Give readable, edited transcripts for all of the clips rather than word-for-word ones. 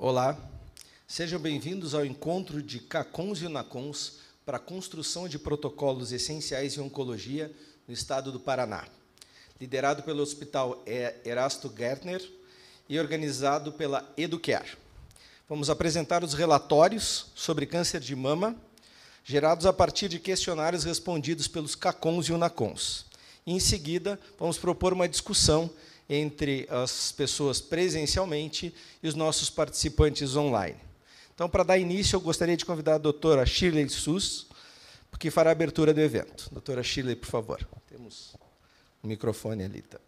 Olá, sejam bem-vindos ao encontro de CACONs e UNACONs para a construção de protocolos essenciais em oncologia no estado do Paraná, liderado pelo Hospital Erasto Gärtner e organizado pela Educare. Vamos apresentar os relatórios sobre câncer de mama, gerados a partir de questionários respondidos pelos CACONs e UNACONs. E, em seguida, vamos propor uma discussão entre as pessoas presencialmente e os nossos participantes online. Então, para dar início, eu gostaria de convidar a doutora Shirley Sus, que fará a abertura do evento. Doutora Shirley, por favor. Temos um microfone ali. Tá?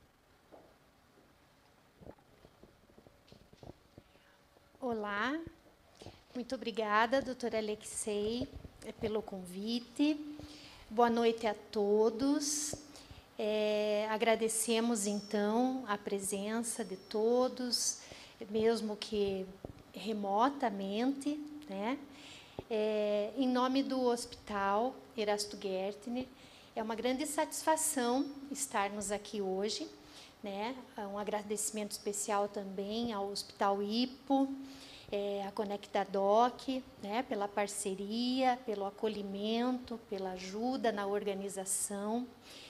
Olá, muito obrigada, doutora Alexei, pelo convite. Boa noite a todos. Agradecemos, então, a presença de todos, mesmo que remotamente, né? Em nome do Hospital Erasto Gärtner, é uma grande satisfação estarmos aqui hoje, né? Um agradecimento especial também ao Hospital Hipo, a Conectadoc, né? Pela parceria, pelo acolhimento, pela ajuda na organização.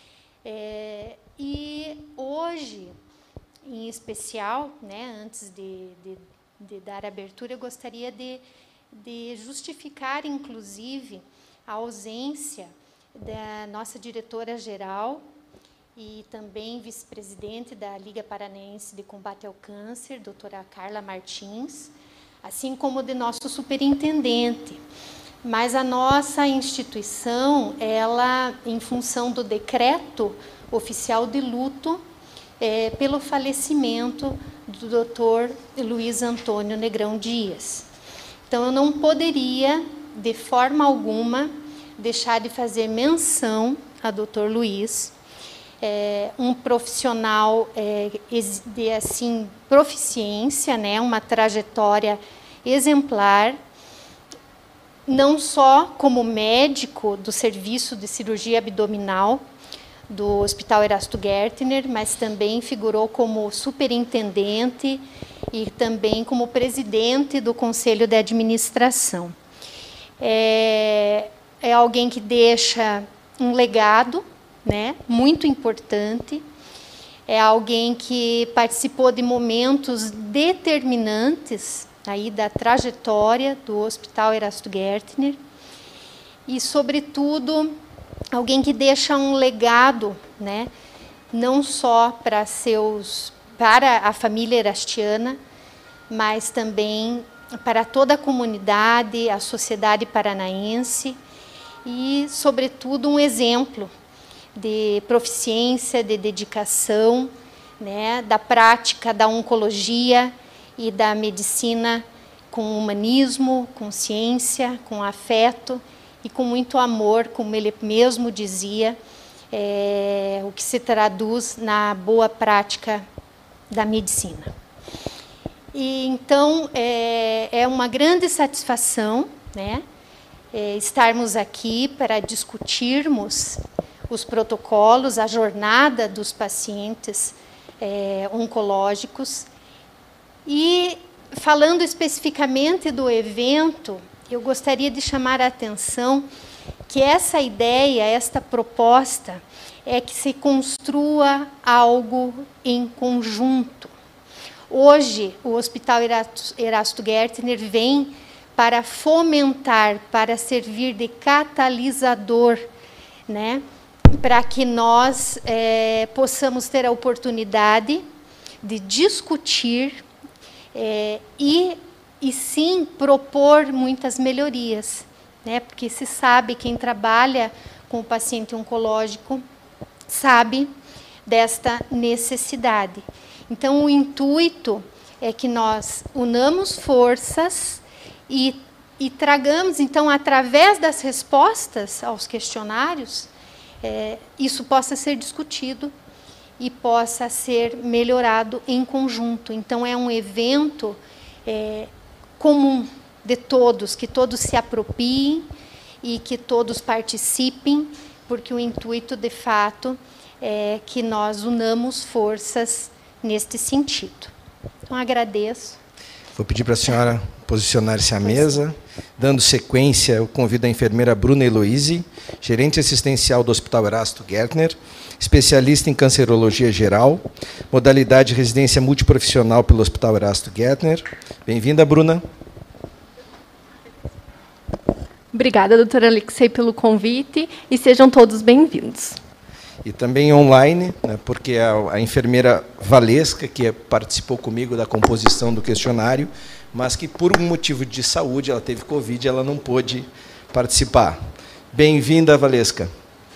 E hoje, em especial, né, antes de dar abertura, eu gostaria de justificar, inclusive, a ausência da nossa diretora-geral e também vice-presidente da Liga Paranaense de Combate ao Câncer, doutora Carla Martins, assim como de nosso superintendente. Mas a nossa instituição, ela, em função do decreto oficial de luto, pelo falecimento do Dr. Luiz Antônio Negrão Dias. Então, eu não poderia, de forma alguma, deixar de fazer menção a Dr. Luiz, um profissional de assim, proficiência, né, uma trajetória exemplar, não só como médico do serviço de cirurgia abdominal do Hospital Erasto Gärtner, mas também figurou como superintendente e também como presidente do Conselho de Administração. É alguém que deixa um legado, né, muito importante, é alguém que participou de momentos determinantes aí da trajetória do Hospital Erasto Gärtner e, sobretudo, alguém que deixa um legado, né, não só para a família erastiana, mas também para toda a comunidade, a sociedade paranaense e, sobretudo, um exemplo de proficiência, de dedicação, né, da prática da oncologia e da medicina com humanismo, com ciência, com afeto e com muito amor, como ele mesmo dizia, o que se traduz na boa prática da medicina. E, então, é uma grande satisfação, né, estarmos aqui para discutirmos os protocolos, a jornada dos pacientes oncológicos. E, falando especificamente do evento, eu gostaria de chamar a atenção que essa ideia, esta proposta, é que se construa algo em conjunto. Hoje, o Hospital Erasto Gärtner vem para fomentar, para servir de catalisador, né, para que nós possamos ter a oportunidade de discutir e sim propor muitas melhorias, né? Porque se sabe, quem trabalha com o paciente oncológico sabe desta necessidade. Então, o intuito é que nós unamos forças e tragamos, então, através das respostas aos questionários, isso possa ser discutido e possa ser melhorado em conjunto. Então, é um evento comum de todos, que todos se apropriem e que todos participem, porque o intuito, de fato, é que nós unamos forças neste sentido. Então, agradeço. Vou pedir para a senhora posicionar-se à mesa. Dando sequência, eu convido a enfermeira Bruna Heloise, gerente assistencial do Hospital Erasto Gärtner, especialista em cancerologia geral, modalidade residência multiprofissional pelo Hospital Erasto Gärtner. Bem-vinda, Bruna. Obrigada, doutora Alexei, pelo convite e sejam todos bem-vindos. E também online, né, porque a enfermeira Valesca, que participou comigo da composição do questionário, mas que, por um motivo de saúde, ela teve Covid, ela não pôde participar. Bem-vinda, Valesca.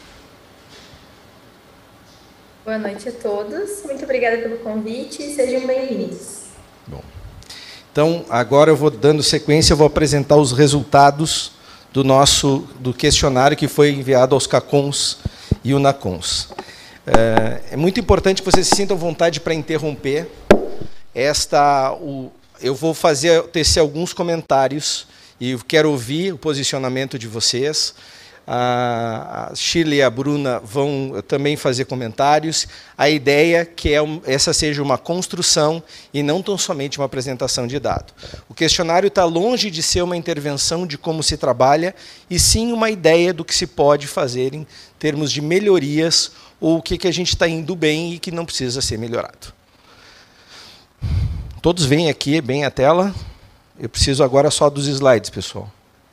Boa noite a todos. Muito obrigada pelo convite e sejam bem-vindos. Bom. Então, agora eu vou dando sequência, eu vou apresentar os resultados do questionário que foi enviado aos CACONs e UNACONs. É muito importante que vocês se sintam à vontade para interromper. Eu vou tecer alguns comentários e eu quero ouvir o posicionamento de vocês. A Shirley e a Bruna vão também fazer comentários. A ideia é que essa seja uma construção e não tão somente uma apresentação de dado. O questionário está longe de ser uma intervenção de como se trabalha, e sim uma ideia do que se pode fazer em termos de melhorias ou o que a gente está indo bem e que não precisa ser melhorado. Todos veem aqui bem a tela. Eu preciso agora só dos slides, pessoal.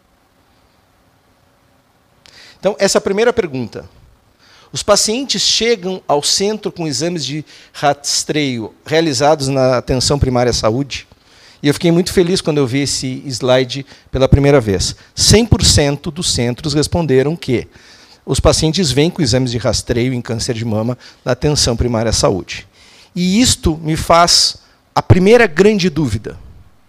Então, essa é a primeira pergunta. Os pacientes chegam ao centro com exames de rastreio realizados na atenção primária à saúde? E eu fiquei muito feliz quando eu vi esse slide pela primeira vez. 100% dos centros responderam que os pacientes vêm com exames de rastreio em câncer de mama na atenção primária à saúde. E isto me faz a primeira grande dúvida.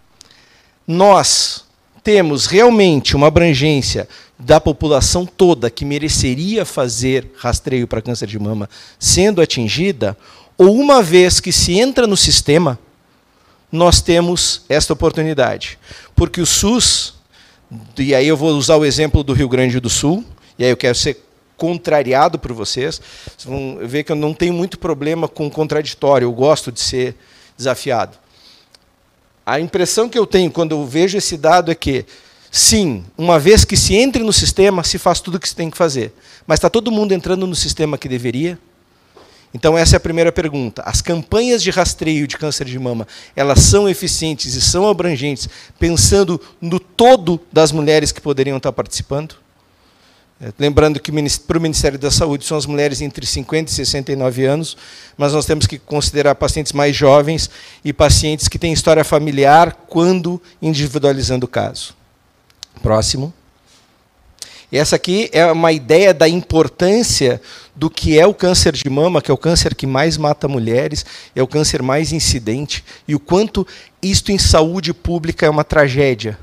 Nós temos realmente uma abrangência da população toda que mereceria fazer rastreio para câncer de mama sendo atingida, ou uma vez que se entra no sistema, nós temos esta oportunidade. Porque o SUS, e aí eu vou usar o exemplo do Rio Grande do Sul, e aí eu quero ser contrariado por vocês, vocês vão ver que eu não tenho muito problema com contraditório, eu gosto de ser desafiado. A impressão que eu tenho quando eu vejo esse dado é que, sim, uma vez que se entre no sistema, se faz tudo o que se tem que fazer. Mas está todo mundo entrando no sistema que deveria? Então, essa é a primeira pergunta. As campanhas de rastreio de câncer de mama, elas são eficientes e são abrangentes, pensando no todo das mulheres que poderiam estar participando? Lembrando que para o Ministério da Saúde são as mulheres entre 50 e 69 anos, mas nós temos que considerar pacientes mais jovens e pacientes que têm história familiar quando individualizando o caso. Próximo. E essa aqui é uma ideia da importância do que é o câncer de mama, que é o câncer que mais mata mulheres, é o câncer mais incidente, e o quanto isto em saúde pública é uma tragédia.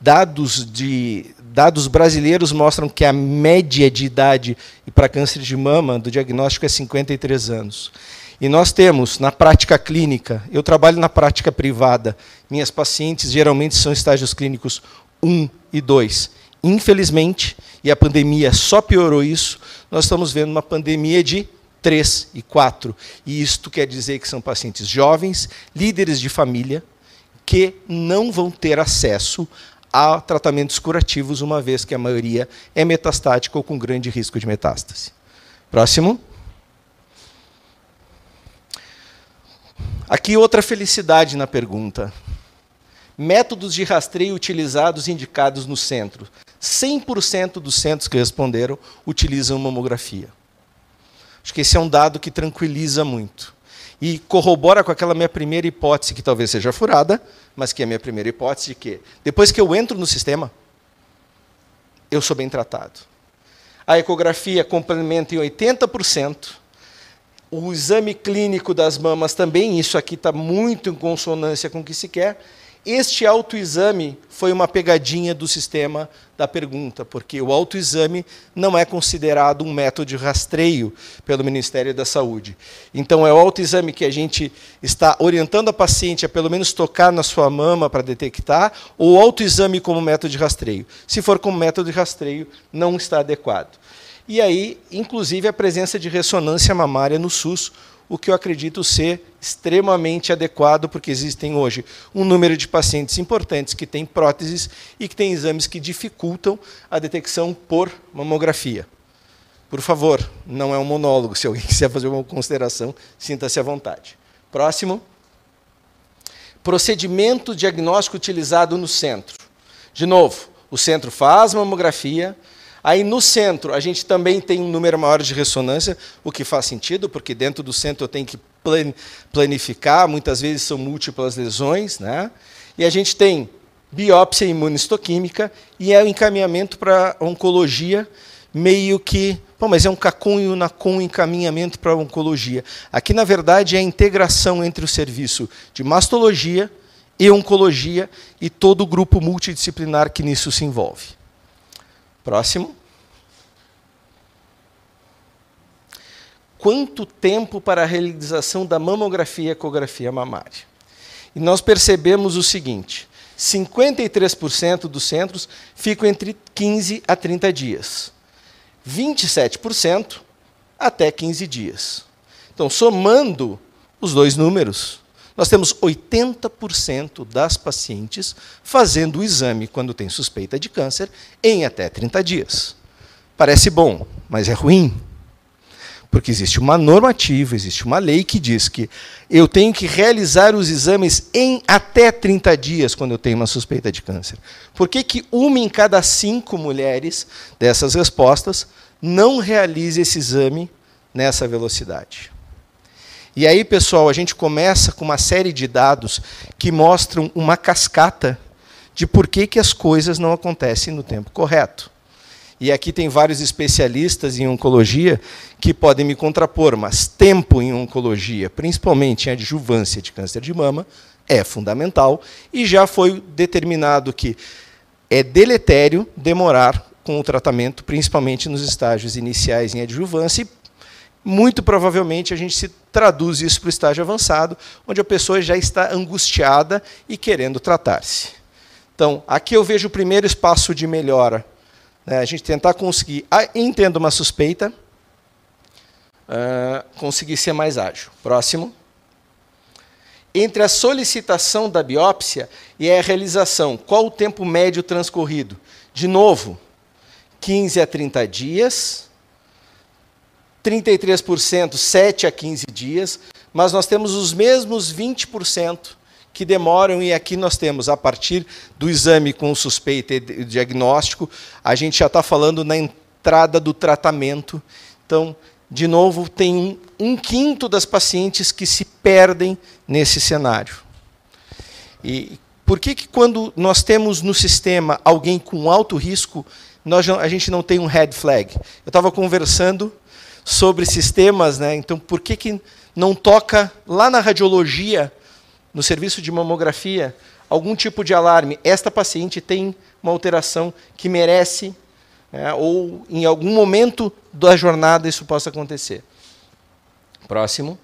Dados brasileiros mostram que a média de idade para câncer de mama do diagnóstico é 53 anos. E nós temos, na prática clínica, eu trabalho na prática privada, minhas pacientes geralmente são estágios clínicos 1 e 2. Infelizmente, e a pandemia só piorou isso, nós estamos vendo uma pandemia de 3 e 4. E isto quer dizer que são pacientes jovens, líderes de família, que não vão ter acesso a tratamentos curativos, uma vez que a maioria é metastática ou com grande risco de metástase. Próximo. Aqui outra felicidade na pergunta. Métodos de rastreio utilizados e indicados no centro. 100% dos centros que responderam utilizam mamografia. Acho que esse é um dado que tranquiliza muito. E corrobora com aquela minha primeira hipótese, que talvez seja furada, mas que é a minha primeira hipótese, de que depois que eu entro no sistema, eu sou bem tratado. A ecografia complementa em 80%. O exame clínico das mamas também, isso aqui está muito em consonância com o que se quer. Este autoexame foi uma pegadinha do sistema da pergunta, porque o autoexame não é considerado um método de rastreio pelo Ministério da Saúde. Então, é o autoexame que a gente está orientando a paciente a pelo menos tocar na sua mama para detectar, ou o autoexame como método de rastreio. Se for como método de rastreio, não está adequado. E aí, inclusive, a presença de ressonância mamária no SUS, o que eu acredito ser extremamente adequado, porque existem hoje um número de pacientes importantes que têm próteses e que têm exames que dificultam a detecção por mamografia. Por favor, não é um monólogo. Se alguém quiser fazer uma consideração, sinta-se à vontade. Próximo. Procedimento diagnóstico utilizado no centro. De novo, o centro faz mamografia. Aí, no centro, a gente também tem um número maior de ressonância, o que faz sentido, porque dentro do centro eu tenho que planificar, muitas vezes são múltiplas lesões, né? E a gente tem biópsia imunistoquímica e é o encaminhamento para oncologia, meio que... Bom, mas é um CACOM e um NACOM encaminhamento para oncologia. Aqui, na verdade, é a integração entre o serviço de mastologia e oncologia e todo o grupo multidisciplinar que nisso se envolve. Próximo. Quanto tempo para a realização da mamografia e ecografia mamária? E nós percebemos o seguinte, 53% dos centros ficam entre 15 a 30 dias. 27% até 15 dias. Então, somando os dois números, nós temos 80% das pacientes fazendo o exame quando tem suspeita de câncer em até 30 dias. Parece bom, mas é ruim. Porque existe uma normativa, existe uma lei que diz que eu tenho que realizar os exames em até 30 dias quando eu tenho uma suspeita de câncer. Por que uma em cada 5 mulheres dessas respostas não realiza esse exame nessa velocidade? E aí, pessoal, a gente começa com uma série de dados que mostram uma cascata de por que as coisas não acontecem no tempo correto. E aqui tem vários especialistas em oncologia que podem me contrapor, mas tempo em oncologia, principalmente em adjuvância de câncer de mama, é fundamental e já foi determinado que é deletério demorar com o tratamento, principalmente nos estágios iniciais em adjuvância, e muito provavelmente a gente se traduz isso para o estágio avançado, onde a pessoa já está angustiada e querendo tratar-se. Então, aqui eu vejo o primeiro espaço de melhora. A gente tentar conseguir, entendo uma suspeita, conseguir ser mais ágil. Próximo. Entre a solicitação da biópsia e a realização, qual o tempo médio transcorrido? De novo, 15 a 30 dias, 33%, 7 a 15 dias, mas nós temos os mesmos 20% que demoram, e aqui nós temos, a partir do exame com suspeita e diagnóstico, a gente já está falando na entrada do tratamento. Então, de novo, tem um quinto das pacientes que se perdem nesse cenário. E por que quando nós temos no sistema alguém com alto risco, a gente não tem um red flag? Eu estava conversando sobre sistemas, né? Então, por que não toca lá na radiologia, no serviço de mamografia, algum tipo de alarme? Esta paciente tem uma alteração que merece, ou em algum momento da jornada isso possa acontecer. Próximo.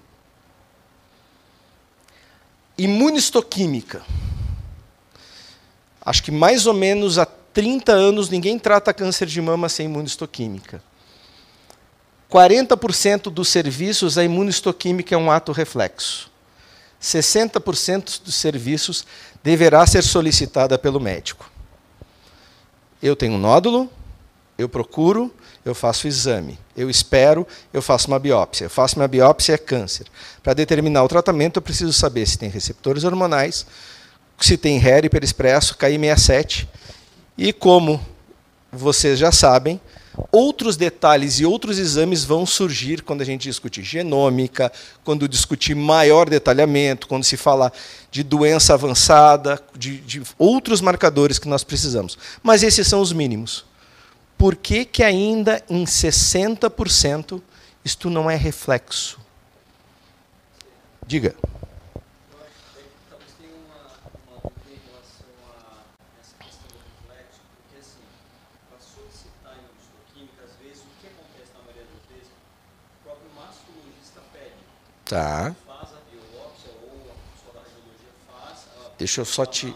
Imunistoquímica. Acho que mais ou menos há 30 anos ninguém trata câncer de mama sem imunistoquímica. 40% dos serviços, a imunistoquímica é um ato reflexo. 60% dos serviços deverá ser solicitada pelo médico. Eu tenho um nódulo, eu procuro, eu faço o exame. Eu espero, eu faço uma biópsia. Eu faço uma biópsia, é câncer. Para determinar o tratamento, eu preciso saber se tem receptores hormonais, se tem HER hiperexpresso, Ki67. E como vocês já sabem, outros detalhes e outros exames vão surgir quando a gente discutir genômica, quando discutir maior detalhamento, quando se falar de doença avançada, de outros marcadores que nós precisamos. Mas esses são os mínimos. Por que ainda em 60% isto não é reflexo? Diga. Tá. Deixa eu só te...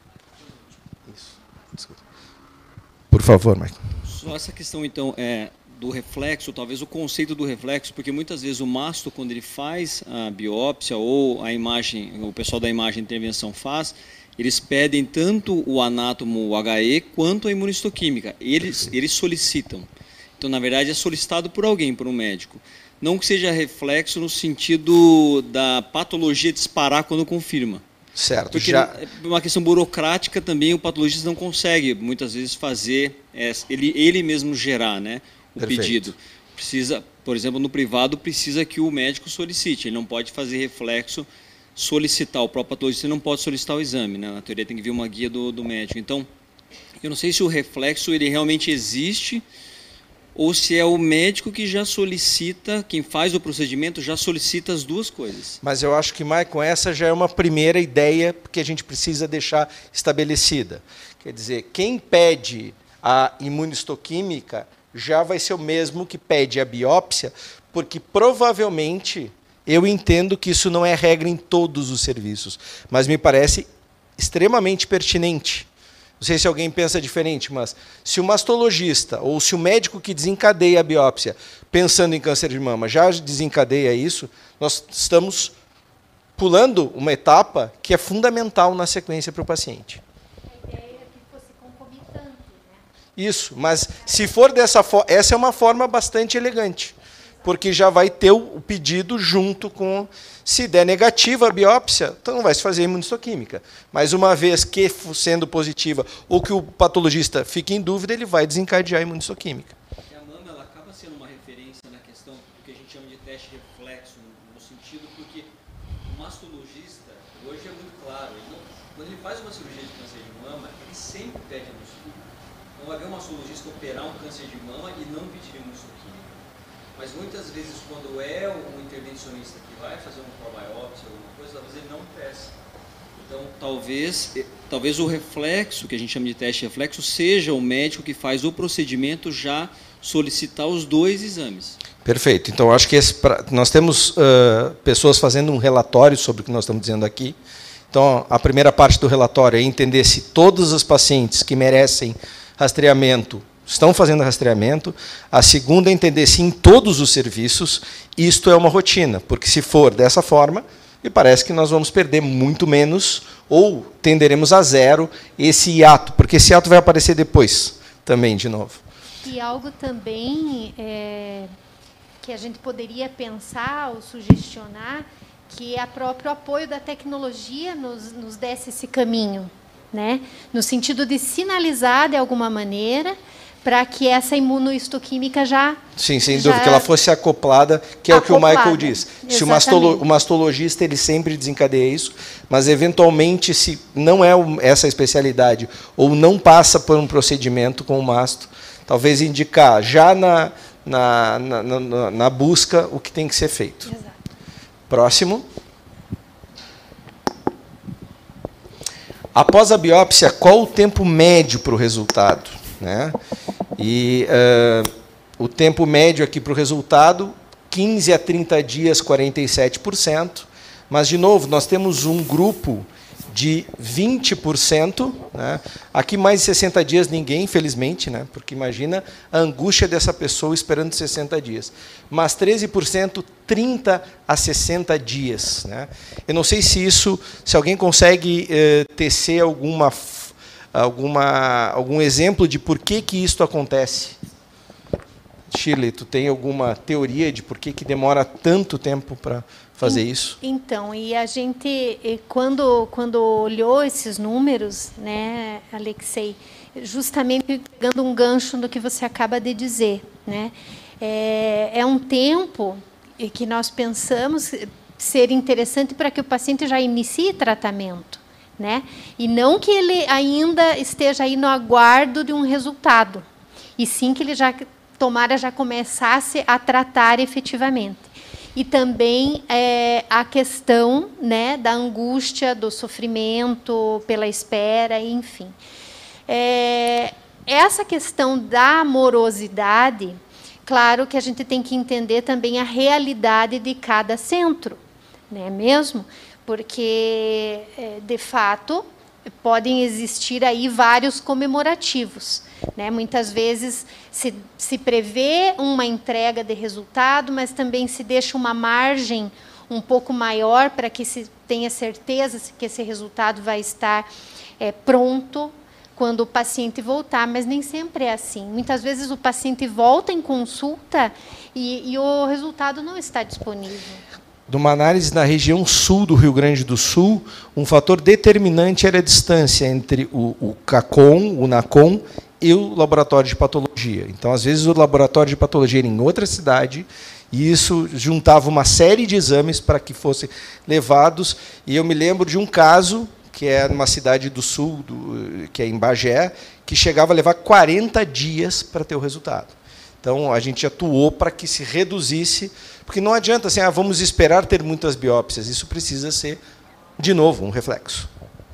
Isso. Desculpa. Por favor, Michael. Só essa questão, então, do reflexo, talvez o conceito do reflexo, porque muitas vezes o masto, quando ele faz a biópsia ou a imagem, o pessoal da imagem de intervenção faz, eles pedem tanto o anátomo, o HE, quanto a imunistoquímica. Eles solicitam. Então, na verdade, é solicitado por alguém, por um médico. Não que seja reflexo no sentido da patologia disparar quando confirma. Certo. Porque é uma questão burocrática também, o patologista não consegue, muitas vezes, fazer, ele mesmo gerar, né, o Perfeito. pedido. Precisa, por exemplo, no privado, precisa que o médico solicite. Ele não pode fazer reflexo, solicitar. O próprio patologista não pode solicitar o exame, né? Na teoria tem que vir uma guia do médico. Então, eu não sei se o reflexo ele realmente existe ou se é o médico que já solicita, quem faz o procedimento já solicita as duas coisas. Mas eu acho que, Maicon, essa já é uma primeira ideia que a gente precisa deixar estabelecida. Quer dizer, quem pede a imunistoquímica já vai ser o mesmo que pede a biópsia, porque provavelmente eu entendo que isso não é regra em todos os serviços, mas me parece extremamente pertinente. Não sei se alguém pensa diferente, mas se o mastologista ou se o médico que desencadeia a biópsia, pensando em câncer de mama, já desencadeia isso, nós estamos pulando uma etapa que é fundamental na sequência para o paciente. A ideia é que fosse concomitante, né? Isso, mas se for dessa forma, essa é uma forma bastante elegante, porque já vai ter o pedido junto com... Se der negativa a biópsia, então não vai se fazer imunistoquímica. Mas uma vez que sendo positiva ou que o patologista fique em dúvida, ele vai desencadear a imunistoquímica. A mama ela acaba sendo uma referência na questão do que a gente chama de teste reflexo, no sentido porque o mastologista, hoje é muito claro, quando ele faz uma cirurgia de câncer de mama, ele sempre pede imunistoquímica. Não vai ver um mastologista operar um câncer de mama e não pedir imunistoquímica. Mas muitas vezes, quando é um intervencionista que vai fazer uma biópsia ou alguma coisa, talvez ele não peça. Então, talvez o reflexo, que a gente chama de teste reflexo, seja o médico que faz o procedimento já solicitar os dois exames. Perfeito. Então, acho que nós temos pessoas fazendo um relatório sobre o que nós estamos dizendo aqui. Então, a primeira parte do relatório é entender se todos os pacientes que merecem rastreamento estão fazendo rastreamento. A segunda é entender se em todos os serviços isto é uma rotina, porque se for dessa forma, me parece que nós vamos perder muito menos ou tenderemos a zero esse hiato, porque esse hiato vai aparecer depois também, de novo. E algo também que a gente poderia pensar ou sugestionar, que é o próprio apoio da tecnologia nos desse esse caminho, né? No sentido de sinalizar de alguma maneira para que essa imunohistoquímica já... Sim, sem dúvida, que ela fosse acoplada, que é o que o Michael diz. Se o mastologista ele sempre desencadeia isso, mas eventualmente, se não é essa especialidade ou não passa por um procedimento com o masto, talvez indicar já na busca o que tem que ser feito. Exato. Próximo. Após a biópsia, qual o tempo médio para o resultado? Né? E o tempo médio aqui para o resultado, 15 a 30 dias, 47%. Mas, de novo, nós temos um grupo de 20%. Né? Aqui, mais de 60 dias, ninguém, infelizmente, né? Porque imagina a angústia dessa pessoa esperando 60 dias. Mas 13%, 30 a 60 dias. Né? Eu não sei se alguém consegue tecer algum exemplo de por que isso acontece. Shirley, tu tem alguma teoria de por que demora tanto tempo para fazer isso? Então, e a gente, quando olhou esses números, né, Alexei, justamente pegando um gancho do que você acaba de dizer, né, é um tempo que nós pensamos ser interessante para que o paciente já inicie tratamento, né, e não que ele ainda esteja aí no aguardo de um resultado, e sim que ele já começasse a tratar efetivamente. E também a questão, né, da angústia, do sofrimento pela espera, enfim. Essa questão da morosidade, claro que a gente tem que entender também a realidade de cada centro, não é mesmo? Porque, de fato, podem existir aí vários comemorativos. né? Muitas vezes se prevê uma entrega de resultado, mas também se deixa uma margem um pouco maior para que se tenha certeza que esse resultado vai estar pronto quando o paciente voltar, mas nem sempre é assim. Muitas vezes o paciente volta em consulta e o resultado não está disponível. Numa análise na região sul do Rio Grande do Sul, um fator determinante era a distância entre o CACOM, o NACOM, e o laboratório de patologia. Então, às vezes, o laboratório de patologia era em outra cidade, e isso juntava uma série de exames para que fossem levados. E eu me lembro de um caso, que é numa cidade do sul, que é em Bagé, que chegava a levar 40 dias para ter o resultado. Então, a gente atuou para que se reduzisse, porque não adianta assim, vamos esperar ter muitas biópsias. Isso precisa ser, de novo, um reflexo.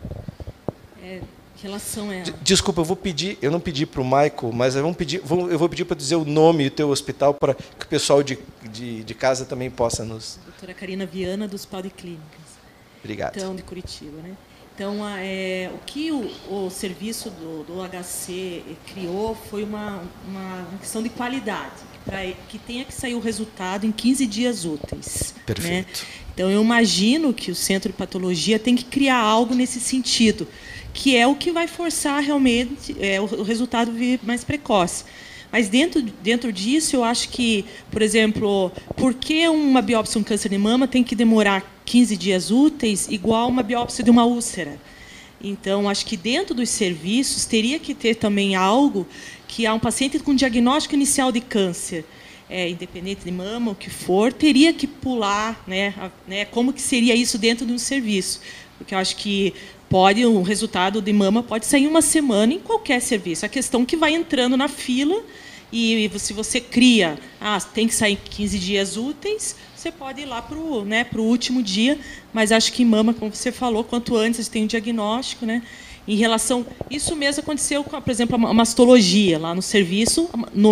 Relação a... Desculpa, eu não pedi para o Michael, mas eu vou pedir para dizer o nome e o teu hospital para que o pessoal de casa também possa nos... Doutora Karina Viana, do Hospital de Clínicas. Obrigado. Então, de Curitiba, né? Então, o que o serviço do HC criou foi uma questão de qualidade, para que tenha que sair o resultado em 15 dias úteis. Perfeito. Né? Então, eu imagino que o Centro de Patologia tem que criar algo nesse sentido, que é o que vai forçar realmente o resultado vir mais precoce. Mas dentro disso, eu acho que, por exemplo, por que uma biópsia de um câncer de mama tem que demorar 15 dias úteis igual uma biópsia de uma úlcera? Então, acho que dentro dos serviços teria que ter também algo que há um paciente com diagnóstico inicial de câncer, independente de mama, o que for, teria que pular, né, como que seria isso dentro de um serviço? Porque eu acho que o resultado de mama pode sair em uma semana em qualquer serviço. A questão é que vai entrando na fila e se você cria, tem que sair 15 dias úteis, você pode ir lá para o último dia, mas acho que em mama, como você falou, quanto antes tem um diagnóstico, né? Em relação... Isso mesmo aconteceu com, por exemplo, a mastologia, lá no serviço,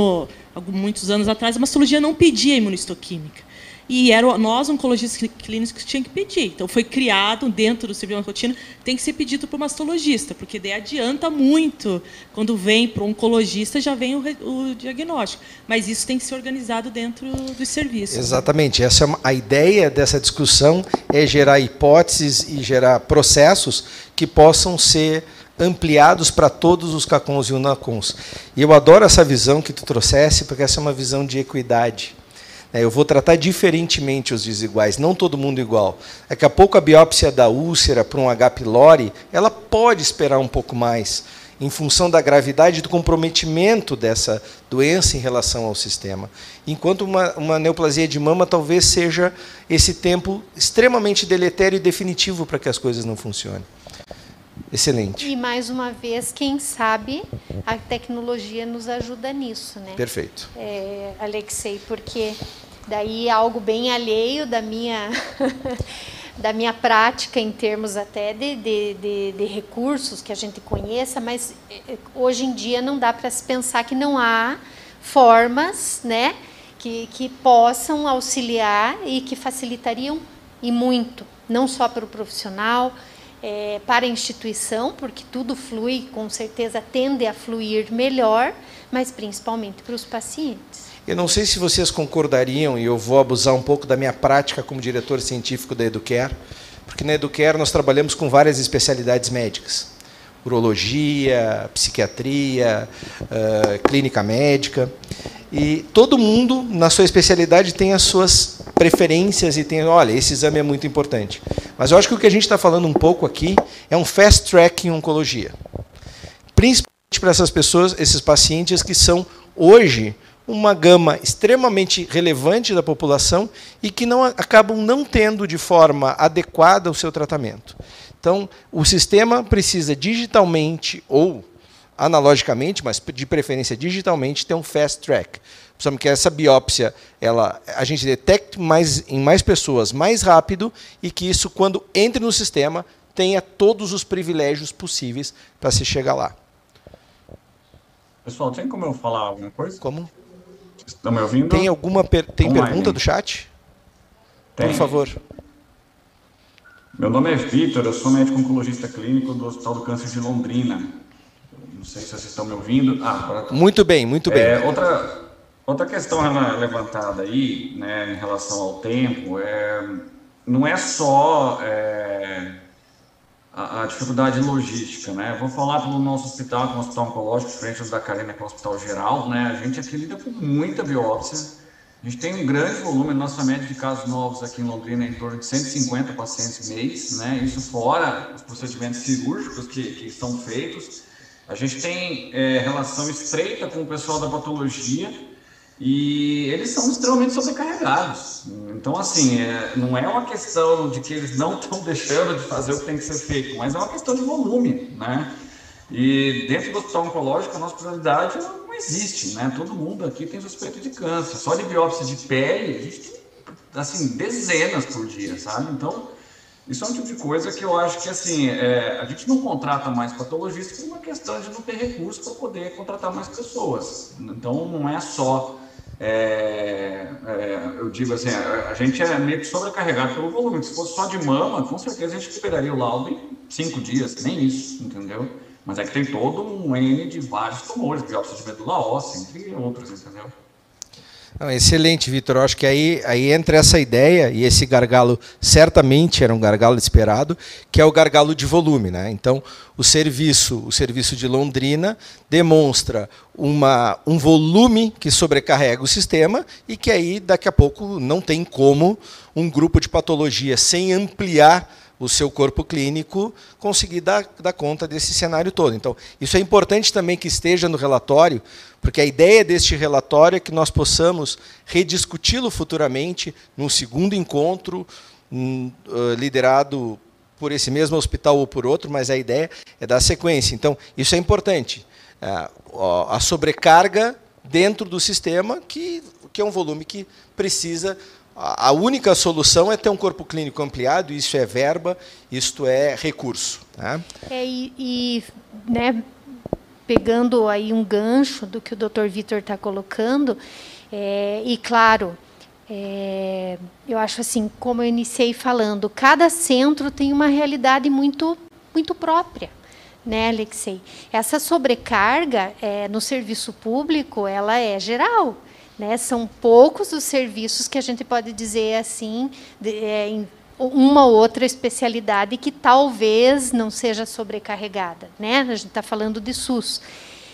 muitos anos atrás, a mastologia não pedia imunistoquímica. E eram nós, oncologistas clínicos, que tinham que pedir. Então, foi criado dentro do serviço de rotina, tem que ser pedido para o mastologista, porque daí adianta muito. Quando vem para o oncologista, já vem o diagnóstico. Mas isso tem que ser organizado dentro dos serviços. Exatamente. A ideia dessa discussão é gerar hipóteses e gerar processos que possam ser ampliados para todos os CACONs e UNACONs. E eu adoro essa visão que tu trouxesse, porque essa é uma visão de equidade. Eu vou tratar diferentemente os desiguais, não todo mundo igual. Daqui a pouco a biópsia da úlcera para um H. pylori, ela pode esperar um pouco mais, em função da gravidade e do comprometimento dessa doença em relação ao sistema. Enquanto uma neoplasia de mama talvez seja esse tempo extremamente deletério e definitivo para que as coisas não funcionem. Excelente. E, mais uma vez, quem sabe, a tecnologia nos ajuda nisso, né? Perfeito. Alexei, porque daí é algo bem alheio da minha, da minha prática em termos até de recursos que a gente conheça, mas hoje em dia não dá para se pensar que não há formas, né, que possam auxiliar e que facilitariam e muito, não só para o profissional, para a instituição, porque tudo flui, com certeza tende a fluir melhor, mas principalmente para os pacientes. Eu não sei se vocês concordariam, e eu vou abusar um pouco da minha prática como diretor científico da Educare, porque na Educare nós trabalhamos com várias especialidades médicas. Urologia, psiquiatria, clínica médica. E todo mundo, na sua especialidade, tem as suas preferências e tem, olha, esse exame é muito importante. Mas eu acho que o que a gente está falando um pouco aqui é um fast track em oncologia. Principalmente para essas pessoas, esses pacientes que são, hoje, uma gama extremamente relevante da população e que acabam não tendo de forma adequada o seu tratamento. Então, o sistema precisa digitalmente ou analogicamente, mas de preferência digitalmente, ter um fast track. Precisamos que essa biópsia a gente detecte em mais pessoas mais rápido e que isso, quando entre no sistema, tenha todos os privilégios possíveis para se chegar lá. Pessoal, tem como eu falar alguma coisa? Como? Estão me ouvindo? Tem alguma pergunta do chat? Tem. Por favor. Meu nome é Vitor, eu sou médico oncologista clínico do Hospital do Câncer de Londrina. Não sei se vocês estão me ouvindo. Agora tá. Muito bem, muito bem. Outra questão levantada aí, né, em relação ao tempo, não é só a dificuldade logística, né? Vou falar pelo nosso hospital, que é um hospital oncológico, diferente da Carina, que é um hospital geral, né? A gente aqui lida com muita biópsia. A gente tem um grande volume, nossa média de casos novos aqui em Londrina é em torno de 150 pacientes mês, né? Isso fora os procedimentos cirúrgicos que são feitos. A gente tem relação estreita com o pessoal da patologia e eles são extremamente sobrecarregados. Então, assim, não é uma questão de que eles não estão deixando de fazer o que tem que ser feito, mas é uma questão de volume, né? E dentro do hospital oncológico, a nossa prioridade não existe, né? Todo mundo aqui tem suspeita de câncer. Só de biópsia de pele, a gente tem, assim, dezenas por dia, sabe? Então, isso é um tipo de coisa que eu acho que, assim, a gente não contrata mais patologistas por uma questão de não ter recursos para poder contratar mais pessoas. Então, não é só... eu digo assim, a gente é meio que sobrecarregado pelo volume. Se fosse só de mama, com certeza a gente liberaria o laudo em 5 dias, nem isso, entendeu? Mas é que tem todo um N de vários tumores, biópsia de medula óssea, entre outros, entendeu? Excelente, Vitor. Eu acho que aí entra essa ideia, e esse gargalo certamente era um gargalo esperado, que é o gargalo de volume, né? Então, o serviço de Londrina demonstra um volume que sobrecarrega o sistema e que aí, daqui a pouco, não tem como um grupo de patologia, sem ampliar o seu corpo clínico, conseguir dar conta desse cenário todo. Então, isso é importante também que esteja no relatório, porque a ideia deste relatório é que nós possamos rediscuti-lo futuramente num segundo encontro, liderado por esse mesmo hospital ou por outro, mas a ideia é dar sequência. Então, isso é importante. A sobrecarga dentro do sistema, que é um volume que precisa... A única solução é ter um corpo clínico ampliado, isso é verba, isto é recurso. Tá? Né, pegando aí um gancho do que o Dr. Vitor está colocando, e claro, eu acho assim, como eu iniciei falando, cada centro tem uma realidade muito, muito própria, né, Alexei? Essa sobrecarga no serviço público, ela é geral. Né, são poucos os serviços que a gente pode dizer assim, em uma ou outra especialidade que talvez não seja sobrecarregada. Né? A gente está falando de SUS.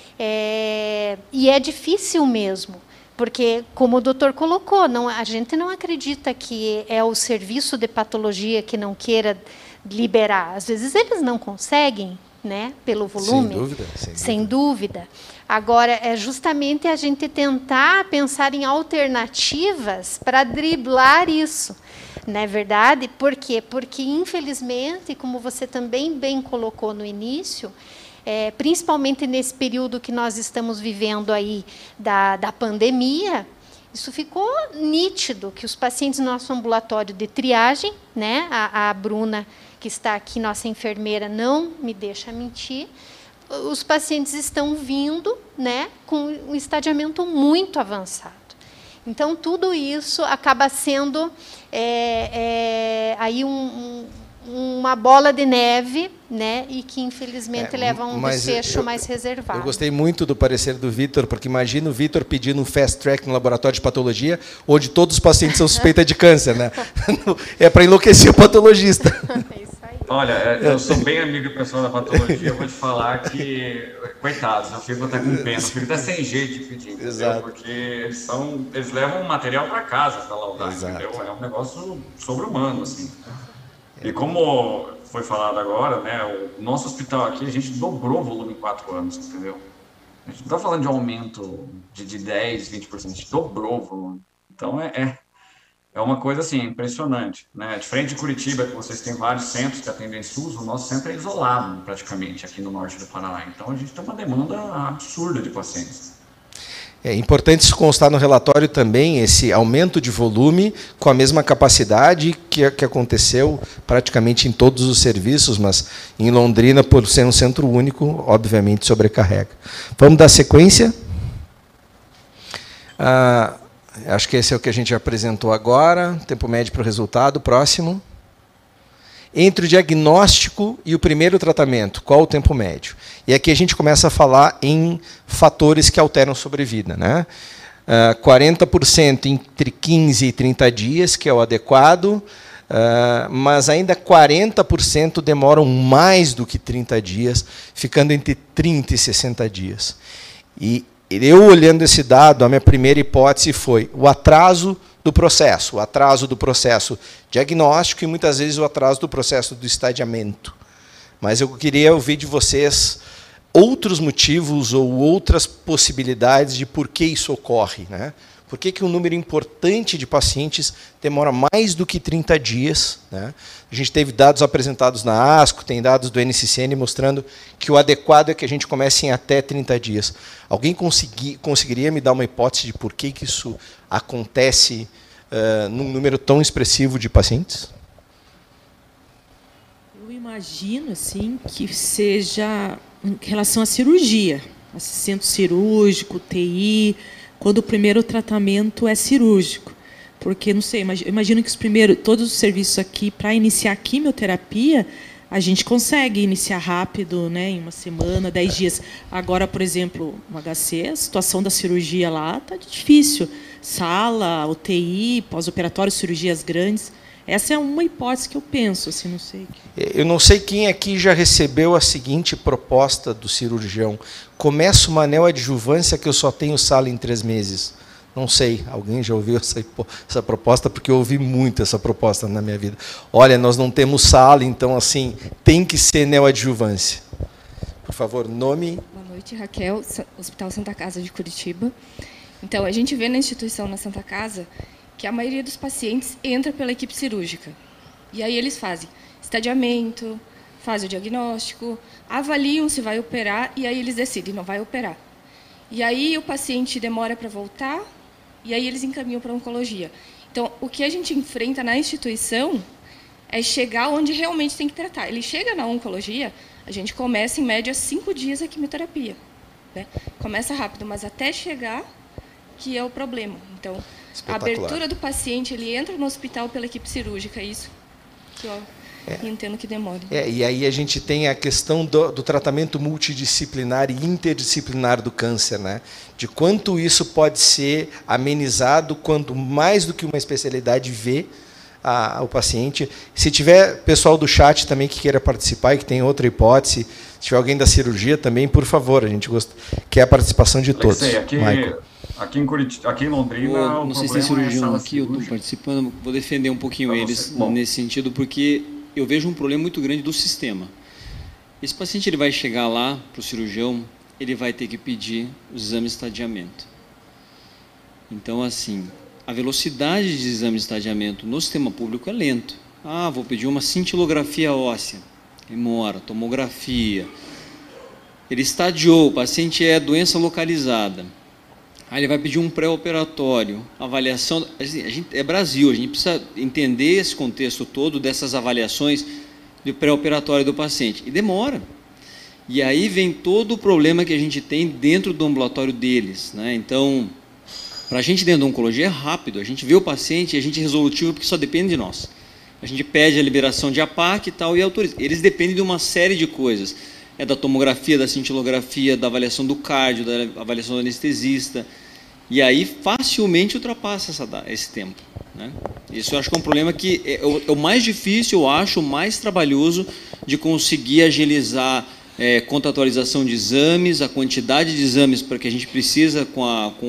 E é difícil mesmo, porque, como o doutor colocou, a gente não acredita que é o serviço de patologia que não queira liberar. Às vezes eles não conseguem, né, pelo volume. Sem dúvida. Agora, é justamente a gente tentar pensar em alternativas para driblar isso. Não é verdade? Por quê? Porque, infelizmente, como você também bem colocou no início, principalmente nesse período que nós estamos vivendo aí da pandemia, isso ficou nítido, que os pacientes no nosso ambulatório de triagem, né, a Bruna, que está aqui, nossa enfermeira, não me deixa mentir, os pacientes estão vindo, né, com um estadiamento muito avançado. Então, tudo isso acaba sendo aí uma bola de neve, né, e que, infelizmente, leva a um desfecho mais reservado. Eu gostei muito do parecer do Vitor, porque imagina o Vitor pedindo um fast track no laboratório de patologia, onde todos os pacientes são suspeitos de câncer. Né? É para enlouquecer o patologista. Olha, eu sou bem amigo do pessoal da patologia, eu vou te falar que, coitados, eu fico até com pena, eu fico até sem jeito de pedir, entendeu? Porque eles levam material para casa para laudar, entendeu? É um negócio sobre-humano, assim. E como foi falado agora, né, o nosso hospital aqui, a gente dobrou o volume em 4 anos, entendeu? A gente não está falando de aumento de 10, 20%, a gente dobrou o volume. Então, é uma coisa assim, impressionante, né? Diferente de Curitiba, que vocês têm vários centros que atendem SUS, o nosso centro é isolado praticamente aqui no norte do Paraná. Então a gente tem uma demanda absurda de pacientes. É importante isso constar no relatório também, esse aumento de volume com a mesma capacidade que aconteceu praticamente em todos os serviços, mas em Londrina, por ser um centro único, obviamente sobrecarrega. Vamos dar sequência? Acho que esse é o que a gente apresentou agora. Tempo médio para o resultado. Próximo. entre o diagnóstico e o primeiro tratamento, qual o tempo médio? E aqui a gente começa a falar em fatores que alteram a sobrevida, né? 40% entre 15 e 30 dias, que é o adequado, mas ainda 40% demoram mais do que 30 dias, ficando entre 30 e 60 dias. E eu, olhando esse dado, a minha primeira hipótese foi o atraso do processo diagnóstico e, muitas vezes, o atraso do processo do estadiamento. Mas eu queria ouvir de vocês outros motivos ou outras possibilidades de por que isso ocorre, né? Por que um número importante de pacientes demora mais do que 30 dias? Né? A gente teve dados apresentados na ASCO, tem dados do NCCN mostrando que o adequado é que a gente comece em até 30 dias. Alguém conseguiria me dar uma hipótese de por que isso acontece num número tão expressivo de pacientes? Eu imagino assim, que seja em relação à cirurgia, assistente cirúrgico, TI, quando o primeiro tratamento é cirúrgico. Porque, não sei, imagino que todos os serviços aqui, para iniciar a quimioterapia, a gente consegue iniciar rápido, né, em uma semana, 10 dias. Agora, por exemplo, no HC, a situação da cirurgia lá está difícil. Sala, UTI, pós-operatório, cirurgias grandes. Essa é uma hipótese que eu penso, assim, não sei. Eu não sei quem aqui já recebeu a seguinte proposta do cirurgião. Começa uma neoadjuvância que eu só tenho sala em 3 meses. Não sei, alguém já ouviu essa proposta? Porque eu ouvi muito essa proposta na minha vida. Olha, nós não temos sala, então, assim, tem que ser neoadjuvância. Por favor, nome. Boa noite, Raquel, Hospital Santa Casa de Curitiba. Então, a gente vê na instituição, na Santa Casa, que a maioria dos pacientes entra pela equipe cirúrgica. E aí eles fazem estadiamento, fazem o diagnóstico, avaliam se vai operar, e aí eles decidem, não vai operar. E aí o paciente demora para voltar, e aí eles encaminham para a oncologia. Então, o que a gente enfrenta na instituição é chegar onde realmente tem que tratar. Ele chega na oncologia, a gente começa, em média, 5 dias a quimioterapia. Né? Começa rápido, mas até chegar, que é o problema. Então, a abertura do paciente, ele entra no hospital pela equipe cirúrgica, isso que eu entendo que demora. E aí a gente tem a questão do tratamento multidisciplinar e interdisciplinar do câncer, né? De quanto isso pode ser amenizado quando mais do que uma especialidade vê o paciente. Se tiver pessoal do chat também que queira participar e que tem outra hipótese, se tiver alguém da cirurgia também, por favor, a gente quer a participação de todos. Aqui em Curitiba, aqui em Londrina, não sei se tem cirurgião aqui, eu estou participando, vou defender um pouquinho eles nesse sentido, porque eu vejo um problema muito grande do sistema. Esse paciente ele vai chegar lá para o cirurgião, ele vai ter que pedir os exames de estadiamento. Então, assim, a velocidade de exame de estadiamento no sistema público é lento. Vou pedir uma cintilografia óssea, demora, tomografia. Ele estadiou, o paciente é doença localizada. Aí ele vai pedir um pré-operatório, avaliação. É Brasil, a gente precisa entender esse contexto todo dessas avaliações do pré-operatório do paciente. E demora. E aí vem todo o problema que a gente tem dentro do ambulatório deles. Né? Então, para a gente dentro da oncologia é rápido. A gente vê o paciente e a gente é resolutivo porque só depende de nós. A gente pede a liberação de APAC e tal e autoriza. Eles dependem de uma série de coisas. É da tomografia, da cintilografia, da avaliação do cardio, da avaliação do anestesista. E aí facilmente ultrapassa esse tempo. Né? Isso eu acho que é um problema que é o mais difícil, eu acho, o mais trabalhoso de conseguir agilizar contratualização de exames, a quantidade de exames para que a gente precisa com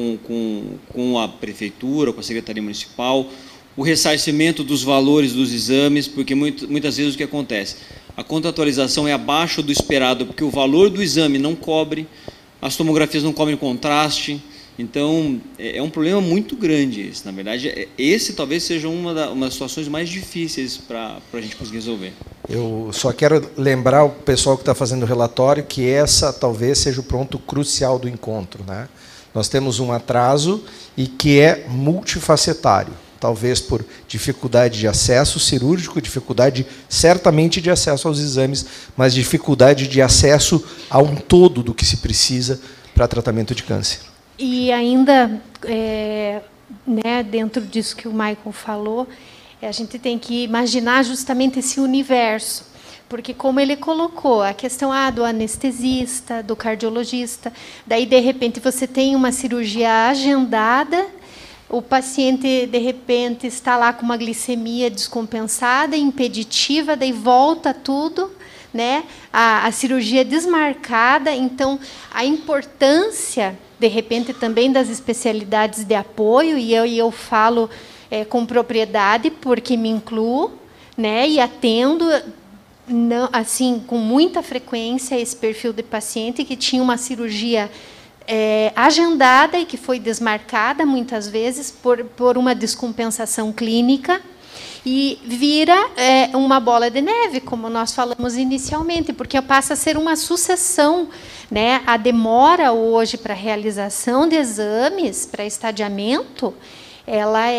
a prefeitura, com a Secretaria Municipal, o ressarcimento dos valores dos exames, porque muitas vezes o que acontece? A contratualização é abaixo do esperado, porque o valor do exame não cobre, as tomografias não cobrem contraste. Então, é um problema muito grande esse. Na verdade, esse talvez seja uma das situações mais difíceis para a gente conseguir resolver. Eu só quero lembrar o pessoal que está fazendo o relatório que essa talvez seja o ponto crucial do encontro. Né? Nós temos um atraso e que é multifacetário. Talvez por dificuldade de acesso cirúrgico, dificuldade certamente de acesso aos exames, mas dificuldade de acesso a um todo do que se precisa para tratamento de câncer. E ainda, né, dentro disso que o Michael falou, A gente tem que imaginar justamente esse universo, porque como ele colocou, a questão do anestesista, do cardiologista, daí de repente você tem uma cirurgia agendada, o paciente de repente está lá com uma glicemia descompensada, impeditiva, daí volta tudo, né? A cirurgia desmarcada, então a importância de repente também das especialidades de apoio, e eu falo com propriedade porque me incluo, né? E atendo não, assim, com muita frequência esse perfil de paciente que tinha uma cirurgia agendada e que foi desmarcada muitas vezes por uma descompensação clínica e vira uma bola de neve, como nós falamos inicialmente, porque passa a ser uma sucessão, né? A demora hoje para a realização de exames, para estadiamento, ela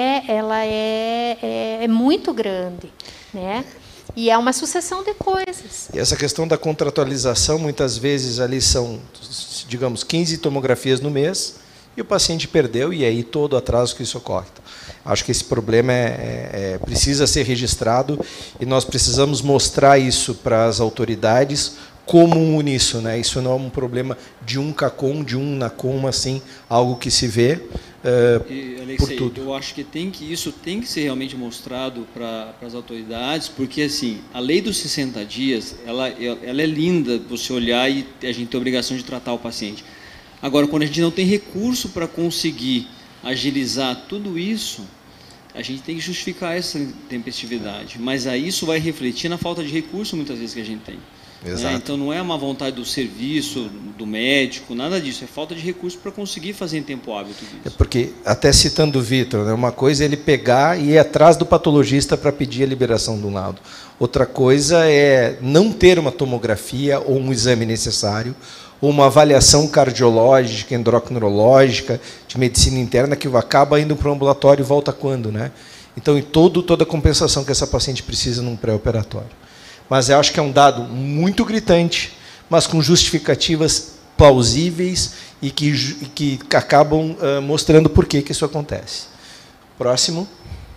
é muito grande, né? E é uma sucessão de coisas. E essa questão da contratualização, muitas vezes ali são, digamos, 15 tomografias no mês, e o paciente perdeu, e aí todo o atraso que isso ocorre. Acho que esse problema precisa ser registrado, e nós precisamos mostrar isso para as autoridades como um uníssono, né? Isso não é um problema de um CACOM, de um NACOM, assim, algo que se vê Alexei, por tudo. Eu acho que isso tem que ser realmente mostrado para as autoridades, porque assim, a lei dos 60 dias, ela é linda você olhar e a gente tem a obrigação de tratar o paciente. Agora, quando a gente não tem recurso para conseguir agilizar tudo isso, a gente tem que justificar essa tempestividade. Mas aí isso vai refletir na falta de recurso, muitas vezes, que a gente tem. Exato. Então, não é uma vontade do serviço, do médico, nada disso. É falta de recurso para conseguir fazer em tempo hábil tudo isso. Porque, até citando o Vitor, né, uma coisa é ele pegar e ir atrás do patologista para pedir a liberação do laudo. Outra coisa é não ter uma tomografia ou um exame necessário, ou uma avaliação cardiológica, endocrinologica, de medicina interna, que acaba indo para o ambulatório e volta quando, né? Então, toda a compensação que essa paciente precisa num pré-operatório. Mas eu acho que é um dado muito gritante, mas com justificativas plausíveis e que acabam mostrando por que isso acontece. Próximo.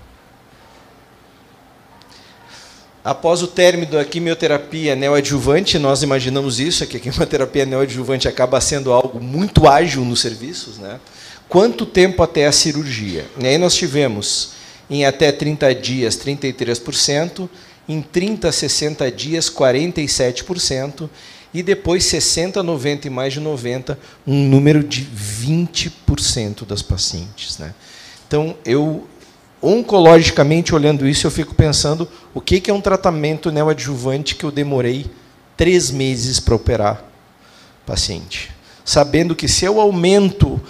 Após o término da quimioterapia neoadjuvante, nós imaginamos isso, que a quimioterapia neoadjuvante acaba sendo algo muito ágil nos serviços, né? Quanto tempo até a cirurgia? E aí nós tivemos, em até 30 dias, 33%, em 30 a 60 dias, 47%, e depois 60, 90 e mais de 90, um número de 20% das pacientes, né? Então, oncologicamente, olhando isso, eu fico pensando o que é um tratamento neoadjuvante que eu demorei 3 meses para operar o paciente. Sabendo que se eu aumento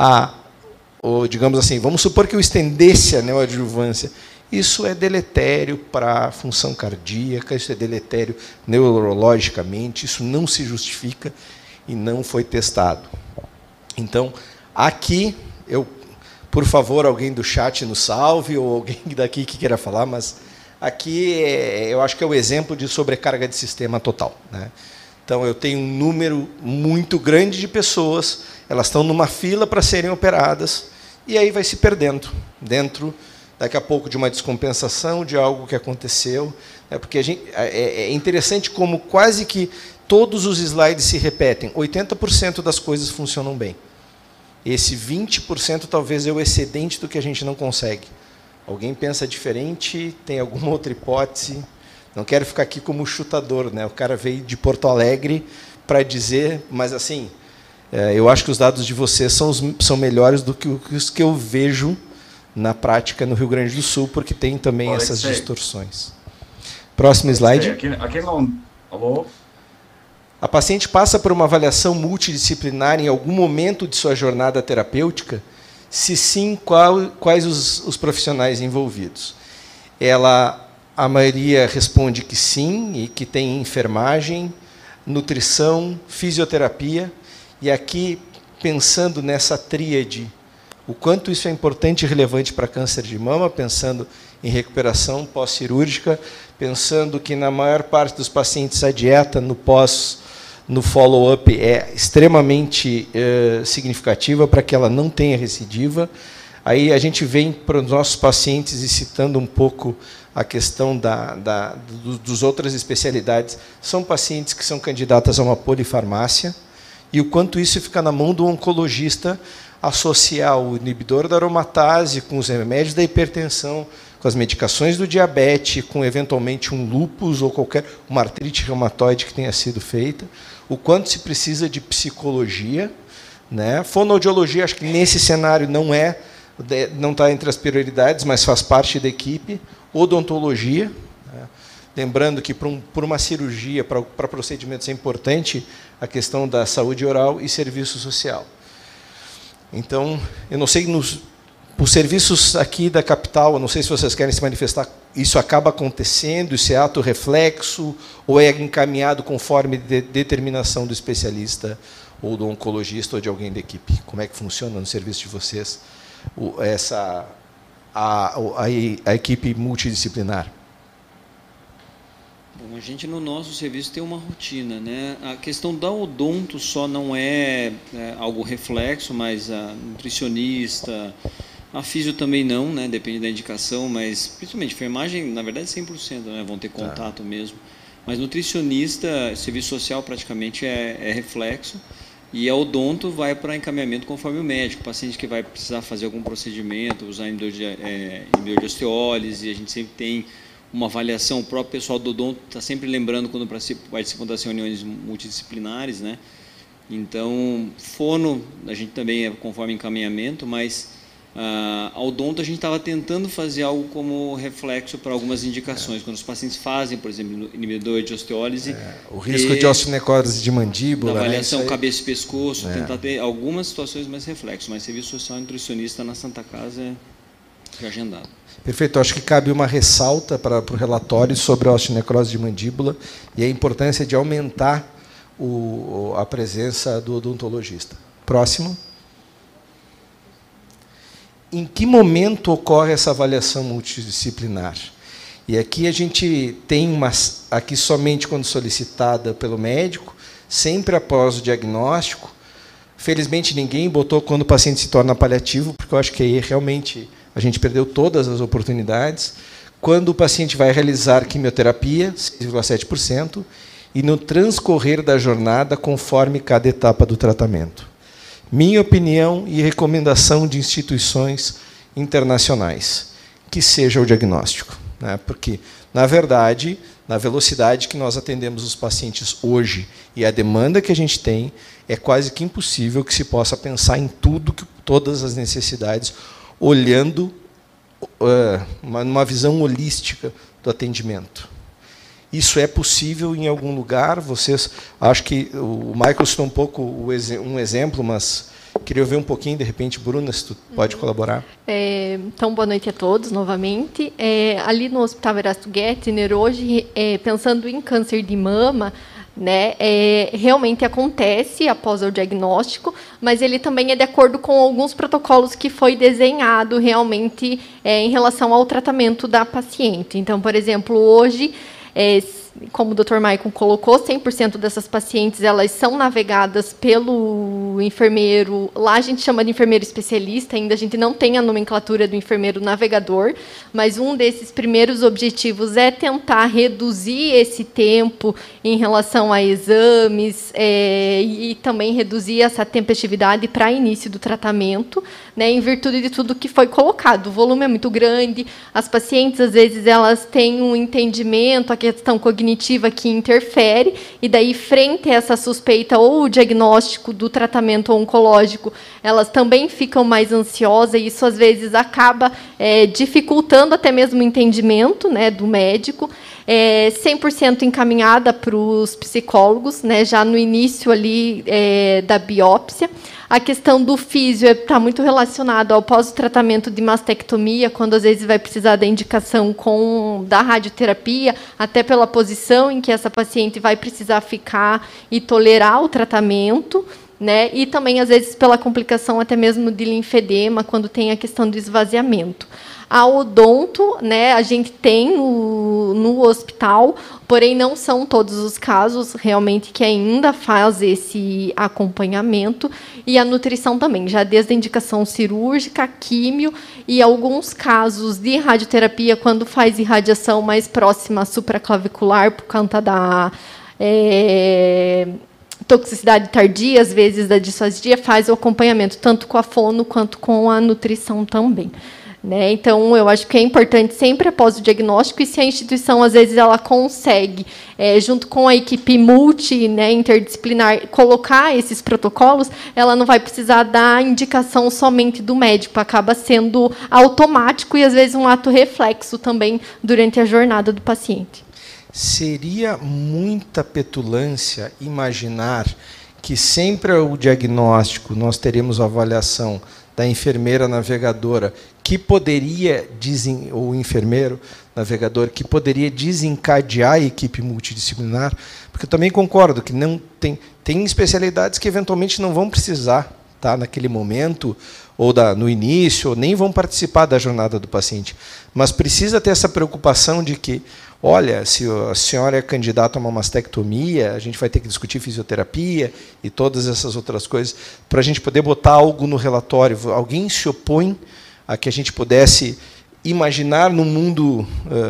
digamos assim, vamos supor que eu estendesse a neoadjuvância, isso é deletério para a função cardíaca, isso é deletério neurologicamente, isso não se justifica e não foi testado. Então, aqui, por favor, alguém do chat nos salve, ou alguém daqui que queira falar, mas aqui eu acho que é o exemplo de sobrecarga de sistema total, né? Então, eu tenho um número muito grande de pessoas, elas estão numa fila para serem operadas, e aí vai se perdendo dentro, daqui a pouco, de uma descompensação, de algo que aconteceu. Porque é interessante como quase que todos os slides se repetem. 80% das coisas funcionam bem. Esse 20% talvez é o excedente do que a gente não consegue. Alguém pensa diferente, tem alguma outra hipótese? Não quero ficar aqui como chutador, né? O cara veio de Porto Alegre para dizer, mas assim, eu acho que os dados de vocês são melhores do que os que eu vejo na prática no Rio Grande do Sul, porque tem também essas distorções. Próximo slide. Aqui não... Alô? A paciente passa por uma avaliação multidisciplinar em algum momento de sua jornada terapêutica? Se sim, quais os profissionais envolvidos? A maioria responde que sim, e que tem enfermagem, nutrição, fisioterapia. E aqui, pensando nessa tríade, o quanto isso é importante e relevante para câncer de mama, pensando em recuperação pós-cirúrgica, pensando que, na maior parte dos pacientes, a dieta no follow-up é extremamente significativa para que ela não tenha recidiva. Aí a gente vem para os nossos pacientes e citando um pouco a questão dos outras especialidades. São pacientes que são candidatas a uma polifarmácia, e o quanto isso fica na mão do oncologista associar o inibidor da aromatase com os remédios da hipertensão, com as medicações do diabetes, com eventualmente um lúpus ou uma artrite reumatoide que tenha sido feita, o quanto se precisa de psicologia, né? Fonoaudiologia, acho que nesse cenário não está entre as prioridades, mas faz parte da equipe. Odontologia, né? Lembrando que por uma cirurgia, para procedimentos é importante a questão da saúde oral e serviço social. Então, eu não sei, os serviços aqui da capital, eu não sei se vocês querem se manifestar, isso acaba acontecendo, isso é ato reflexo, ou é encaminhado conforme determinação do especialista, ou do oncologista, ou de alguém da equipe? Como é que funciona no serviço de vocês a equipe multidisciplinar? Bom, a gente no nosso serviço tem uma rotina, né? A questão da odonto só não é algo reflexo, mas a nutricionista, a físio também não, né? Depende da indicação, mas principalmente enfermagem, na verdade 100%, né? Vão ter contato mesmo. Mas nutricionista, serviço social praticamente é reflexo. E a odonto vai para encaminhamento conforme o médico. O paciente que vai precisar fazer algum procedimento, usar inibidor de osteólise, a gente sempre tem uma avaliação. O próprio pessoal do odonto está sempre lembrando quando participam das reuniões multidisciplinares, né? Então, fono, a gente também é conforme encaminhamento, mas a odonto a gente estava tentando fazer algo como reflexo para algumas indicações. Quando os pacientes fazem, por exemplo, inibidor de osteólise... o risco de osteonecrose de mandíbula... Da avaliação, né? Cabeça e pescoço, É. tentar ter algumas situações mais reflexo, mas serviço social e nutricionista na Santa Casa é agendado. Perfeito. Acho que cabe uma ressalta para o relatório sobre a osteonecrose de mandíbula e a importância de aumentar a presença do odontologista. Próximo. Em que momento ocorre essa avaliação multidisciplinar? E aqui a gente tem aqui somente quando solicitada pelo médico, sempre após o diagnóstico. Felizmente ninguém botou quando o paciente se torna paliativo, porque eu acho que aí realmente a gente perdeu todas as oportunidades. Quando o paciente vai realizar quimioterapia, 6,7%, e no transcorrer da jornada, conforme cada etapa do tratamento. Minha opinião e recomendação de instituições internacionais, que seja o diagnóstico, né? Porque, na verdade, na velocidade que nós atendemos os pacientes hoje e a demanda que a gente tem, é quase que impossível que se possa pensar em todas as necessidades, olhando numa visão holística do atendimento. Isso é possível em algum lugar? Vocês, acho que o Michael citou um pouco um exemplo, mas queria ver um pouquinho, de repente, Bruna, se tu pode colaborar. Então, boa noite a todos, novamente. Ali no Hospital Erasto Gettner, hoje, pensando em câncer de mama, né, realmente acontece após o diagnóstico, mas ele também é de acordo com alguns protocolos que foi desenhado realmente em relação ao tratamento da paciente. Então, por exemplo, hoje, como o Dr. Maicon colocou, 100% dessas pacientes elas são navegadas pelo enfermeiro. Lá a gente chama de enfermeiro especialista, ainda a gente não tem a nomenclatura do enfermeiro navegador, mas um desses primeiros objetivos é tentar reduzir esse tempo em relação a exames e também reduzir essa tempestividade para início do tratamento, né, em virtude de tudo que foi colocado. O volume é muito grande, as pacientes, às vezes, elas têm um entendimento, a questão cognitiva que interfere, e daí, frente a essa suspeita ou o diagnóstico do tratamento oncológico, elas também ficam mais ansiosas, e isso, às vezes, acaba dificultando até mesmo o entendimento, né, do médico. 100% encaminhada para os psicólogos, né, já no início ali da biópsia. A questão do físio está muito relacionado ao pós-tratamento de mastectomia, quando às vezes vai precisar da indicação da radioterapia, até pela posição em que essa paciente vai precisar ficar e tolerar o tratamento, né? E também, às vezes, pela complicação até mesmo de linfedema, quando tem a questão do esvaziamento. A odonto, né, a gente tem no hospital, porém não são todos os casos realmente que ainda faz esse acompanhamento, e a nutrição também, já desde a indicação cirúrgica, químio e alguns casos de radioterapia, quando faz irradiação mais próxima à supraclavicular por conta da toxicidade tardia, às vezes da disfasia, faz o acompanhamento tanto com a fono quanto com a nutrição também. Né? Então, eu acho que é importante sempre após o diagnóstico, e se a instituição, às vezes, ela consegue, junto com a equipe né, interdisciplinar, colocar esses protocolos, ela não vai precisar da indicação somente do médico, acaba sendo automático e, às vezes, um ato reflexo também durante a jornada do paciente. Seria muita petulância imaginar que sempre ao diagnóstico nós teremos a avaliação da enfermeira navegadora que poderia, ou enfermeiro navegador, que poderia desencadear a equipe multidisciplinar, porque eu também concordo que não tem especialidades que eventualmente não vão precisar estar naquele momento, ou no início, ou nem vão participar da jornada do paciente. Mas precisa ter essa preocupação de que, olha, se a senhora é candidata a uma mastectomia, a gente vai ter que discutir fisioterapia e todas essas outras coisas, para a gente poder botar algo no relatório. Alguém se opõe a que a gente pudesse imaginar num mundo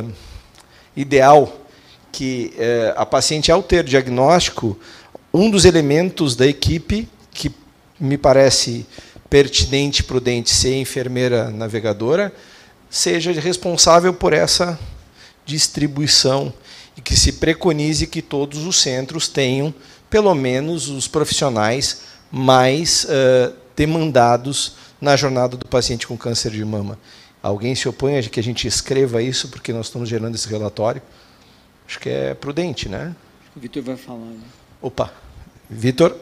ideal que a paciente, ao ter diagnóstico, um dos elementos da equipe, que me parece pertinente e prudente ser enfermeira navegadora, seja responsável por essa distribuição e que se preconize que todos os centros tenham, pelo menos, os profissionais mais demandados na jornada do paciente com câncer de mama. Alguém se opõe a que a gente escreva isso, porque nós estamos gerando esse relatório? Acho que é prudente, né? O Vitor vai falar. Né? Opa, Vitor?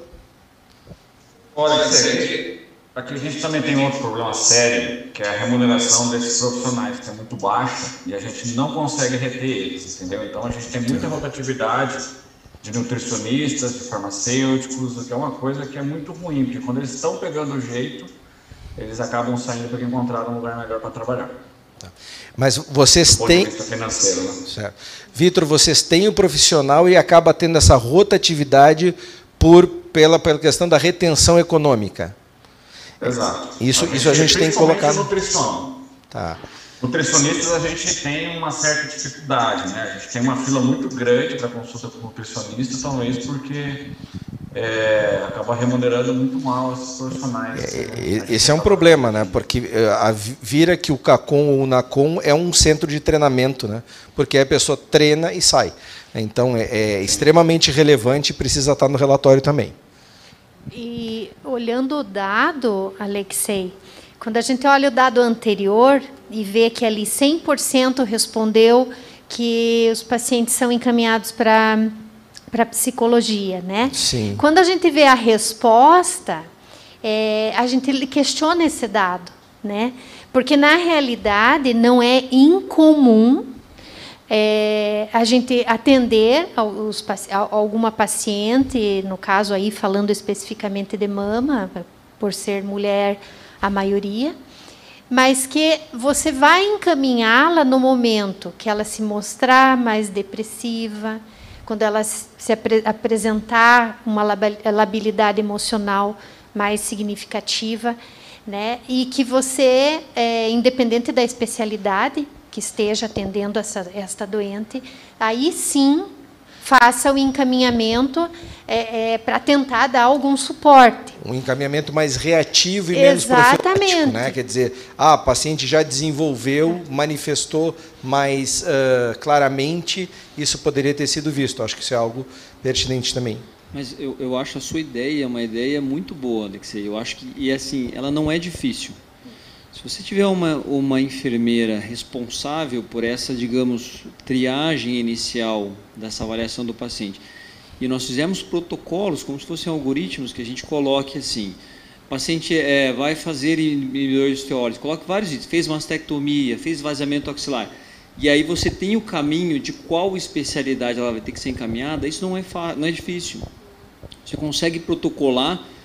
Olha, aqui a gente também tem outro problema sério, que é a remuneração desses profissionais, que é muito baixa, e a gente não consegue reter eles, entendeu? Então, a gente tem muita rotatividade de nutricionistas, de farmacêuticos, o que é uma coisa que é muito ruim, porque quando eles estão pegando o jeito, eles acabam saindo porque encontraram um lugar melhor para trabalhar. Mas vocês têm... financeiro, né? Vitor, vocês têm o profissional e acaba tendo essa rotatividade pela questão da retenção econômica. Exato. Isso a gente tem colocado. Nutrição. Tá. Nutricionistas, a gente tem uma certa dificuldade, né? A gente tem uma fila muito grande para consulta com nutricionista, talvez porque acaba remunerando muito mal esses profissionais. Esse é um problema, né? Porque vira que o CACOM ou o NACOM é um centro de treinamento, né? Porque a pessoa treina e sai. Então, é extremamente relevante e precisa estar no relatório também. E olhando o dado, Alexei, quando a gente olha o dado anterior e vê que ali 100% respondeu que os pacientes são encaminhados para psicologia, né? Sim. Quando a gente vê a resposta, a gente questiona esse dado, né? Porque na realidade não é incomum a gente atender alguma paciente, no caso aí falando especificamente de mama, por ser mulher a maioria, mas que você vai encaminhá-la no momento que ela se mostrar mais depressiva, quando ela se apresentar uma labilidade emocional mais significativa, né? E que você, independente da especialidade que esteja atendendo esta doente, aí sim faça o encaminhamento para tentar dar algum suporte. Um encaminhamento mais reativo e menos profilático, né? Quer dizer, a paciente já desenvolveu, manifestou mais claramente, isso poderia ter sido visto. Acho que isso é algo pertinente também. Mas eu acho a sua ideia uma ideia muito boa, Alexei. Eu acho que, e assim, ela não é difícil. Se você tiver uma enfermeira responsável por essa, digamos, triagem inicial dessa avaliação do paciente, e nós fizemos protocolos, como se fossem algoritmos, que a gente coloque assim, o paciente vai fazer inibidores de esteroides, coloque vários itens, fez mastectomia, fez esvaziamento axilar, e aí você tem o caminho de qual especialidade ela vai ter que ser encaminhada, isso não é difícil. Você consegue protocolar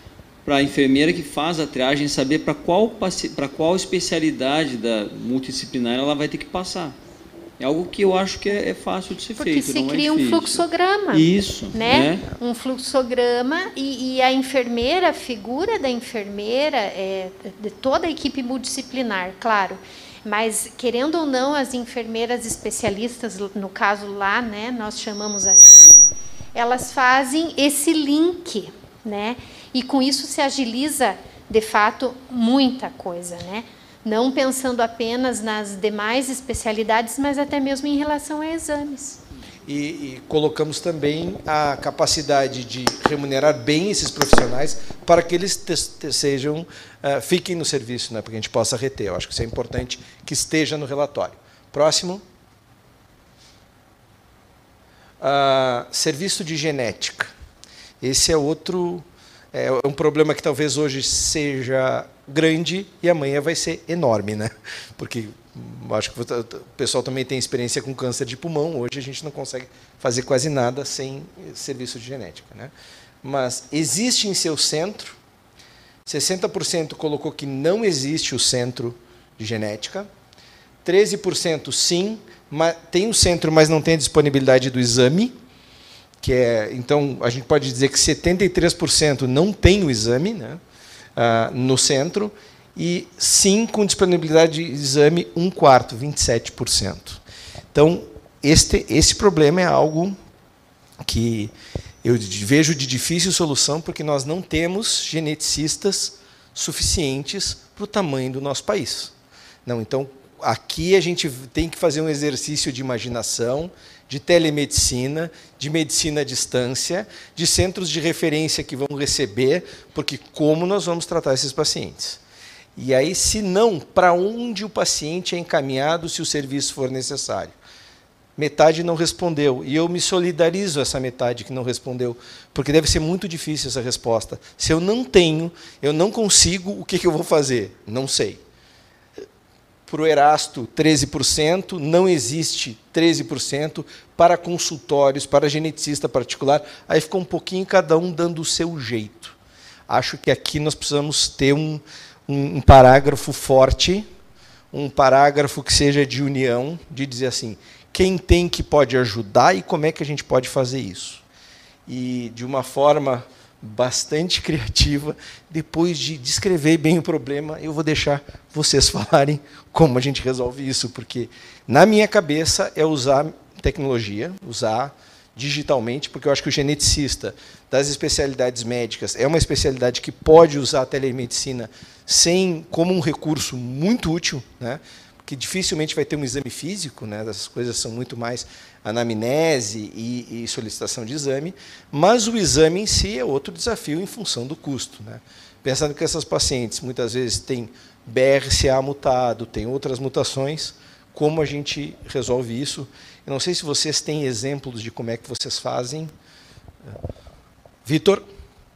para a enfermeira que faz a triagem saber para qual especialidade da multidisciplinar ela vai ter que passar. É algo que eu acho que é fácil de ser feito. Porque se cria um fluxograma. Isso. Né? Um fluxograma e a enfermeira, a figura da enfermeira, de toda a equipe multidisciplinar, claro. Mas, querendo ou não, as enfermeiras especialistas, no caso lá, né, nós chamamos assim, elas fazem esse link, né? E com isso se agiliza, de fato, muita coisa, né? Não pensando apenas nas demais especialidades, mas até mesmo em relação a exames. E colocamos também a capacidade de remunerar bem esses profissionais para que eles fiquem no serviço, né, para que a gente possa reter. Eu acho que isso é importante que esteja no relatório. Próximo. Serviço de genética. Esse é outro... É um problema que talvez hoje seja grande e amanhã vai ser enorme, né? Porque acho que o pessoal também tem experiência com câncer de pulmão. Hoje a gente não consegue fazer quase nada sem serviço de genética, né? Mas existe em seu centro, 60% colocou que não existe o centro de genética, 13% sim, tem o centro, mas não tem a disponibilidade do exame, então, a gente pode dizer que 73% não tem o exame, né, no centro, e sim, com disponibilidade de exame, 1/4, 27%. Então, esse problema é algo que eu vejo de difícil solução, porque nós não temos geneticistas suficientes para o tamanho do nosso país. Não, então, aqui a gente tem que fazer um exercício de imaginação, de telemedicina, de medicina à distância, de centros de referência que vão receber, porque como nós vamos tratar esses pacientes? E aí, se não, para onde o paciente é encaminhado se o serviço for necessário? Metade não respondeu, e eu me solidarizo a essa metade que não respondeu, porque deve ser muito difícil essa resposta. Se eu não tenho, eu não consigo, o que eu vou fazer? Não sei. Para o Erasto, 13%, não existe 13% para consultórios, para geneticista particular, aí ficou um pouquinho cada um dando o seu jeito. Acho que aqui nós precisamos ter um parágrafo forte, um parágrafo que seja de união, de dizer assim, quem tem que pode ajudar e como é que a gente pode fazer isso. E, de uma forma bastante criativa, depois de descrever bem o problema, eu vou deixar vocês falarem como a gente resolve isso, porque, na minha cabeça, é usar tecnologia, usar digitalmente, porque eu acho que o geneticista das especialidades médicas é uma especialidade que pode usar a telemedicina como um recurso muito útil, né? Que dificilmente vai ter um exame físico, né? Essas coisas são muito mais anamnese e solicitação de exame, mas o exame em si é outro desafio em função do custo, né? Pensando que essas pacientes muitas vezes têm BRCA mutado, têm outras mutações, como a gente resolve isso? Eu não sei se vocês têm exemplos de como é que vocês fazem. Vitor?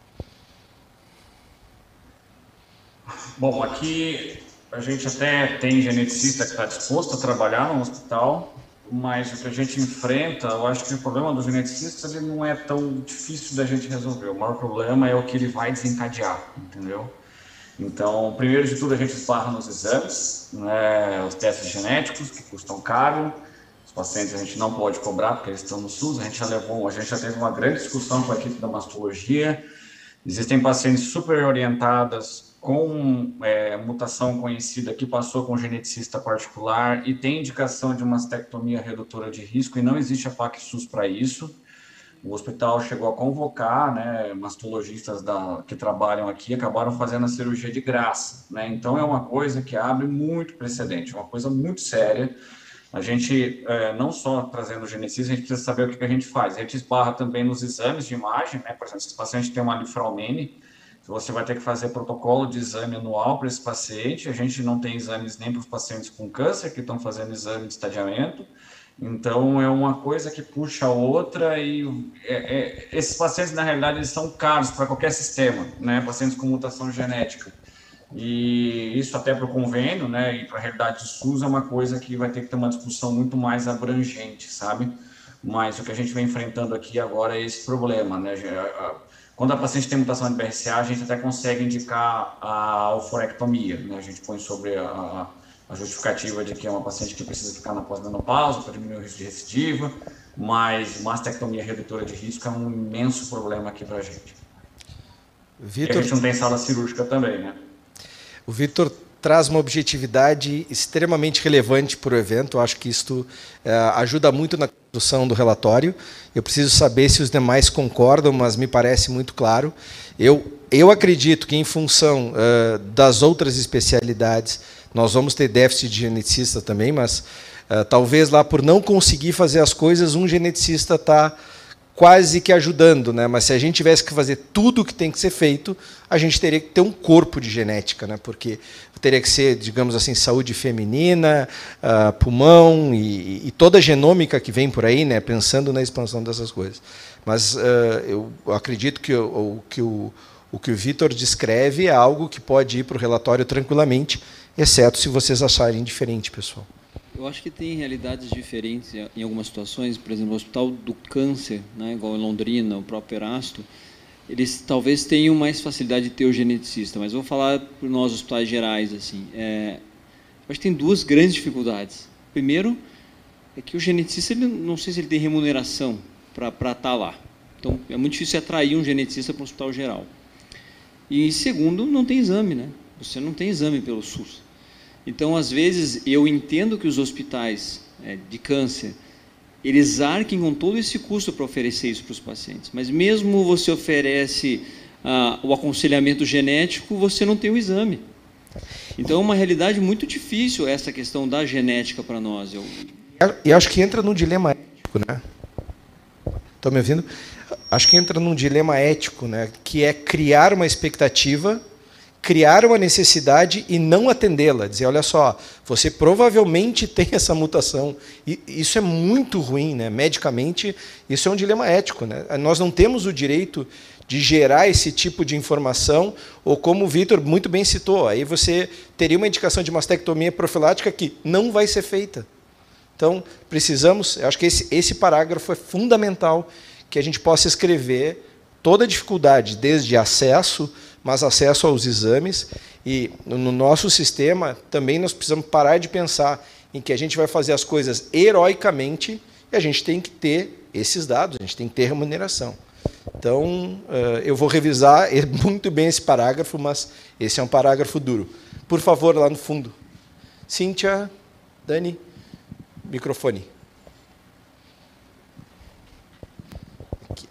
Bom, aqui a gente até tem geneticista que está disposto a trabalhar no hospital, mas o que a gente enfrenta, eu acho que o problema do geneticista ele não é tão difícil da gente resolver. O maior problema é o que ele vai desencadear, entendeu? Então, primeiro de tudo, a gente esbarra nos exames, né, os testes genéticos, que custam caro. Os pacientes a gente não pode cobrar, porque eles estão no SUS. A gente já teve uma grande discussão com a equipe da mastologia. Existem pacientes super orientadas com mutação conhecida que passou com geneticista particular e tem indicação de mastectomia redutora de risco e não existe a PAC-SUS para isso. O hospital chegou a convocar, né, mastologistas que trabalham aqui, acabaram fazendo a cirurgia de graça, né? Então é uma coisa que abre muito precedente, uma coisa muito séria. A gente, não só trazendo o geneticista, a gente precisa saber o que a gente faz. A gente esbarra também nos exames de imagem, né? Por exemplo, se o paciente tem uma lifraumene, você vai ter que fazer protocolo de exame anual para esse paciente. A gente não tem exames nem para os pacientes com câncer, que estão fazendo exame de estadiamento. Então, é uma coisa que puxa a outra e esses pacientes, na realidade, eles são caros para qualquer sistema, né? Pacientes com mutação genética. E isso até para o convênio, né? E para a realidade do SUS é uma coisa que vai ter que ter uma discussão muito mais abrangente, sabe? Mas o que a gente vem enfrentando aqui agora é esse problema, né? Quando a paciente tem mutação de BRCA, a gente até consegue indicar a alforectomia, né? A gente põe sobre a justificativa de que é uma paciente que precisa ficar na pós-menopausa para diminuir o risco de recidiva, mas mastectomia redutora de risco é um imenso problema aqui para a gente. Vitor, e a gente não tem sala cirúrgica também, né? O Vitor traz uma objetividade extremamente relevante para o evento. Eu acho que isto ajuda muito na construção do relatório. Eu preciso saber se os demais concordam, mas me parece muito claro. Eu acredito que, em função das outras especialidades, nós vamos ter déficit de geneticista também, mas talvez lá, por não conseguir fazer as coisas, um geneticista está quase que ajudando, né? Mas se a gente tivesse que fazer tudo o que tem que ser feito, a gente teria que ter um corpo de genética, né? Porque teria que ser, digamos assim, saúde feminina, pulmão e toda a genômica que vem por aí, né? Pensando na expansão dessas coisas. Mas eu acredito que o que o Vitor descreve é algo que pode ir para o relatório tranquilamente, exceto se vocês acharem diferente, pessoal. Eu acho que tem realidades diferentes em algumas situações. Por exemplo, o Hospital do Câncer, né, igual em Londrina, o próprio Erasto, eles talvez tenham mais facilidade de ter o geneticista, mas vou falar por nós, hospitais gerais. Assim, eu acho que tem duas grandes dificuldades. Primeiro, é que o geneticista, ele, não sei se ele tem remuneração para estar lá. Então, é muito difícil atrair um geneticista para um hospital geral. E, segundo, não tem exame, né? Você não tem exame pelo SUS. Então, às vezes, eu entendo que os hospitais de câncer, eles arquem com todo esse custo para oferecer isso para os pacientes. Mas mesmo você oferece o aconselhamento genético, você não tem o exame. Então, é uma realidade muito difícil essa questão da genética para nós. E acho que entra num dilema ético, né? Estão me ouvindo? Acho que entra num dilema ético, né? Que é criar uma expectativa, criar uma necessidade e não atendê-la. Dizer, olha só, você provavelmente tem essa mutação. E isso é muito ruim, né? Medicamente, isso é um dilema ético, né? Nós não temos o direito de gerar esse tipo de informação, ou como o Vitor muito bem citou, aí você teria uma indicação de mastectomia profilática que não vai ser feita. Então, precisamos, eu acho que esse parágrafo é fundamental, que a gente possa escrever toda a dificuldade, desde acesso, mas acesso aos exames. E no nosso sistema, também nós precisamos parar de pensar em que a gente vai fazer as coisas heroicamente e a gente tem que ter esses dados, a gente tem que ter remuneração. Então, eu vou revisar muito bem esse parágrafo, mas esse é um parágrafo duro. Por favor, lá no fundo. Cíntia, Dani, microfone. Aqui.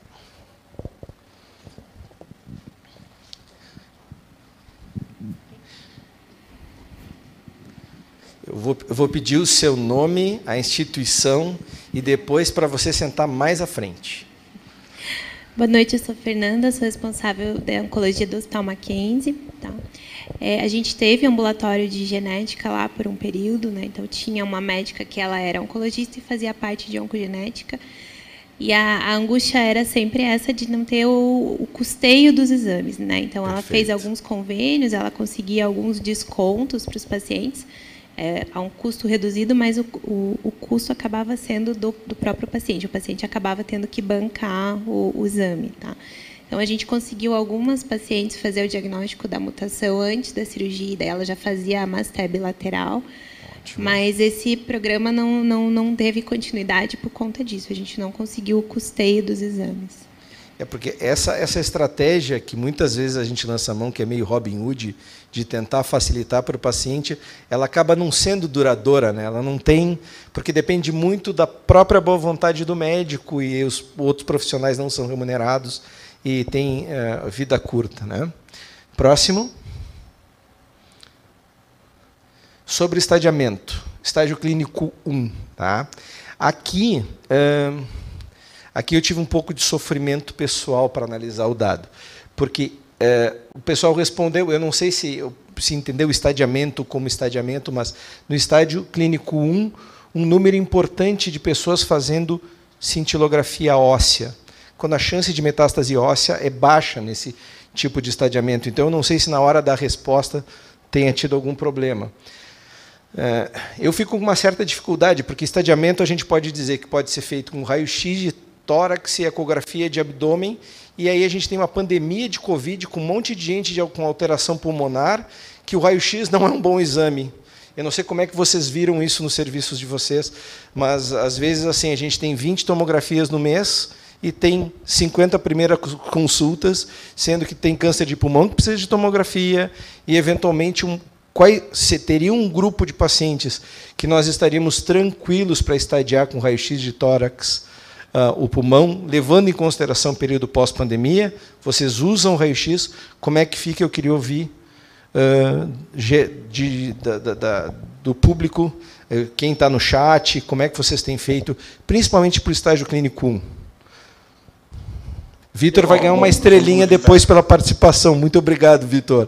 Eu vou pedir o seu nome, a instituição, e depois para você sentar mais à frente. Boa noite, eu sou Fernanda, sou responsável da oncologia do Hospital Mackenzie. Tá? A gente teve ambulatório de genética lá por um período, né? Então tinha uma médica que ela era oncologista e fazia parte de oncogenética. E a angústia era sempre essa de não ter o custeio dos exames, né? Então ela fez alguns convênios, ela conseguia alguns descontos para os pacientes, a um custo reduzido, mas o custo acabava sendo do próprio paciente. O paciente acabava tendo que bancar o exame. Tá? Então, a gente conseguiu algumas pacientes fazer o diagnóstico da mutação antes da cirurgia, daí ela já fazia a masteb lateral. Ótimo. Mas esse programa não teve continuidade por conta disso. A gente não conseguiu o custeio dos exames. É porque essa estratégia que muitas vezes a gente lança a mão, que é meio Robin Hood, de tentar facilitar para o paciente, ela acaba não sendo duradoura, né? Ela não tem, porque depende muito da própria boa vontade do médico e os outros profissionais não são remunerados e tem vida curta, né? Próximo. Sobre estadiamento, estágio clínico 1. Tá? Aqui eu tive um pouco de sofrimento pessoal para analisar o dado, porque o pessoal respondeu, eu não sei se entendeu o estadiamento como estadiamento, mas no estágio clínico 1, um número importante de pessoas fazendo cintilografia óssea, quando a chance de metástase óssea é baixa nesse tipo de estadiamento. Então, eu não sei se na hora da resposta tenha tido algum problema. Eu fico com uma certa dificuldade, porque estadiamento a gente pode dizer que pode ser feito com raio-x de tórax e ecografia de abdômen, e aí a gente tem uma pandemia de Covid com um monte de gente com alteração pulmonar, que o raio-x não é um bom exame. Eu não sei como é que vocês viram isso nos serviços de vocês, mas às vezes assim a gente tem 20 tomografias no mês e tem 50 primeiras consultas, sendo que tem câncer de pulmão que precisa de tomografia e eventualmente teria um grupo de pacientes que nós estaríamos tranquilos para estadiar com raio-x de tórax o pulmão, levando em consideração o período pós-pandemia. Vocês usam raio-x, como é que fica? Eu queria ouvir do público, quem está no chat, como é que vocês têm feito, principalmente para o estágio clínico 1. Vitor vai ganhar uma estrelinha depois pela participação. Muito obrigado, Vitor.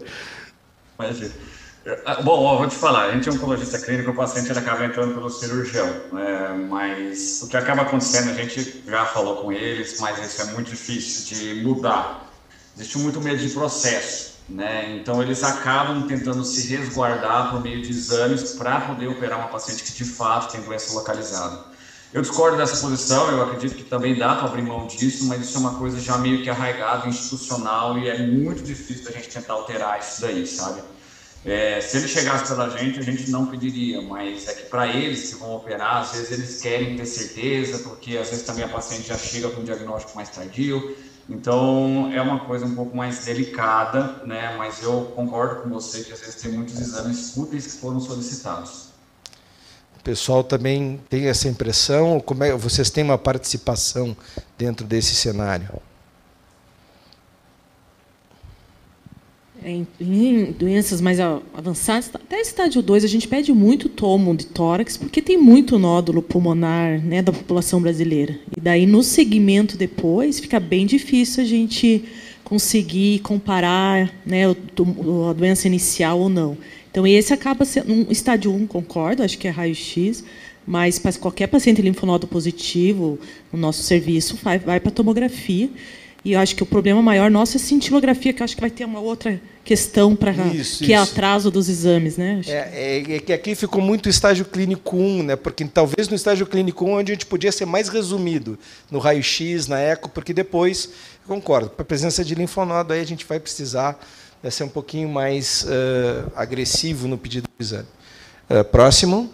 Bom, vou te falar, a gente é um oncologista clínico, o paciente ele acaba entrando pelo cirurgião, mas o que acaba acontecendo, a gente já falou com eles, mas isso é muito difícil de mudar. Existe muito medo de processo. Então, eles acabam tentando se resguardar por meio de exames para poder operar uma paciente que, de fato, tem doença localizada. Eu discordo dessa posição, eu acredito que também dá para abrir mão disso, mas isso é uma coisa já meio que arraigada, institucional, e é muito difícil da gente tentar alterar isso daí, sabe? Se ele chegasse pela gente, a gente não pediria, mas é que para eles que vão operar, às vezes eles querem ter certeza, porque às vezes também a paciente já chega com um diagnóstico mais tardio. Então, é uma coisa um pouco mais delicada, mas eu concordo com você que às vezes tem muitos exames úteis que foram solicitados. O pessoal também tem essa impressão? Como vocês têm uma participação dentro desse cenário? Em doenças mais avançadas, até estágio 2, a gente pede muito tomo de tórax, porque tem muito nódulo pulmonar da população brasileira. E daí, no segmento depois, fica bem difícil a gente conseguir comparar a doença inicial ou não. Então, esse acaba sendo um estágio 1, concordo, acho que é raio-x, mas para qualquer paciente linfonodo positivo, o nosso serviço vai para a tomografia. E eu acho que o problema maior nosso é a cintilografia, que eu acho que vai ter uma outra questão que é atraso dos exames, É que aqui ficou muito estágio clínico 1, porque talvez no estágio clínico 1 onde a gente podia ser mais resumido, no raio-x, na eco, porque depois, eu concordo, para a presença de linfonodo aí a gente vai precisar ser um pouquinho mais agressivo no pedido do exame. Próximo.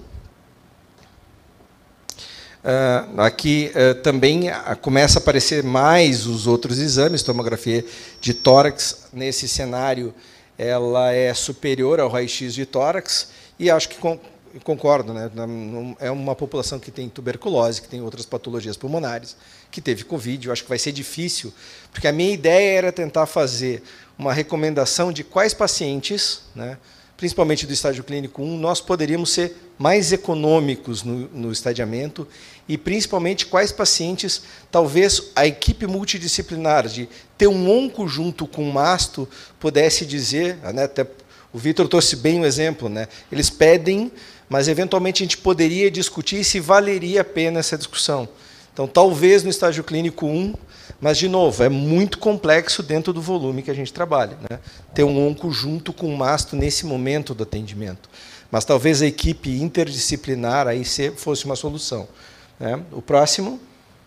Aqui também começa a aparecer mais os outros exames, tomografia de tórax. Nesse cenário, ela é superior ao raio-x de tórax, e acho que concordo, é uma população que tem tuberculose, que tem outras patologias pulmonares, que teve Covid. Eu acho que vai ser difícil, porque a minha ideia era tentar fazer uma recomendação de quais pacientes, principalmente do estágio clínico 1, nós poderíamos ser mais econômicos no estadiamento, e principalmente quais pacientes, talvez a equipe multidisciplinar, de ter um onco junto com um masto, pudesse dizer, até o Vitor trouxe bem o exemplo, eles pedem, mas eventualmente a gente poderia discutir se valeria a pena essa discussão. Então, talvez no estágio clínico 1, mas, de novo, é muito complexo dentro do volume que a gente trabalha, ter um onco junto com um masto nesse momento do atendimento. Mas talvez a equipe interdisciplinar aí fosse uma solução. O próximo.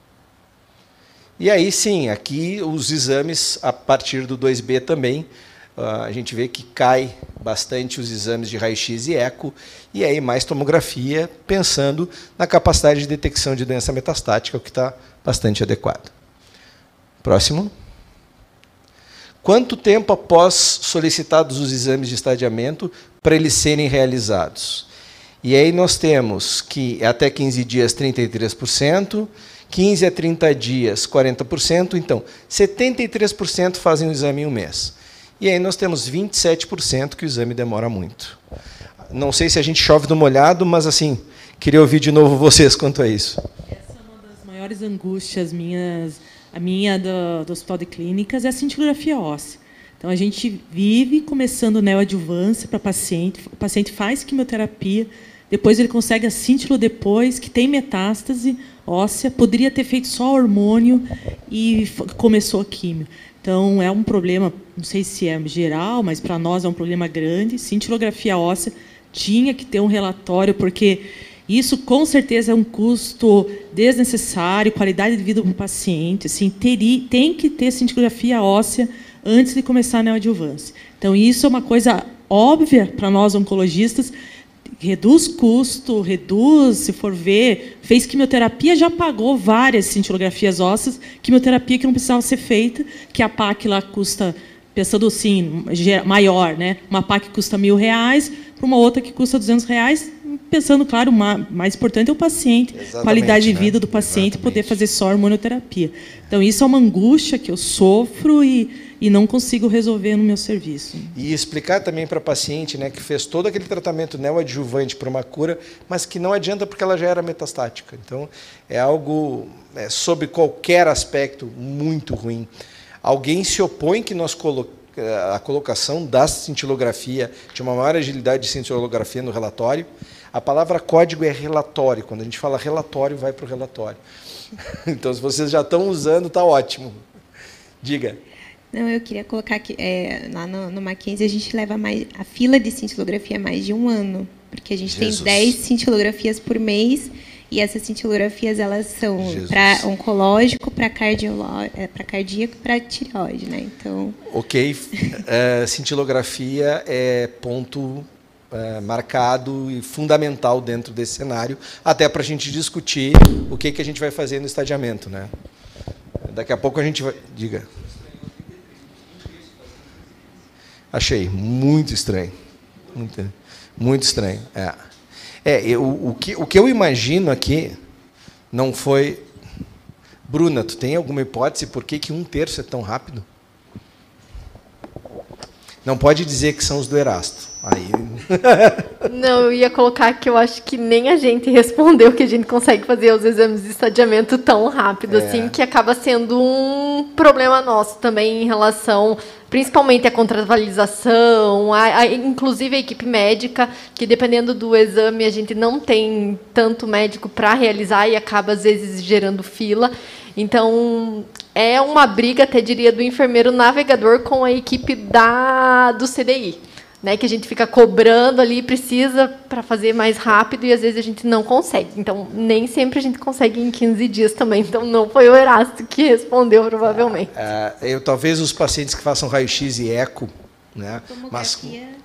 E aí, sim, aqui os exames, a partir do 2B também, a gente vê que cai bastante os exames de raio-x e eco, e aí mais tomografia, pensando na capacidade de detecção de doença metastática, o que está bastante adequado. Próximo. Quanto tempo após solicitados os exames de estadiamento para eles serem realizados? E aí nós temos que até 15 dias, 33%, 15 a 30 dias, 40%, então 73% fazem o exame em um mês. E aí nós temos 27% que o exame demora muito. Não sei se a gente chove no molhado, mas assim, queria ouvir de novo vocês quanto a isso. Essa é uma das maiores angústias minhas. A minha do Hospital de Clínicas é a cintilografia óssea. Então, a gente vive começando neoadjuvância para paciente. O paciente faz quimioterapia, depois ele consegue a cintilo depois, que tem metástase óssea, poderia ter feito só hormônio e começou a quimio. Então, é um problema, não sei se é geral, mas para nós é um problema grande. Cintilografia óssea tinha que ter um relatório, porque Isso, com certeza, é um custo desnecessário, qualidade de vida para o paciente. Assim, tem que ter cintilografia óssea antes de começar a neoadjuvância. Então, isso é uma coisa óbvia para nós, oncologistas. Reduz custo, reduz, se for ver, fez quimioterapia, já pagou várias cintilografias ósseas, quimioterapia que não precisava ser feita, que a PAC lá custa, pensando assim, maior, né? Uma PAC custa R$1.000, para uma outra que custa R$200, pensando, claro, o mais importante é o paciente, Exatamente, qualidade de vida do paciente, Exatamente. poder fazer só hormonioterapia. Então, isso é uma angústia que eu sofro e não consigo resolver no meu serviço. E explicar também para a paciente, né, que fez todo aquele tratamento neoadjuvante para uma cura, mas que não adianta porque ela já era metastática. Então, é algo, sob qualquer aspecto, muito ruim. Alguém se opõe que nós a colocação da cintilografia, de uma maior agilidade de cintilografia no relatório. A palavra código é relatório. Quando a gente fala relatório, vai para o relatório. Então, se vocês já estão usando, está ótimo. Diga. Não, eu queria colocar que lá no Mackenzie a gente leva a fila de cintilografia mais de 1 ano, porque a gente tem 10 cintilografias por mês, e essas cintilografias elas são para oncológico, para cardíaco, para tireoide, né? Então. Ok, cintilografia é ponto marcado e fundamental dentro desse cenário, até para a gente discutir o que a gente vai fazer no estadiamento, né? Daqui a pouco a gente vai. Diga. Achei muito estranho. Muito estranho. O que eu imagino aqui não foi... Bruna, tu tem alguma hipótese por que 1/3 é tão rápido? Não pode dizer que são os do Erasto. Aí... Não, eu ia colocar que eu acho que nem a gente respondeu que a gente consegue fazer os exames de estadiamento tão rápido, assim, que acaba sendo um problema nosso também em relação, principalmente à contratualização, inclusive a equipe médica, que dependendo do exame a gente não tem tanto médico para realizar e acaba, às vezes, gerando fila. Então, é uma briga, até diria, do enfermeiro navegador com a equipe do CDI. Né, que a gente fica cobrando ali, precisa para fazer mais rápido e às vezes a gente não consegue. Então, nem sempre a gente consegue em 15 dias também. Então, não foi o Erasto que respondeu, provavelmente. Talvez os pacientes que façam raio-x e eco, né, mas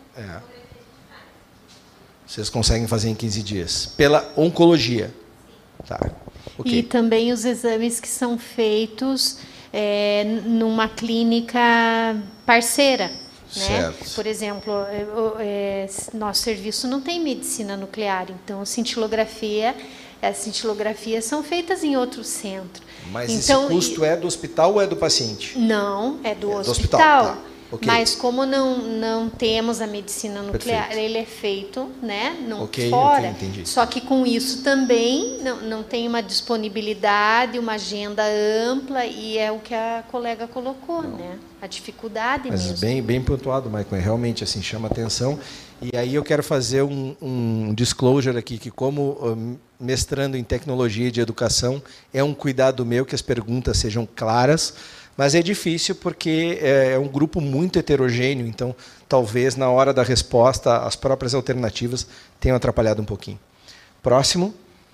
vocês conseguem fazer em 15 dias. Pela oncologia. Tá. Okay. E também os exames que são feitos numa clínica parceira. Né? Por exemplo, nosso serviço não tem medicina nuclear, então as cintilografias são feitas em outro centro. Mas então, esse custo é do hospital ou é do paciente? Não, é do hospital. Tá. Okay. Mas como não temos a medicina nuclear, ele é feito, né, fora. Só que com isso também não tem uma disponibilidade, uma agenda ampla, e é o que a colega colocou, né? A dificuldade mesmo. Mas bem pontuado, Maicon, realmente assim chama atenção. E aí eu quero fazer um disclosure aqui, que como mestrando em tecnologia e de educação, é um cuidado meu que as perguntas sejam claras. Mas é difícil porque é um grupo muito heterogêneo, então talvez na hora da resposta as próprias alternativas tenham atrapalhado um pouquinho. Próximo.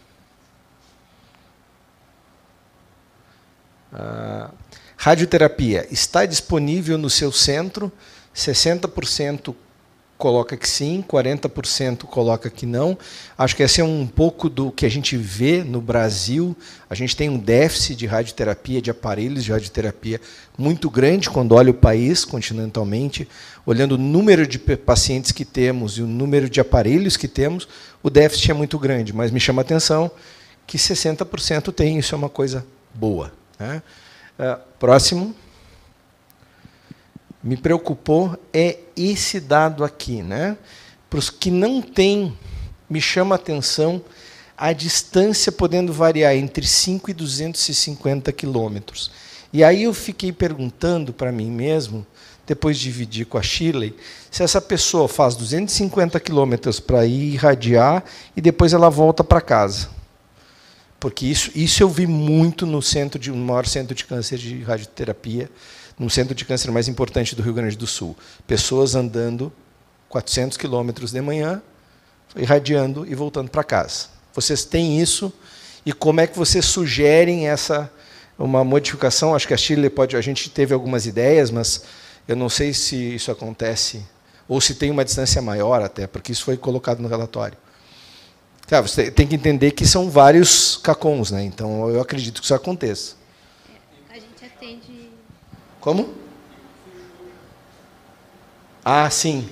Radioterapia está disponível no seu centro, 60% coloca que sim, 40% coloca que não. Acho que esse é um pouco do que a gente vê no Brasil. A gente tem um déficit de radioterapia, de aparelhos de radioterapia muito grande quando olha o país continentalmente. Olhando o número de pacientes que temos e o número de aparelhos que temos, o déficit é muito grande. Mas me chama a atenção que 60% tem, isso é uma coisa boa. Né? Próximo. Me preocupou esse dado aqui, né? Para os que não têm, me chama a atenção a distância podendo variar entre 5 e 250 quilômetros. E aí eu fiquei perguntando para mim mesmo, depois de dividir com a Shirley, se essa pessoa faz 250 quilômetros para ir irradiar e depois ela volta para casa. Porque isso eu vi muito no maior centro de câncer de radioterapia, no centro de câncer mais importante do Rio Grande do Sul. Pessoas andando 400 quilômetros de manhã, irradiando e voltando para casa. Vocês têm isso? E como é que vocês sugerem uma modificação? Acho que a Shirley a gente teve algumas ideias, mas eu não sei se isso acontece, ou se tem uma distância maior até, porque isso foi colocado no relatório. Claro, você tem que entender que são vários CACONs, né? Então eu acredito que isso aconteça. A gente atende... Como? Ah, sim.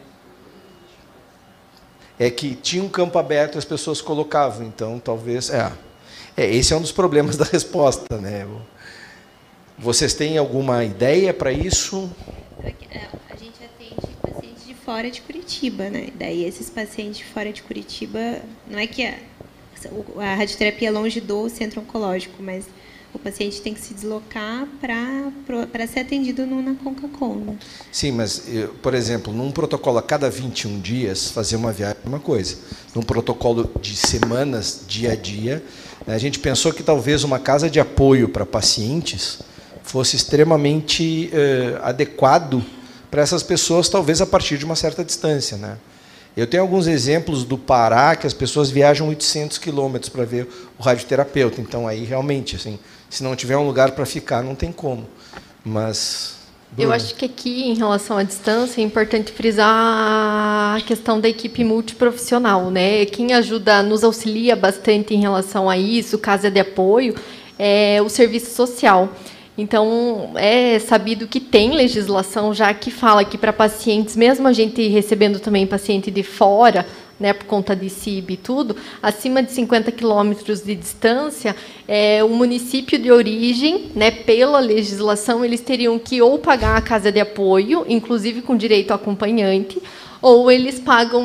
É que tinha um campo aberto e as pessoas colocavam, então talvez... esse é um dos problemas da resposta, né? Vocês têm alguma ideia para isso? A gente atende pacientes de fora de Curitiba, né? Daí esses pacientes de fora de Curitiba, não é que a radioterapia é longe do centro oncológico, mas o paciente tem que se deslocar para ser atendido na CONCACON. Né? Sim, mas, por exemplo, num protocolo a cada 21 dias, fazer uma viagem é uma coisa. Num protocolo de semanas, dia a dia, né, a gente pensou que talvez uma casa de apoio para pacientes fosse extremamente adequado para essas pessoas, talvez a partir de uma certa distância. Né? Eu tenho alguns exemplos do Pará, que as pessoas viajam 800 quilômetros para ver o radioterapeuta. Então, aí, realmente, assim, se não tiver um lugar para ficar, não tem como. Mas... Eu acho que aqui, em relação à distância, é importante frisar a questão da equipe multiprofissional, né? Quem nos auxilia bastante em relação a isso, casa de apoio, é o serviço social. Então, é sabido que tem legislação já que fala que para pacientes, mesmo a gente recebendo também paciente de fora, né, por conta de CIB e tudo, acima de 50 quilômetros de distância, o município de origem, né, pela legislação, eles teriam que ou pagar a casa de apoio, inclusive com direito a acompanhante, ou eles pagam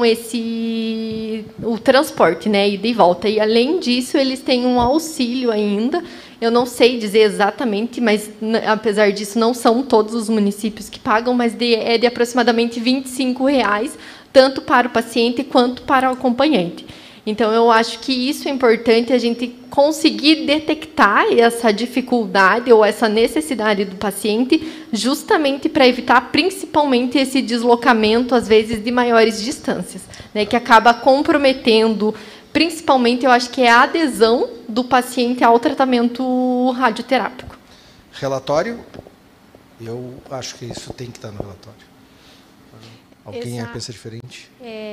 o transporte, né, ida e volta. E, além disso, eles têm um auxílio ainda. Eu não sei dizer exatamente, mas, apesar disso, não são todos os municípios que pagam, mas é de aproximadamente R$ 25,00, tanto para o paciente quanto para o acompanhante. Então, eu acho que isso é importante, a gente conseguir detectar essa dificuldade ou essa necessidade do paciente, justamente para evitar, principalmente, esse deslocamento, às vezes, de maiores distâncias, né, que acaba comprometendo, principalmente, eu acho que é a adesão do paciente ao tratamento radioterápico. Relatório? Eu acho que isso tem que estar no relatório. Alguém pensa diferente?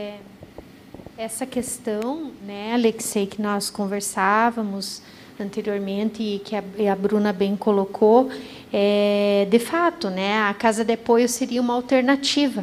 Essa questão, né, Alexei, que nós conversávamos anteriormente e que a Bruna bem colocou, de fato, né, a casa de apoio seria uma alternativa,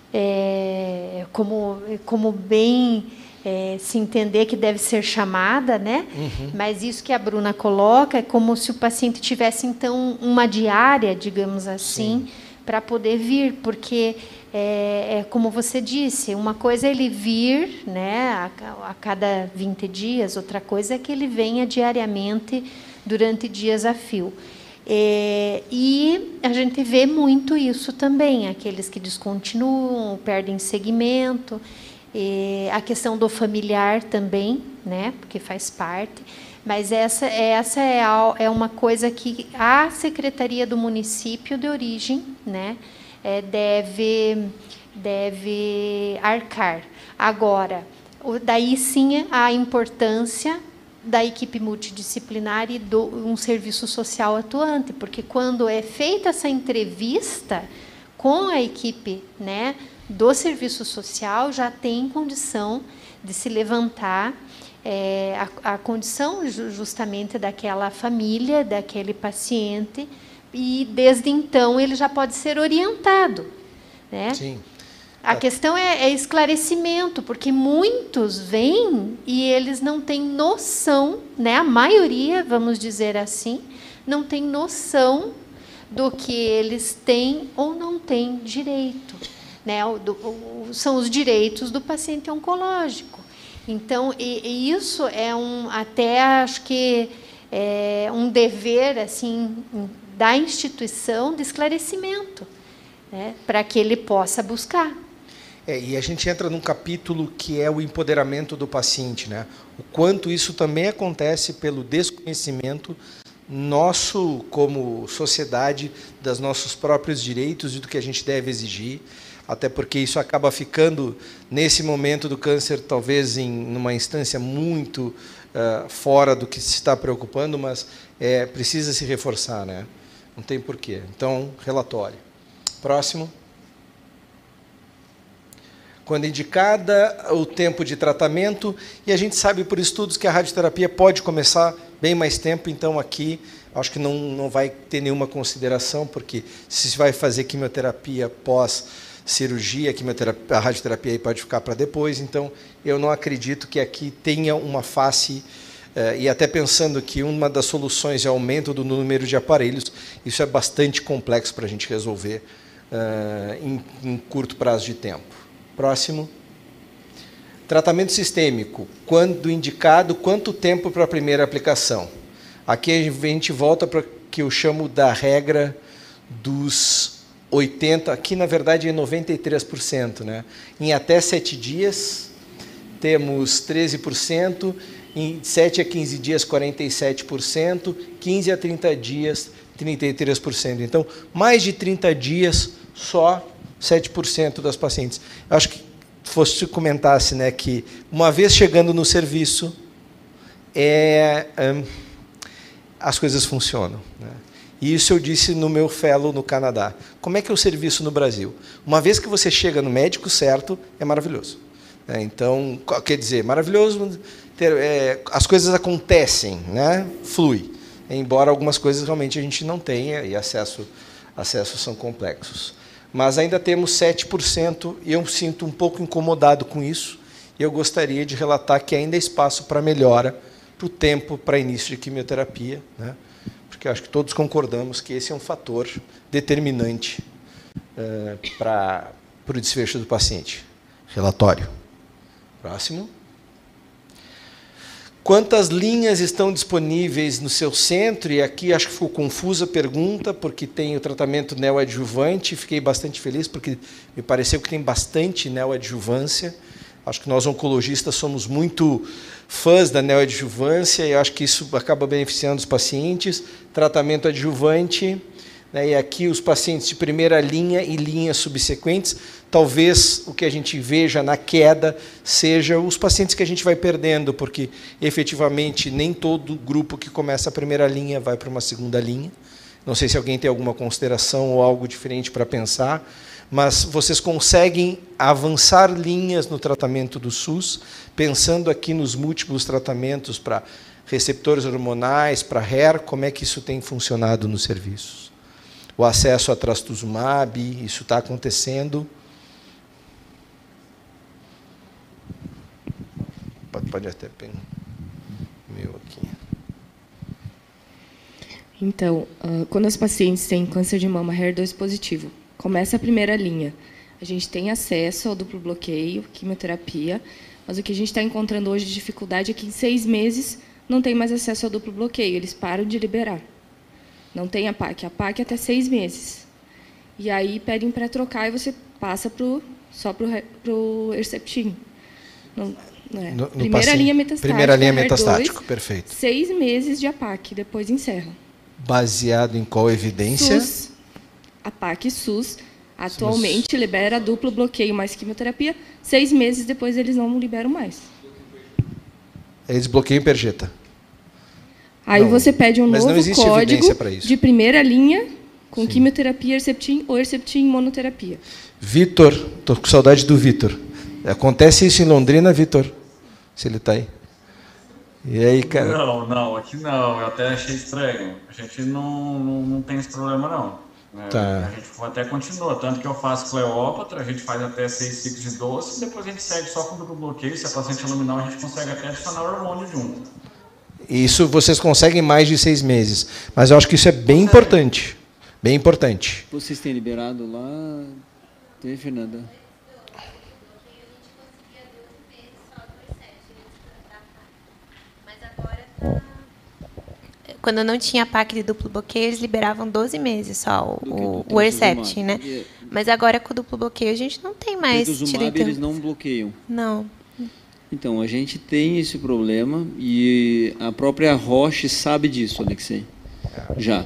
como bem se entender que deve ser chamada, né? Uhum. Mas isso que a Bruna coloca é como se o paciente tivesse, então, uma diária, digamos assim, para poder vir, porque como você disse, uma coisa é ele vir, né, a cada 20 dias, outra coisa é que ele venha diariamente durante dias a fio. E a gente vê muito isso também, aqueles que descontinuam, perdem segmento, a questão do familiar também, né, porque faz parte. Mas essa é uma coisa que a Secretaria do Município de Origem, né, deve arcar. Agora, daí sim a importância da equipe multidisciplinar e um serviço social atuante, porque quando é feita essa entrevista com a equipe, né, do serviço social, já tem condição de se levantar a condição justamente daquela família, daquele paciente, e desde então ele já pode ser orientado, né? Sim. A questão é esclarecimento, porque muitos vêm e eles não têm noção, né? A maioria, vamos dizer assim, não tem noção do que eles têm ou não têm direito, né? São os direitos do paciente oncológico. Então, isso é até acho que um dever assim da instituição de esclarecimento, né, para que ele possa buscar. E a gente entra num capítulo que é o empoderamento do paciente, né? O quanto isso também acontece pelo desconhecimento nosso como sociedade, dos nossos próprios direitos e do que a gente deve exigir. até porque isso acaba ficando, nesse momento do câncer, talvez numa instância muito fora do que se está preocupando, mas precisa se reforçar, né? Não tem porquê. Então, relatório. Próximo. Quando indicada o tempo de tratamento, e a gente sabe por estudos que a radioterapia pode começar bem mais tempo, então aqui acho que não vai ter nenhuma consideração, porque se vai fazer quimioterapia pós-cirurgia, a radioterapia aí pode ficar para depois, então eu não acredito que aqui tenha uma face, e até pensando que uma das soluções é o aumento do número de aparelhos, isso é bastante complexo para a gente resolver em curto prazo de tempo. Próximo. Tratamento sistêmico. Quando indicado, quanto tempo para a primeira aplicação? Aqui a gente volta para o que eu chamo da regra dos 80%, aqui na verdade é 93%. Né? Em até 7 dias, temos 13%, em 7 a 15 dias, 47%, 15 a 30 dias, 33%. Então, mais de 30 dias, só 7% das pacientes. Eu acho que fosse comentasse, né, que uma vez chegando no serviço, as coisas funcionam. Né? E isso eu disse no meu fellow no Canadá. Como é que é o serviço no Brasil? Uma vez que você chega no médico certo, é maravilhoso. Então, quer dizer, maravilhoso, as coisas acontecem, né? Flui. Embora algumas coisas realmente a gente não tenha, e acessos são complexos. Mas ainda temos 7%, e eu me sinto um pouco incomodado com isso, e eu gostaria de relatar que ainda há espaço para melhora, para o tempo para início de quimioterapia, né? Porque eu acho que todos concordamos que esse é um fator determinante para o desfecho do paciente. Relatório. Próximo. Quantas linhas estão disponíveis no seu centro? E aqui acho que ficou confusa a pergunta, porque tem o tratamento neoadjuvante. Fiquei bastante feliz, porque me pareceu que tem bastante neoadjuvância. Acho que nós, oncologistas, somos muito fãs da neoadjuvância, e acho que isso acaba beneficiando os pacientes. Tratamento adjuvante, né, e aqui os pacientes de primeira linha e linhas subsequentes. Talvez o que a gente veja na queda seja os pacientes que a gente vai perdendo, porque, efetivamente, nem todo grupo que começa a primeira linha vai para uma segunda linha. Não sei se alguém tem alguma consideração ou algo diferente para pensar, mas vocês conseguem avançar linhas no tratamento do SUS, pensando aqui nos múltiplos tratamentos para receptores hormonais, para HER, como é que isso tem funcionado nos serviços? O acesso a trastuzumab, isso está acontecendo? Pode até pegar o meu aqui. Então, quando os pacientes têm câncer de mama HER2 positivo, começa a primeira linha. A gente tem acesso ao duplo bloqueio, quimioterapia, mas o que a gente está encontrando hoje de dificuldade é que em 6 meses não tem mais acesso ao duplo bloqueio, eles param de liberar. Não tem a PAC é até 6 meses. E aí pedem para trocar e você passa só para o Herceptin. Primeira linha metastática. Primeira linha metastático, perfeito. 6 meses de APAC, depois encerra. Baseado em qual evidência? SUS. APAC SUS atualmente libera duplo bloqueio mais quimioterapia. 6 meses depois eles não liberam mais. Eles bloqueiam Perjeta. Aí você pede um novo código para isso. de primeira linha com quimioterapia Herceptin ou Herceptin monoterapia. Vitor, estou com saudade do Vitor. Acontece isso em Londrina, Vitor? Se ele está aí. E aí, cara? Não, aqui não. Eu até achei estranho. A gente não tem esse problema, não. Tá. A gente até continua, tanto que eu faço Cleópatra, a gente faz até 6 ciclos de doce, e depois a gente segue só com duplo bloqueio. Se a paciente é luminal, a gente consegue até adicionar hormônio junto. Isso vocês conseguem mais de 6 meses. Mas eu acho que isso é bem importante. Bem importante. Vocês têm liberado lá? Tem, Fernanda? Quando não tinha PAC de duplo bloqueio, eles liberavam 12 meses só o Herceptin, né? Mas agora com o duplo bloqueio a gente não tem mais tido então. Eles não bloqueiam. Não. Então, a gente tem esse problema e a própria Roche sabe disso, Alexei. Já.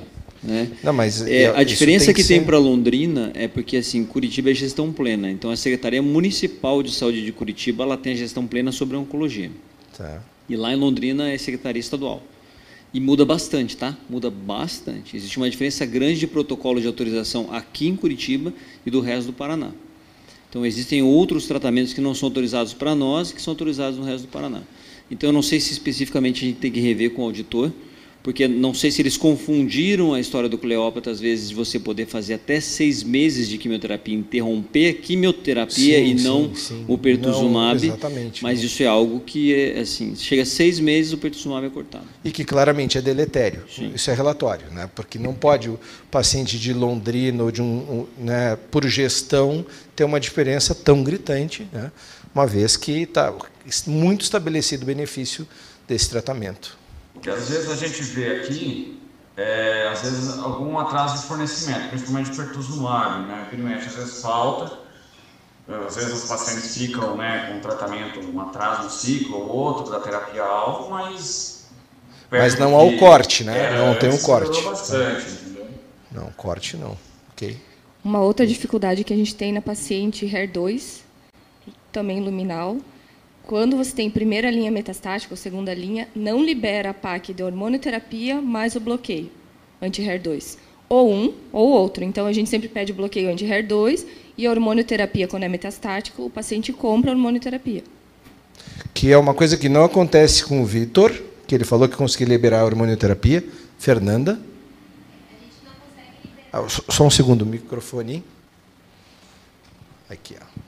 Né? Não, mas a diferença que tem para Londrina é porque assim, Curitiba é gestão plena. Então, a Secretaria Municipal de Saúde de Curitiba ela tem a gestão plena sobre a oncologia. Tá. E lá em Londrina é Secretaria Estadual. E muda bastante, tá? Muda bastante. Existe uma diferença grande de protocolo de autorização aqui em Curitiba e do resto do Paraná. Então, existem outros tratamentos que não são autorizados para nós e que são autorizados no resto do Paraná. Então, eu não sei se especificamente a gente tem que rever com o auditor, porque não sei se eles confundiram a história do Cleópatra, às vezes, de você poder fazer até 6 meses de quimioterapia, interromper a quimioterapia e não o pertuzumab. Não, exatamente. Mas isso é algo que, assim, chega a 6 meses, o pertuzumab é cortado. E que claramente é deletério. Sim. Isso é relatório, né? Porque não pode o paciente de Londrina ou de né, por gestão ter uma diferença tão gritante, né? Uma vez que está muito estabelecido o benefício desse tratamento. Porque às vezes a gente vê aqui, às vezes, algum atraso de fornecimento, principalmente de pertuzumab, né? Às vezes falta, às vezes os pacientes ficam, né, com tratamento, um atraso no ciclo ou outro da terapia-alvo, mas não há o corte, né? Não tem um corte. Bastante, entendeu? Não, corte não. Ok. Uma outra dificuldade que a gente tem na paciente HER2, também luminal, quando você tem primeira linha metastática ou segunda linha, não libera a PAC de hormonioterapia mais o bloqueio anti-HER2. Ou um ou outro. Então, a gente sempre pede bloqueio anti-HER2 e a hormonioterapia, quando é metastático, o paciente compra a hormonioterapia. Que é uma coisa que não acontece com o Vitor, que ele falou que conseguiu liberar a hormonioterapia. Fernanda? A gente não consegue liberar. Só um segundo, o microfone. Aqui, ó.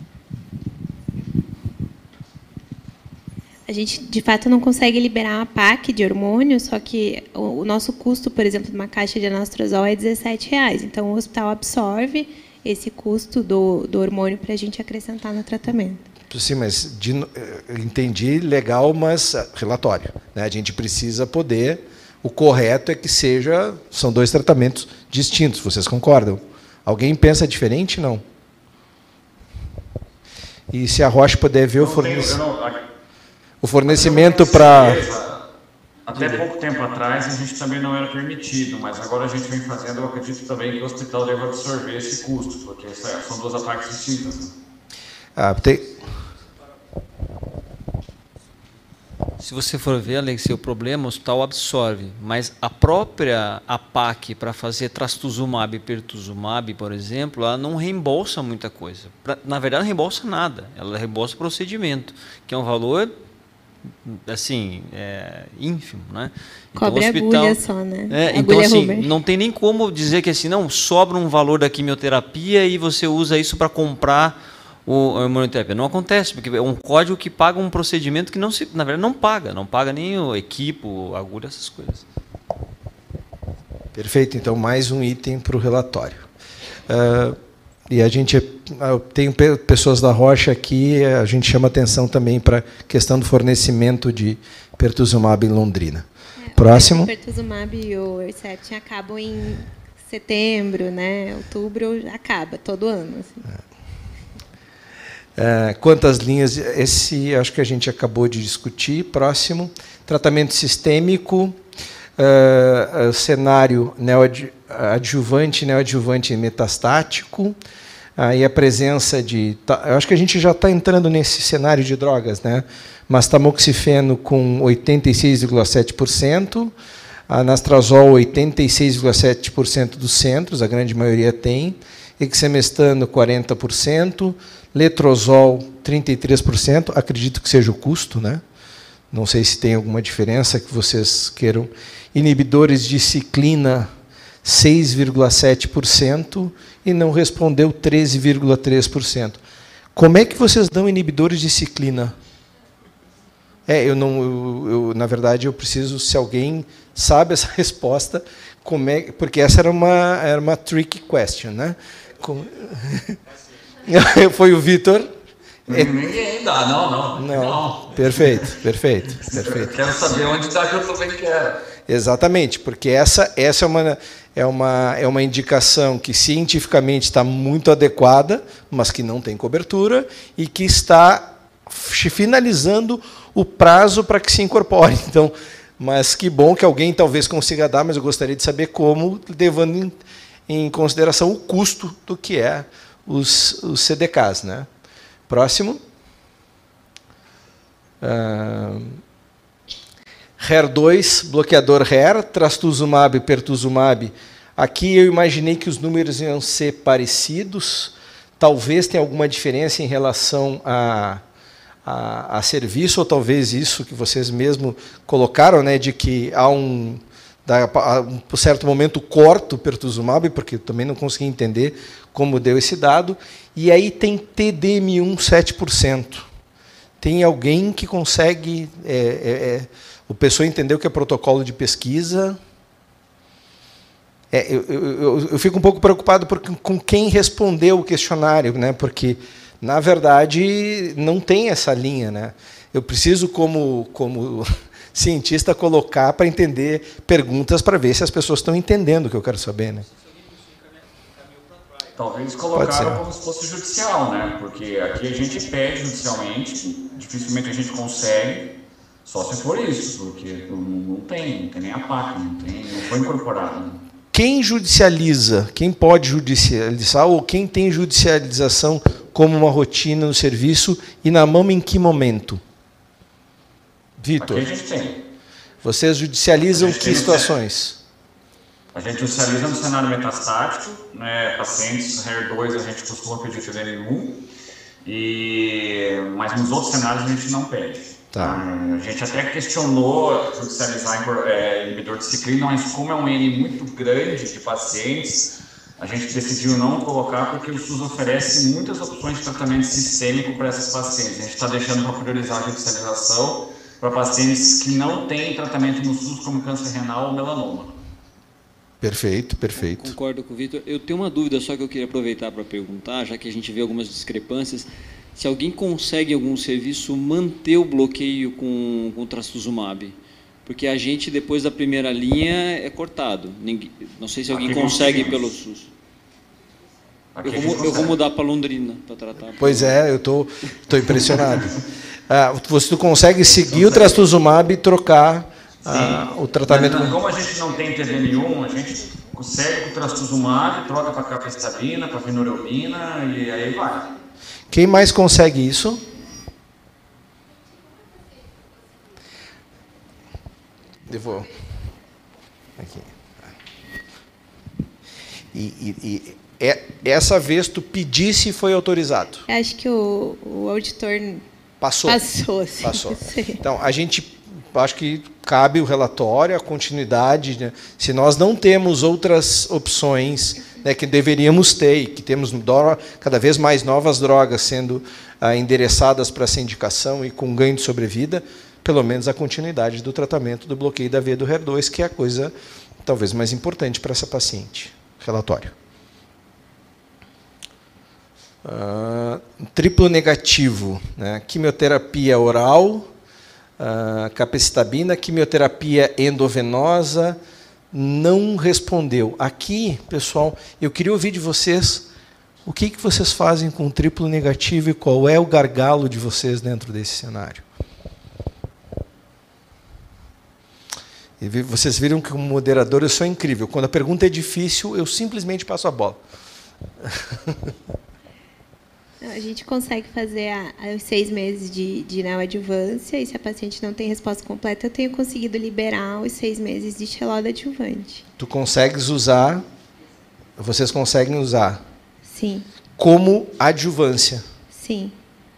A gente, de fato, não consegue liberar a PAC de hormônio, só que o nosso custo, por exemplo, de uma caixa de anastrozol é R$17. Então, o hospital absorve esse custo do hormônio para a gente acrescentar no tratamento. Sim, mas entendi, legal, mas relatório. Né? A gente precisa poder... O correto é que são 2 tratamentos distintos, vocês concordam? Alguém pensa diferente? Não. E se a Rocha puder ver o fornecimento... O fornecimento para... Até pouco tempo atrás, a gente também não era permitido, mas agora a gente vem fazendo, eu acredito também que o hospital deve absorver esse custo, porque são 2 ataques distintos. Se você for ver, Alexei, o problema, o hospital absorve, mas a própria APAC para fazer trastuzumab e pertuzumab, por exemplo, ela não reembolsa muita coisa. Na verdade, não reembolsa nada, ela reembolsa o procedimento, que é um valor... assim, ínfimo, né? Então, cobre agulha só, né? Então, assim, não tem nem como dizer que assim, não, sobra um valor da quimioterapia e você usa isso para comprar a hormonioterapia. Não acontece, porque é um código que paga um procedimento que, na verdade, não paga nem o equipo, agulha, essas coisas. Perfeito, então, mais um item para o relatório. E a gente tem pessoas da Rocha aqui, a gente chama atenção também para a questão do fornecimento de pertuzumab em Londrina. Próximo. O pertuzumab e o Herceptin acabam em setembro, né? Outubro acaba, todo ano. Assim. Quantas linhas? Esse acho que a gente acabou de discutir. Próximo. Tratamento sistêmico. Cenário adjuvante, neoadjuvante e metastático. Aí a presença de... Eu acho que a gente já está entrando nesse cenário de drogas, né? Mas tamoxifeno com 86,7%, anastrozol 86,7% dos centros, a grande maioria tem, exemestano 40%, letrozol 33%, acredito que seja o custo, né? Não sei se tem alguma diferença que vocês queiram. Inibidores de ciclina, 6,7%, e não respondeu 13,3%. Como é que vocês dão inibidores de ciclina? Na verdade, eu preciso, se alguém sabe essa resposta, porque essa era uma trick question, né? Foi o Vitor. Ninguém dá, não. Perfeito. Quero saber onde está que eu também quero. Exatamente, porque essa é uma indicação que cientificamente está muito adequada, mas que não tem cobertura e que está finalizando o prazo para que se incorpore. Então, Mas que bom que alguém talvez consiga dar, mas eu gostaria de saber como, levando em consideração o custo do que é os CDKs. Né? Próximo. HER2, bloqueador HER, trastuzumab e pertuzumab. Aqui eu imaginei que os números iam ser parecidos. Talvez tenha alguma diferença em relação a serviço, ou talvez isso que vocês mesmo colocaram, né, de que há um certo momento corta o pertuzumab, porque eu também não consegui entender como deu esse dado. E aí tem TDM1 7%. Tem alguém que consegue... o pessoal entendeu que é protocolo de pesquisa. Eu fico um pouco preocupado com quem respondeu o questionário, né? Porque, na verdade, não tem essa linha. Né? Eu preciso, como cientista, colocar para entender perguntas para ver se as pessoas estão entendendo o que eu quero saber. Né? Talvez colocaram como se fosse judicial, né? Porque aqui a gente pede judicialmente, dificilmente a gente consegue, só se for isso, porque não tem nem a PAC, não foi incorporado. Né? Quem judicializa, quem pode judicializar, ou quem tem judicialização como uma rotina no serviço, e na mama em que momento? Vitor. Aqui a gente tem. Vocês judicializam que situações? A gente judicializa no cenário metastático, né, pacientes HER2 a gente costuma pedir TDM1, mas nos outros cenários a gente não pede. Tá. A gente até questionou judicializar inibidor de ciclina, mas como é um N muito grande de pacientes, a gente decidiu não colocar porque o SUS oferece muitas opções de tratamento sistêmico para esses pacientes. A gente está deixando para priorizar a judicialização para pacientes que não têm tratamento no SUS, como câncer renal ou melanoma. Perfeito, perfeito. Concordo com o Vitor. Eu tenho uma dúvida só que eu queria aproveitar para perguntar, já que a gente vê algumas discrepâncias. Se alguém consegue em algum serviço manter o bloqueio com trastuzumab, porque a gente depois da primeira linha é cortado. Não sei se alguém consegue pelo SUS. Eu vou mudar para Londrina para tratar. Pois é, eu estou impressionado. Você consegue seguir o trastuzumab e trocar o tratamento? Como a gente não tem TDM1, a gente segue o trastuzumab, troca para capecitabina, para vinorelbina e aí vai. Quem mais consegue isso? Eu vou aqui. Essa vez tu pedisse e foi autorizado? Acho que o auditor passou. Sim. Passou. Então, acho que cabe o relatório, a continuidade. Né? Se nós não temos outras opções, né, que deveríamos ter, e que temos cada vez mais novas drogas sendo endereçadas para essa indicação e com ganho de sobrevida, pelo menos a continuidade do tratamento do bloqueio da veia do HER2, que é a coisa talvez mais importante para essa paciente. Relatório. Triplo negativo, né? Quimioterapia oral, capecitabina, quimioterapia endovenosa, não respondeu. Aqui, pessoal, eu queria ouvir de vocês o que vocês fazem com triplo negativo e qual é o gargalo de vocês dentro desse cenário. E vocês viram que como moderador eu sou incrível. Quando a pergunta é difícil, eu simplesmente passo a bola. A gente consegue fazer os 6 meses de neoadjuvância, e se a paciente não tem resposta completa, eu tenho conseguido liberar os 6 meses de xeloda adjuvante. Tu consegues usar, vocês conseguem usar? Sim. Como adjuvância? Sim.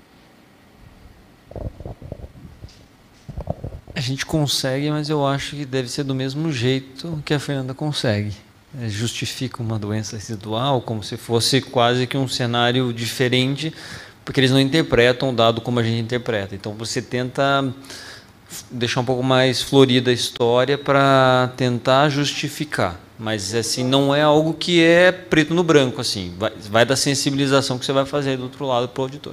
A gente consegue, mas eu acho que deve ser do mesmo jeito que a Fernanda consegue. Justifica uma doença residual como se fosse quase que um cenário diferente, porque eles não interpretam o dado como a gente interpreta. Então, você tenta deixar um pouco mais florida a história para tentar justificar. Mas, assim, não é algo que é preto no branco. Assim. Vai da sensibilização que você vai fazer do outro lado para o auditor.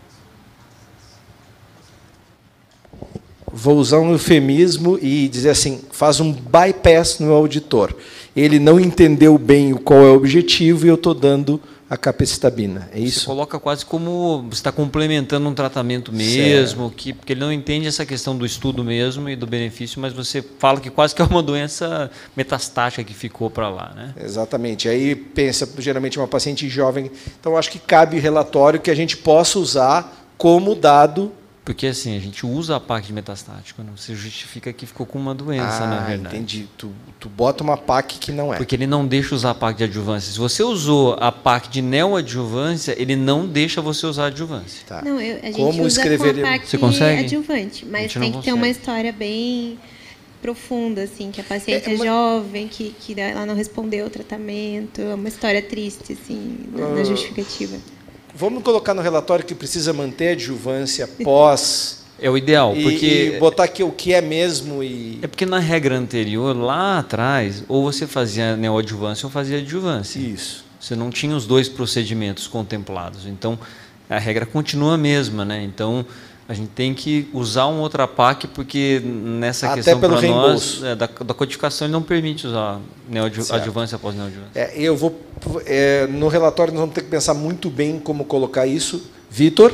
Vou usar um eufemismo e dizer assim, faz um bypass no auditor. Ele não entendeu bem qual é o objetivo e eu estou dando a capecitabina, é isso? Você coloca quase como você está complementando um tratamento mesmo, porque ele não entende essa questão do estudo mesmo e do benefício, mas você fala que quase que é uma doença metastática que ficou para lá, né? Exatamente. Aí pensa, geralmente, uma paciente jovem. Então, acho que cabe relatório que a gente possa usar como dado. Porque assim, a gente usa a PAC de metastático, né? Você justifica que ficou com uma doença, na verdade. Entendi. Tu bota uma PAC que não é. Porque ele não deixa usar a PAC de adjuvância. Se você usou a PAC de neoadjuvância, ele não deixa você usar a adjuvância. Tá. Não, a gente Como usa escrever... com a PAC você consegue? adjuvante, mas tem que ter uma história bem profunda, assim, que a paciente é jovem, que ela não respondeu ao tratamento, é uma história triste, assim, na justificativa. Vamos colocar no relatório que precisa manter a adjuvância pós... É o ideal, porque... E botar aqui o que é mesmo e... É porque na regra anterior, lá atrás, ou você fazia neoadjuvância ou fazia adjuvância. Isso. Você não tinha os dois procedimentos contemplados. Então, a regra continua a mesma, né? Então, a gente tem que usar uma outra PAC, porque nessa questão para nós, da codificação, ele não permite usar adjuvância após neoadjuvância. Eu vou... no relatório nós vamos ter que pensar muito bem como colocar isso. Vitor?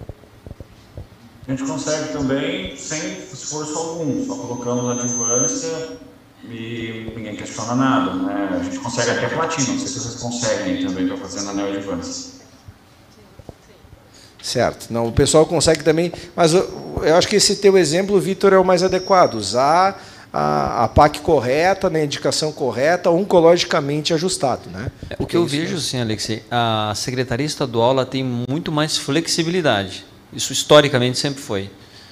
A gente consegue também sem esforço algum, só colocamos a adjuvância e ninguém questiona nada, né? A gente consegue até platina, não sei se vocês conseguem também para fazer na neoadjuvância. Certo. Não, o pessoal consegue também, mas eu acho que esse teu exemplo, Vitor, é o mais adequado. Usar a PAC correta, na indicação correta, oncologicamente ajustado, né? O que eu vejo, sim, Alexei, a Secretaria Estadual ela tem muito mais flexibilidade. Isso historicamente sempre foi.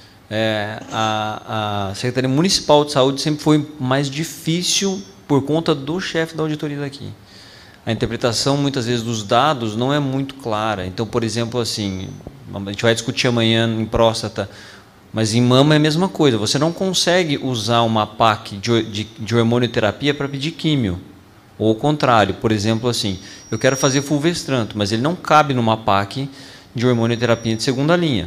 A Secretaria Municipal de Saúde sempre foi mais difícil por conta do chefe da auditoria daqui. A interpretação, muitas vezes, dos dados não é muito clara. Então, por exemplo, assim, a gente vai discutir amanhã em próstata, mas em mama é a mesma coisa. Você não consegue usar uma PAC de hormonioterapia para pedir químio. Ou o contrário, por exemplo, assim, eu quero fazer fulvestranto, mas ele não cabe numa PAC de hormonioterapia de segunda linha.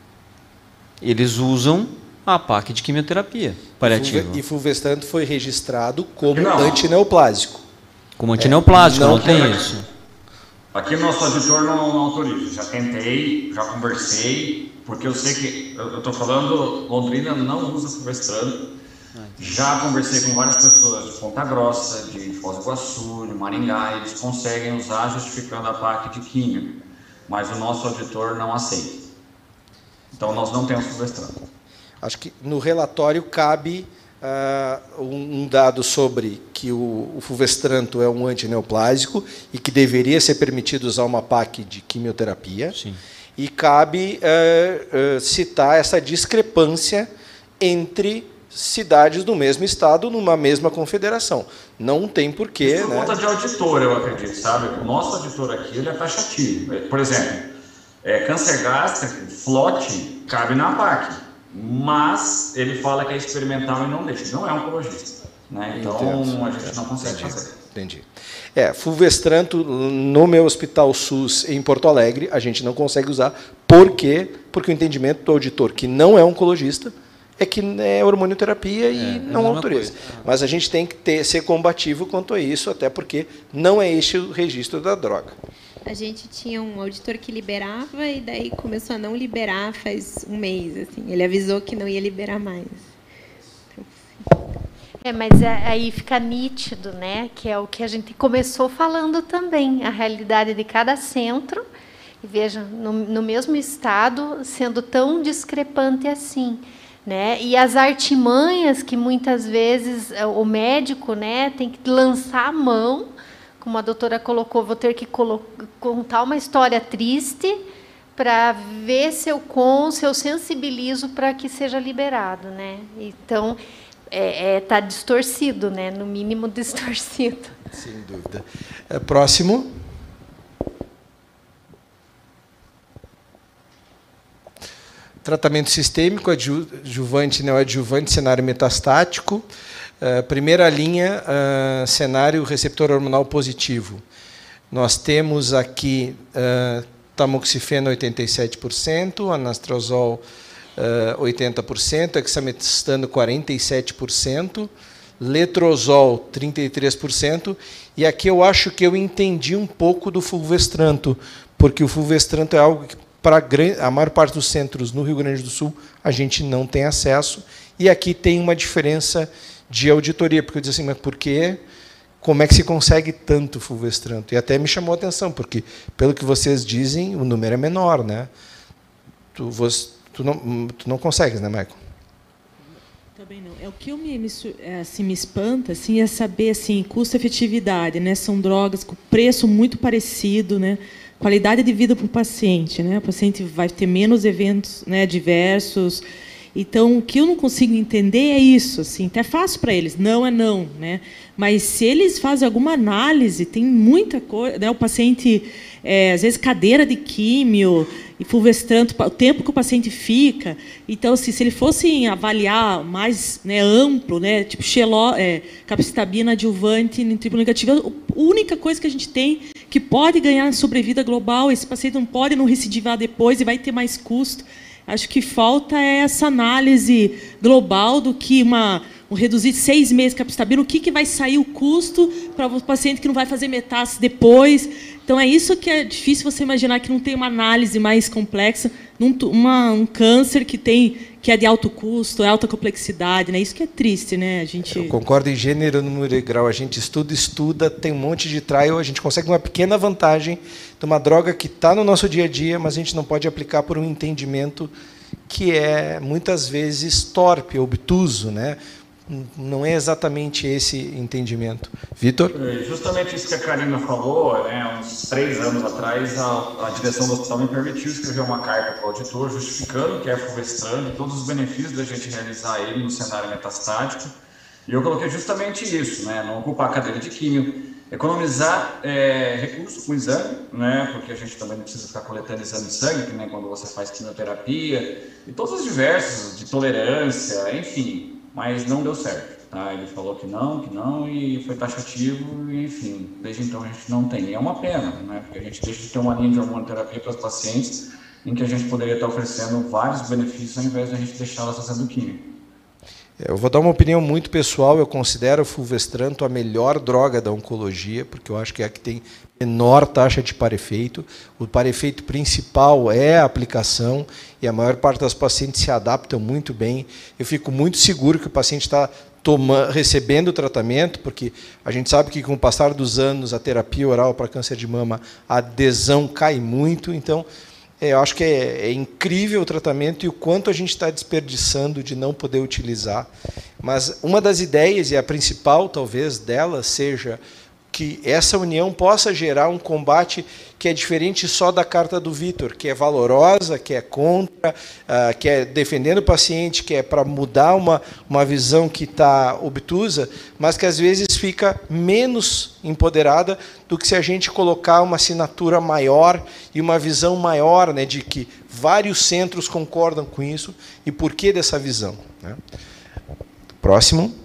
Eles usam a PAC de quimioterapia paliativa. E fulvestranto foi registrado como antineoplásico. Como antineoplásico, não tem isso. Aqui nosso auditor não autoriza. Já tentei, já conversei, porque eu sei que, eu estou falando, Londrina não usa fulvestranto. Já conversei com várias pessoas de Ponta Grossa, de Foz do Iguaçu, de Maringá, eles conseguem usar justificando a PAC de químio, mas o nosso auditor não aceita. Então nós não temos fulvestranto. Acho que no relatório cabe um dado sobre que o fulvestranto é um antineoplásico e que deveria ser permitido usar uma PAC de quimioterapia. Sim. E cabe citar essa discrepância entre cidades do mesmo estado numa mesma confederação. Não tem porquê... Por conta de auditor, eu acredito, sabe? O nosso auditor aqui, ele é taxativo. Por exemplo, câncer gástrico, FLOT, cabe na PAC. Mas ele fala que é experimental e não deixa. Não é oncologista, né? Então a gente não consegue fazer. Entendi. Fulvestranto no meu hospital SUS em Porto Alegre a gente não consegue usar. Por quê? Porque o entendimento do auditor, que não é oncologista, é que é hormonioterapia e não autoriza. Mas a gente tem que ser combativo quanto a isso, até porque não é este o registro da droga. A gente tinha um auditor que liberava e daí começou a não liberar faz um mês. Assim. Ele avisou que não ia liberar mais. Mas aí fica nítido, né? Que é o que a gente começou falando também, a realidade de cada centro. E veja, no mesmo estado, sendo tão discrepante assim. Né? E as artimanhas que muitas vezes o médico, né, tem que lançar a mão, como a doutora colocou, vou ter que contar uma história triste para ver se eu sensibilizo para que seja liberado, né? Então tá distorcido, né? No mínimo distorcido. Sem dúvida. Próximo. Tratamento sistêmico, adjuvante, neoadjuvante, cenário metastático. Primeira linha, cenário receptor hormonal positivo. Nós temos aqui tamoxifeno 87%, anastrozol 80%, hexametestano 47%, letrozol 33%, e aqui eu acho que eu entendi um pouco do fulvestranto, porque o fulvestranto é algo que, para a maior parte dos centros no Rio Grande do Sul, a gente não tem acesso, e aqui tem uma diferença de auditoria, porque eu disse assim, mas por quê? Como é que se consegue tanto fulvestranto? E até me chamou a atenção, porque, pelo que vocês dizem, o número é menor, né? Tu não consegues, né, Michael? Também não. É o que me espanta, assim, é saber assim, custo-efetividade, né? São drogas com preço muito parecido, né? Qualidade de vida para o paciente, né? O paciente vai ter menos eventos, né, diversos. Então, o que eu não consigo entender é isso, assim, até fácil para eles, não é não, né? Mas se eles fazem alguma análise, tem muita coisa, né? O paciente, às vezes, cadeira de químio e fulvestranto, o tempo que o paciente fica. Então, assim, se ele fosse avaliar mais, né, amplo, né, tipo capecitabina adjuvante em triplo negativo, a única coisa que a gente tem que pode ganhar sobrevida global, esse paciente não pode não recidivar depois e vai ter mais custo. Acho que falta essa análise global do que reduzir 6 meses de capecitabina, o que vai sair o custo para o paciente que não vai fazer metástase depois. Então, é isso que é difícil você imaginar, que não tem uma análise mais complexa, um câncer que é de alto custo, alta complexidade, né? Isso que é triste, né? Eu concordo em gênero, número e grau. A gente estuda, tem um monte de trial, a gente consegue uma pequena vantagem de uma droga que está no nosso dia a dia, mas a gente não pode aplicar por um entendimento que é, muitas vezes, torpe, obtuso, né? Não é exatamente esse entendimento. Vitor? Justamente isso que a Karina falou, né, uns 3 anos atrás, a direção do hospital me permitiu escrever uma carta para o auditor justificando que é fulvestrante e todos os benefícios da gente realizar ele no cenário metastático. E eu coloquei justamente isso, né, não ocupar a cadeira de químio, economizar recursos com exame, né, porque a gente também não precisa ficar coletando exame de sangue, que nem quando você faz quimioterapia, e todos os diversos, de tolerância, enfim. Mas não deu certo, tá? Ele falou que não, e foi taxativo, e, enfim, desde então a gente não tem. E é uma pena, né? Porque a gente deixa de ter uma linha de hormonoterapia para os pacientes em que a gente poderia estar oferecendo vários benefícios ao invés de a gente deixá-las fazendo química. Eu vou dar uma opinião muito pessoal, eu considero o fulvestranto a melhor droga da oncologia, porque eu acho que é a que tem menor taxa de par-efeito. O par-efeito principal é a aplicação, e a maior parte das pacientes se adaptam muito bem. Eu fico muito seguro que o paciente está recebendo o tratamento, porque a gente sabe que, com o passar dos anos, a terapia oral para câncer de mama, a adesão cai muito. Então, eu acho que é incrível o tratamento e o quanto a gente está desperdiçando de não poder utilizar. Mas uma das ideias, e a principal, talvez, delas, seja que essa união possa gerar um combate que é diferente só da carta do Vitor, que é valorosa, que é contra, que é defendendo o paciente, que é para mudar uma visão que está obtusa, mas que às vezes fica menos empoderada do que se a gente colocar uma assinatura maior e uma visão maior, né, de que vários centros concordam com isso e por que dessa visão, né? Próximo.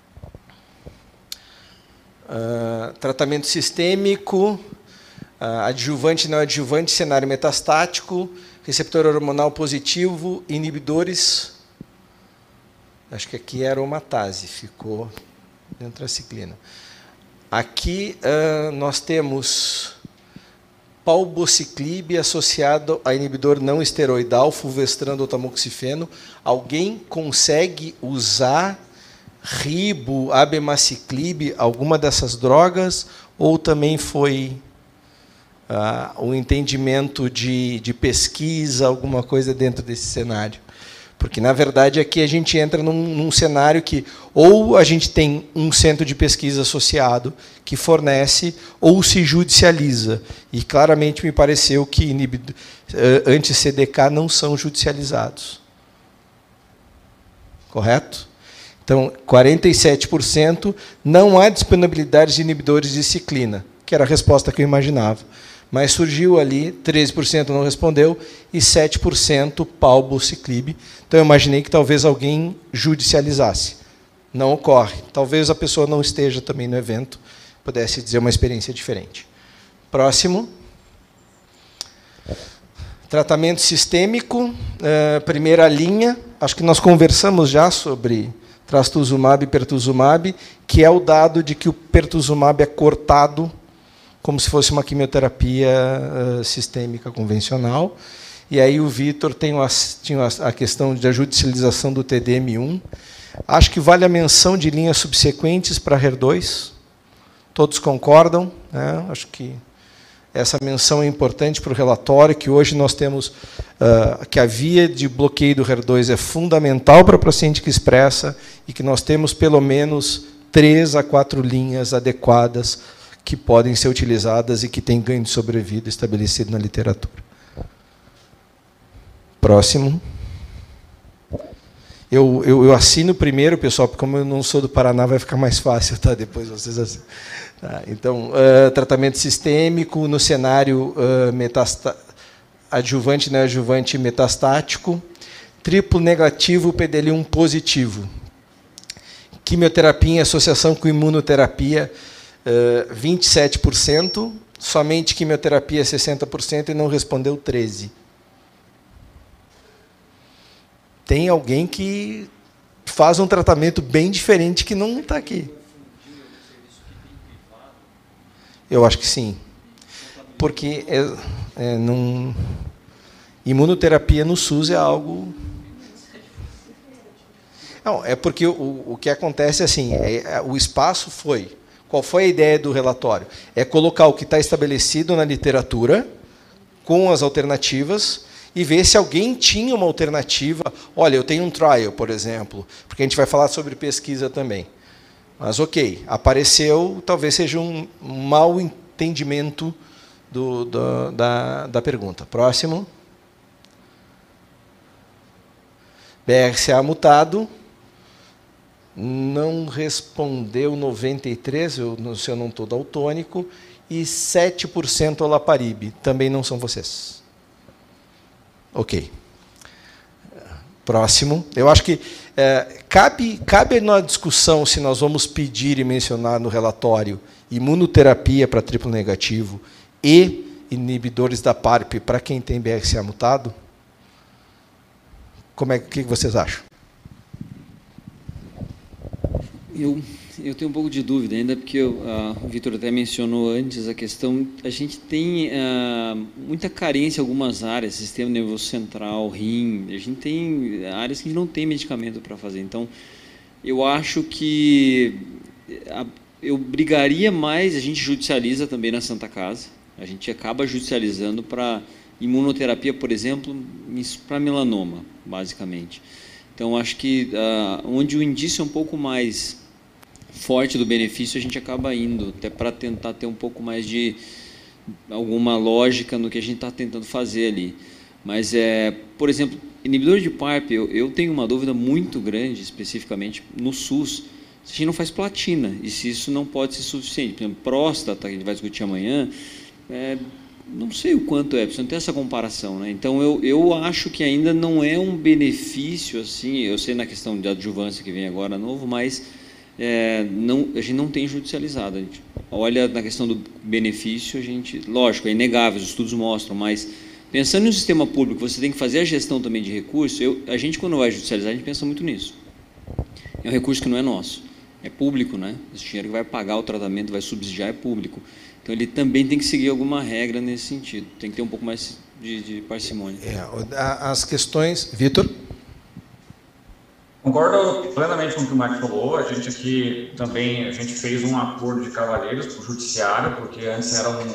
Tratamento sistêmico, adjuvante, não adjuvante, cenário metastático, receptor hormonal positivo, inibidores. Acho que aqui é aromatase, ficou antraciclina. Aqui nós temos palbociclib associado a inibidor não esteroidal, fulvestrando ou tamoxifeno. Alguém consegue usar ribo, abemaciclib, alguma dessas drogas, ou também foi um entendimento de pesquisa, alguma coisa dentro desse cenário? Porque, na verdade, aqui a gente entra num cenário que ou a gente tem um centro de pesquisa associado que fornece, ou se judicializa. E claramente me pareceu que anti-CDK não são judicializados. Correto? Então, 47% não há disponibilidade de inibidores de ciclina, que era a resposta que eu imaginava. Mas surgiu ali, 13% não respondeu, e 7% palbociclib. Então, eu imaginei que talvez alguém judicializasse. Não ocorre. Talvez a pessoa não esteja também no evento, pudesse dizer uma experiência diferente. Próximo. Tratamento sistêmico, primeira linha. Acho que nós conversamos já sobre trastuzumab e pertuzumab, que é o dado de que o pertuzumab é cortado como se fosse uma quimioterapia sistêmica convencional. E aí o Vitor tinha a questão da judicialização do TDM1. Acho que vale a menção de linhas subsequentes para HER2. Todos concordam, né? Acho que essa menção é importante para o relatório, que hoje nós temos que a via de bloqueio do HER2 é fundamental para o paciente que expressa e que nós temos pelo menos 3 a 4 linhas adequadas que podem ser utilizadas e que têm ganho de sobrevida estabelecido na literatura. Próximo. Eu assino primeiro, pessoal, porque como eu não sou do Paraná, vai ficar mais fácil, tá? Depois vocês assinam. Tá, então, tratamento sistêmico no cenário adjuvante, neoadjuvante metastático, triplo negativo, PDL1 positivo. Quimioterapia em associação com imunoterapia, 27%, somente quimioterapia 60% e não respondeu 13%. Tem alguém que faz um tratamento bem diferente que não está aqui. Eu acho que sim. Porque imunoterapia no SUS é algo... Não, é porque o que acontece é assim, o espaço foi... Qual foi a ideia do relatório? É colocar o que está estabelecido na literatura com as alternativas e ver se alguém tinha uma alternativa. Olha, eu tenho um trial, por exemplo, porque a gente vai falar sobre pesquisa também. Mas, ok, apareceu, talvez seja um mau entendimento da pergunta. Próximo. BRCA mutado. Não respondeu 93%, se eu não estou daltônico, e 7% olaparib. Também não são vocês. Ok. Próximo. Eu acho que cabe na discussão se nós vamos pedir e mencionar no relatório imunoterapia para triplo negativo e inibidores da PARP para quem tem BRCA mutado. O que vocês acham? Eu tenho um pouco de dúvida ainda, porque o Vitor até mencionou antes a questão, a gente tem muita carência em algumas áreas, sistema nervoso central, rim, a gente tem áreas que a gente não tem medicamento para fazer. Então, eu acho que eu brigaria mais, a gente judicializa também na Santa Casa, a gente acaba judicializando para imunoterapia, por exemplo, para melanoma, basicamente. Então, acho que onde o indício é um pouco mais forte do benefício, a gente acaba indo, até para tentar ter um pouco mais de alguma lógica no que a gente está tentando fazer ali. Mas, por exemplo, inibidor de PARP, eu tenho uma dúvida muito grande, especificamente no SUS, se a gente não faz platina, e se isso não pode ser suficiente. Por exemplo, próstata, que a gente vai discutir amanhã, não sei o quanto precisa ter essa comparação, né? Então, eu acho que ainda não é um benefício, assim, eu sei na questão de adjuvância que vem agora novo, mas a gente não tem judicializado. A gente olha na questão do benefício, lógico, é inegável, os estudos mostram, mas pensando no sistema público, você tem que fazer a gestão também de recursos, a gente, quando vai judicializar, a gente pensa muito nisso. É um recurso que não é nosso, é público, né? Esse dinheiro que vai pagar o tratamento, vai subsidiar, é público. Então, ele também tem que seguir alguma regra nesse sentido. Tem que ter um pouco mais de parcimônia. As questões... Vitor? Concordo plenamente com o que o Marcos falou. A gente aqui também fez um acordo de cavalheiros para o judiciário, porque antes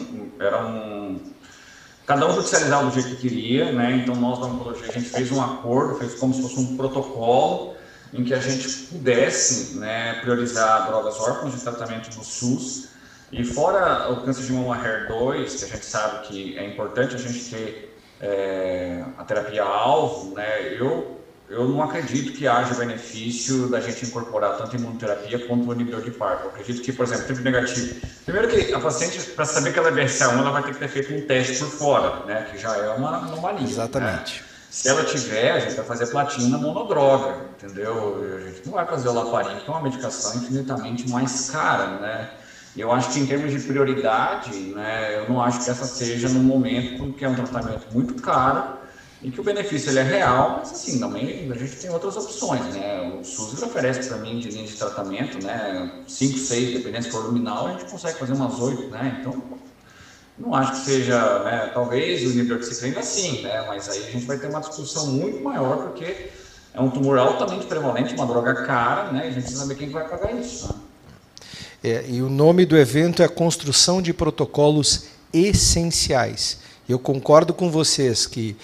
cada um judicializava do jeito que queria, né? Então, nós da oncologia, a gente fez um acordo, fez como se fosse um protocolo em que a gente pudesse, né, priorizar drogas órfãs de tratamento no SUS. E fora o câncer de mama HER2, que a gente sabe que é importante a gente ter a terapia-alvo, né? Eu não acredito que haja benefício da gente incorporar tanto a imunoterapia quanto o inibidor de PARP. Eu acredito que, por exemplo, triplo negativo. Primeiro que a paciente, para saber que ela é BRCA1, ela vai ter que ter feito um teste por fora, né? Que já é uma anomalia. Exatamente. Né? Se ela tiver, a gente vai fazer platina monodroga, entendeu? A gente não vai fazer o olaparib, que é uma medicação infinitamente mais cara, né? E eu acho que, em termos de prioridade, né, eu não acho que essa seja no momento, porque é um tratamento muito caro e que o benefício ele é real, mas assim, também a gente tem outras opções, né? O SUS ele oferece para mim de linha de tratamento, né? 5, 6, dependendo se for luminal, a gente consegue fazer umas 8, né? Então, não acho que seja, né? Talvez o nível de ciclina sim, né? Mas aí a gente vai ter uma discussão muito maior, porque é um tumor altamente prevalente, uma droga cara, né? E a gente precisa saber quem vai pagar isso, né? E o nome do evento é Construção de Protocolos Essenciais. Eu concordo com vocês que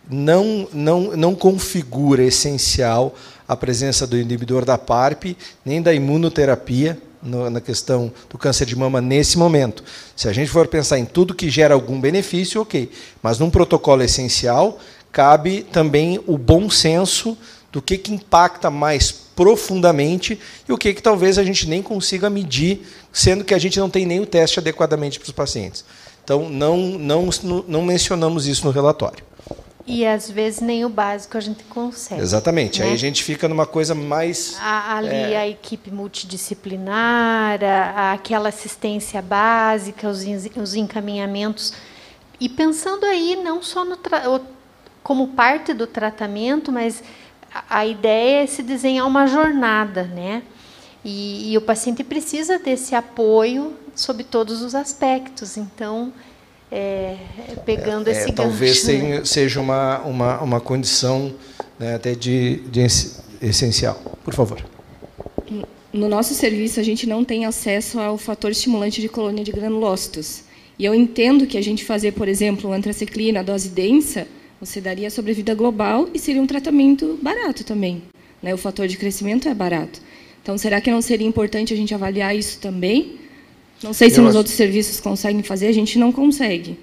não configura essencial a presença do inibidor da PARP, nem da imunoterapia na questão do câncer de mama nesse momento. Se a gente for pensar em tudo que gera algum benefício, ok. Mas num protocolo essencial, cabe também o bom senso do que impacta mais profundamente e o que talvez a gente nem consiga medir, sendo que a gente não tem nem o teste adequadamente para os pacientes. Então, não mencionamos isso no relatório. E, às vezes, nem o básico a gente consegue. Exatamente. Né? Aí a gente fica numa coisa mais... Ali a equipe multidisciplinar, aquela assistência básica, os encaminhamentos. E pensando aí não só como parte do tratamento, mas a ideia é se desenhar uma jornada, né? E o paciente precisa desse apoio sob todos os aspectos. Então, pegando esse gancho... Talvez seja uma condição, né, até de essencial. Por favor. No nosso serviço, a gente não tem acesso ao fator estimulante de colônia de granulócitos. E eu entendo que a gente fazer, por exemplo, antraciclina, dose densa, você daria sobrevida global e seria um tratamento barato também, né? O fator de crescimento é barato. Então, será que não seria importante a gente avaliar isso também? Não sei se nos outros serviços conseguem fazer, a gente não consegue.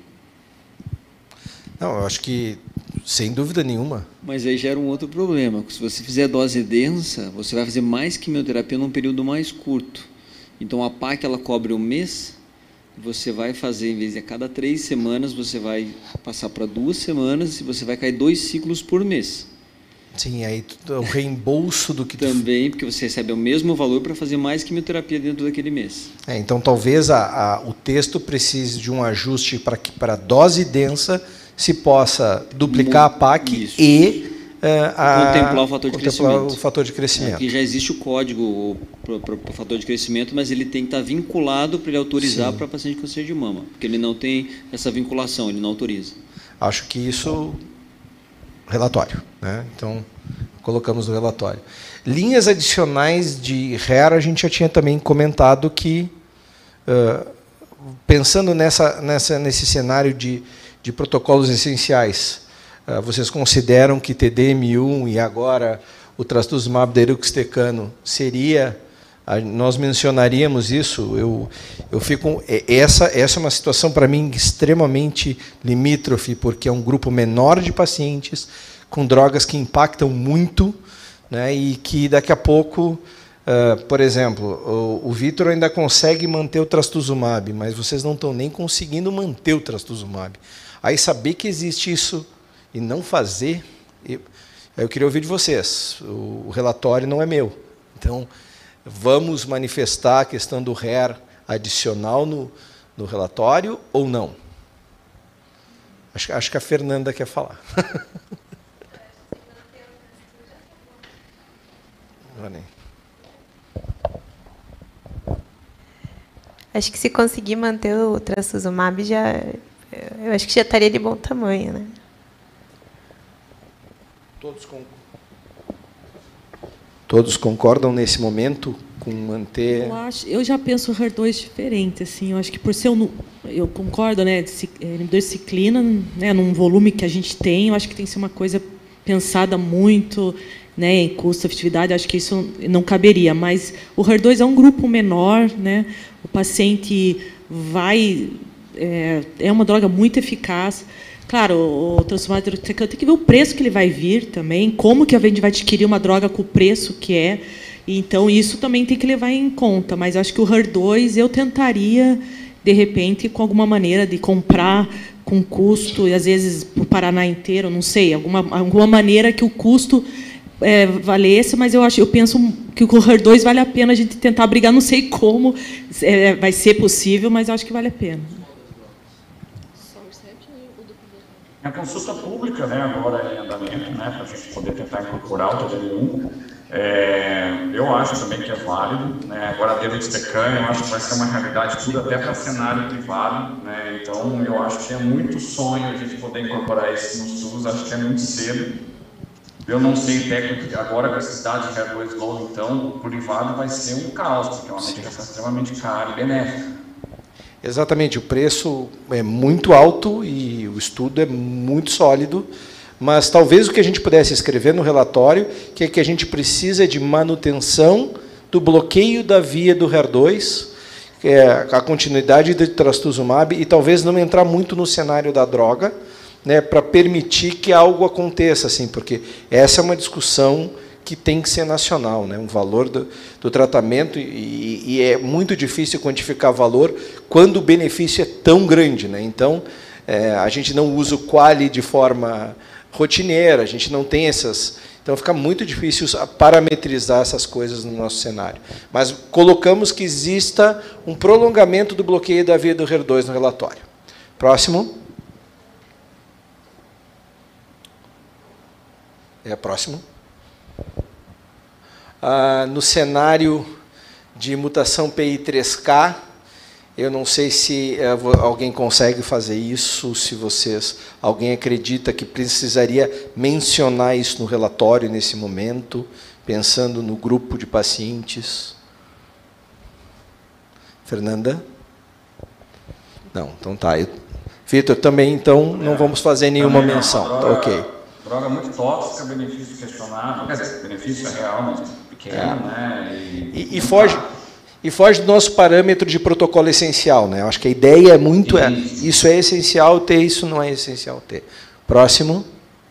Não, eu acho que, sem dúvida nenhuma. Mas aí gera um outro problema. Se você fizer dose densa, você vai fazer mais quimioterapia num período mais curto. Então, a PAC ela cobre um mês, você vai fazer, em vez de a cada 3 semanas, você vai passar para 2 semanas e você vai cair 2 ciclos por mês. Sim, aí o reembolso do que... Também, porque você recebe o mesmo valor para fazer mais quimioterapia dentro daquele mês. Então, talvez o texto precise de um ajuste para que, para dose densa, se possa duplicar a PAC e... contemplar o fator de crescimento. O fator de crescimento. Aqui já existe o código para o fator de crescimento, mas ele tem que estar vinculado para ele autorizar para paciente com câncer de mama, porque ele não tem essa vinculação, ele não autoriza. Acho que isso... Relatório, né? Então, colocamos no relatório. Linhas adicionais de HER, a gente já tinha também comentado que, pensando nesse cenário de protocolos essenciais, vocês consideram que TDM1 e agora o trastuzumab deruxtecano seria... Nós mencionaríamos isso, eu fico... Essa é uma situação, para mim, extremamente limítrofe, porque é um grupo menor de pacientes com drogas que impactam muito, né, e que, daqui a pouco, por exemplo, o Vitor ainda consegue manter o trastuzumab, mas vocês não estão nem conseguindo manter o trastuzumab. Aí, saber que existe isso e não fazer... Eu queria ouvir de vocês. O relatório não é meu. Então... Vamos manifestar a questão do HER adicional no relatório ou não? Acho que a Fernanda quer falar. Acho que se conseguir manter o trastuzumab, eu acho que já estaria de bom tamanho, né? Todos concordam nesse momento com manter... Eu já penso o HER2 diferente, assim. Eu acho que por ser eu concordo, né, inibidor de ciclina, né, num volume que a gente tem, eu acho que tem que ser uma coisa pensada muito, né, em custo-efetividade. Acho que isso não caberia. Mas o HER2 é um grupo menor, né? O paciente é uma droga muito eficaz. Claro, o trastuzumab deruxtecano tem que ver o preço que ele vai vir também, como que a gente vai adquirir uma droga com o preço que é. Então, isso também tem que levar em conta. Mas acho que o HER2 eu tentaria, de repente, com alguma maneira de comprar com custo, e às vezes o Paraná inteiro, não sei, alguma maneira que o custo valesse, mas eu penso que o HER2 vale a pena a gente tentar brigar, não sei como vai ser possível, mas eu acho que vale a pena. A consulta pública, né, agora em andamento, né, para a gente poder tentar incorporar o TDM1, eu acho também que é válido, né, agora dentro do STECAN, eu acho que vai ser uma realidade tudo até para cenário privado, né, então eu acho que é muito sonho a gente poder incorporar isso no SUS, acho que é muito cedo. Eu não sei técnico, agora com essa cidade de HER2 low, então o privado vai ser um caos, porque é uma medicação extremamente cara e benéfica. Exatamente, o preço é muito alto e o estudo é muito sólido, mas talvez o que a gente pudesse escrever no relatório, que é que a gente precisa de manutenção do bloqueio da via do HER2, que é a continuidade do trastuzumab, e talvez não entrar muito no cenário da droga, né, para permitir que algo aconteça, assim, porque essa é uma discussão que tem que ser nacional, né? Um valor do tratamento, e é muito difícil quantificar valor quando o benefício é tão grande, né? Então, a gente não usa o quali de forma rotineira, a gente não tem essas... Então, fica muito difícil parametrizar essas coisas no nosso cenário. Mas colocamos que exista um prolongamento do bloqueio da via do HER2 no relatório. Próximo. Próximo. No cenário de mutação PI3K, eu não sei se alguém consegue fazer isso, se alguém acredita que precisaria mencionar isso no relatório nesse momento, pensando no grupo de pacientes. Fernanda? Não, então tá. Vitor, também, então, não vamos fazer nenhuma menção. Tá, ok. Droga muito tóxica, benefício questionável, quer dizer, benefício é real, mas pequeno, né? E foge do nosso parâmetro de protocolo essencial, né? Eu acho que a ideia é muito... isso é essencial ter, isso não é essencial ter. Próximo.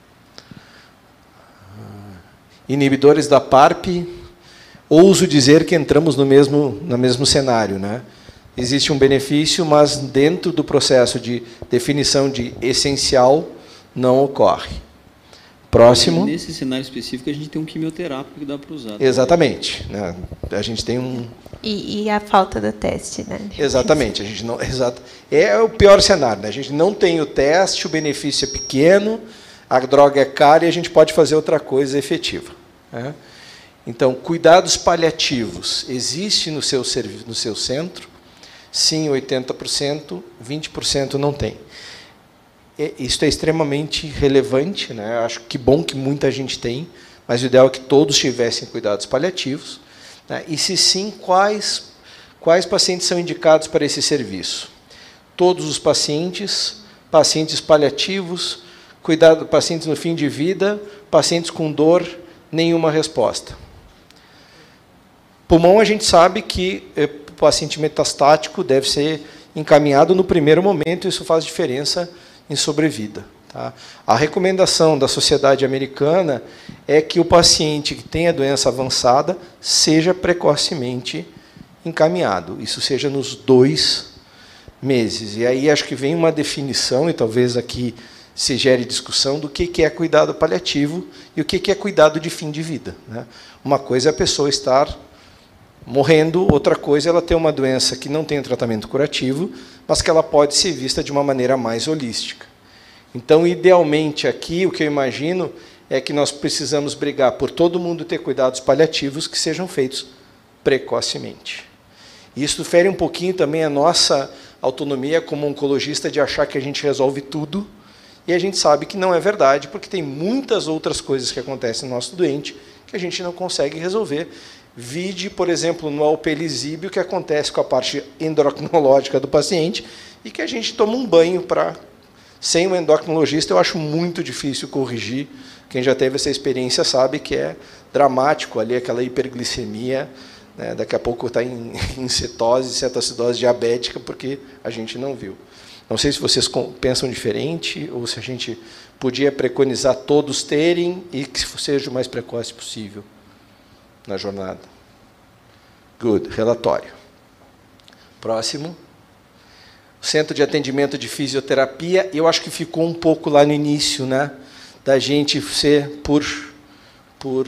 Inibidores da PARP. Ouso dizer que entramos no mesmo cenário, né? Existe um benefício, mas dentro do processo de definição de essencial não ocorre. Próximo. Nesse cenário específico, a gente tem um quimioterápico que dá para usar. Exatamente. Né? A gente tem um... E a falta do teste, né? Exatamente. A gente não, é o pior cenário. Né? A gente não tem o teste, o benefício é pequeno, a droga é cara e a gente pode fazer outra coisa efetiva. Né? Então, cuidados paliativos. Existe no seu centro? Sim, 80%, 20% não tem. Isso é extremamente relevante, né? Acho que bom que muita gente tem, mas o ideal é que todos tivessem cuidados paliativos. Né? E, se sim, quais pacientes são indicados para esse serviço? Todos os pacientes, pacientes paliativos, pacientes no fim de vida, pacientes com dor, nenhuma resposta. Pulmão, a gente sabe que o paciente metastático deve ser encaminhado no primeiro momento, isso faz diferença em sobrevida. Tá? A recomendação da Sociedade Americana é que o paciente que tem a doença avançada seja precocemente encaminhado, isso seja nos 2 meses. E aí acho que vem uma definição, e talvez aqui se gere discussão, do que é cuidado paliativo e o que é cuidado de fim de vida. Né? Uma coisa é a pessoa estar morrendo, outra coisa é ela ter uma doença que não tem um tratamento curativo, mas que ela pode ser vista de uma maneira mais holística. Então, idealmente, aqui, o que eu imagino é que nós precisamos brigar por todo mundo ter cuidados paliativos que sejam feitos precocemente. Isso fere um pouquinho também a nossa autonomia como oncologista de achar que a gente resolve tudo, e a gente sabe que não é verdade, porque tem muitas outras coisas que acontecem no nosso doente que a gente não consegue resolver. Vide, por exemplo, no alpelisíbio, o que acontece com a parte endocrinológica do paciente e que a gente toma um banho para... Sem um endocrinologista, eu acho muito difícil corrigir. Quem já teve essa experiência sabe que é dramático ali, aquela hiperglicemia, né? Daqui a pouco está em cetose, cetoacidose diabética, porque a gente não viu. Não sei se vocês pensam diferente ou se a gente podia preconizar todos terem e que seja o mais precoce possível na jornada. Good. Relatório. Próximo. Centro de atendimento de fisioterapia, eu acho que ficou um pouco lá no início, né, da gente ser por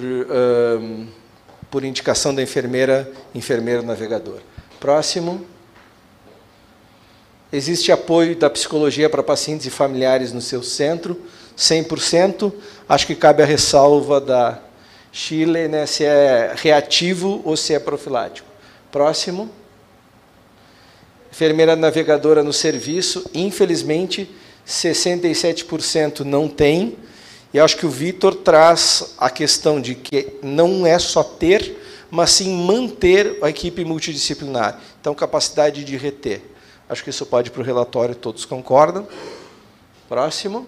indicação da enfermeiro navegador. Próximo. Existe apoio da psicologia para pacientes e familiares no seu centro, 100%. Acho que cabe a ressalva da Chile, né, se é reativo ou se é profilático. Próximo. Enfermeira navegadora no serviço, infelizmente, 67% não tem. E acho que o Vitor traz a questão de que não é só ter, mas sim manter a equipe multidisciplinar. Então, capacidade de reter. Acho que isso pode ir para o relatório, todos concordam. Próximo.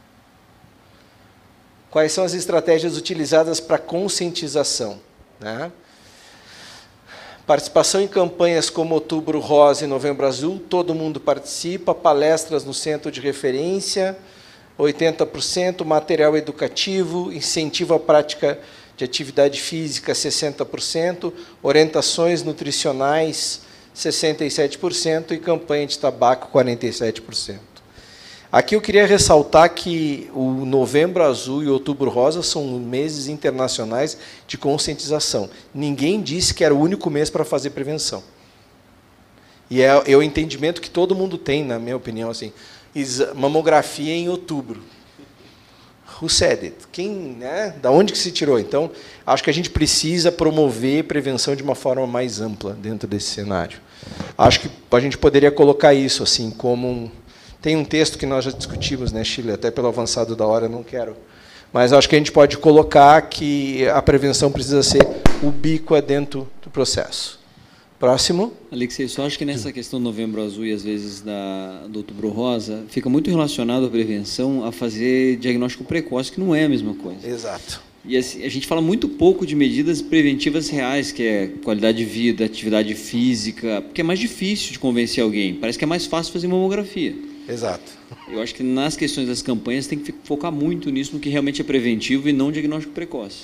Quais são as estratégias utilizadas para conscientização? Né? Participação em campanhas como Outubro Rosa e Novembro Azul, todo mundo participa, palestras no centro de referência, 80%, material educativo, incentivo à prática de atividade física, 60%, orientações nutricionais, 67%, e campanha de tabaco, 47%. Aqui eu queria ressaltar que o Novembro Azul e o Outubro Rosa são meses internacionais de conscientização. Ninguém disse que era o único mês para fazer prevenção. E é o entendimento que todo mundo tem, na minha opinião, assim, mamografia em outubro. Who said it? Quem, né? Da onde que se tirou? Então, acho que a gente precisa promover prevenção de uma forma mais ampla dentro desse cenário. Acho que a gente poderia colocar isso assim como tem um texto que nós já discutimos, né, Chile, até pelo avançado da hora, eu não quero. Mas acho que a gente pode colocar que a prevenção precisa ser ubíqua dentro do processo. Próximo. Alexei, só acho que nessa questão do Novembro Azul e, às vezes, do Outubro Rosa, fica muito relacionado a prevenção a fazer diagnóstico precoce, que não é a mesma coisa. Exato. E assim, a gente fala muito pouco de medidas preventivas reais, que é qualidade de vida, atividade física, porque é mais difícil de convencer alguém. Parece que é mais fácil fazer mamografia. Exato. Eu acho que nas questões das campanhas tem que focar muito nisso, no que realmente é preventivo e não diagnóstico precoce.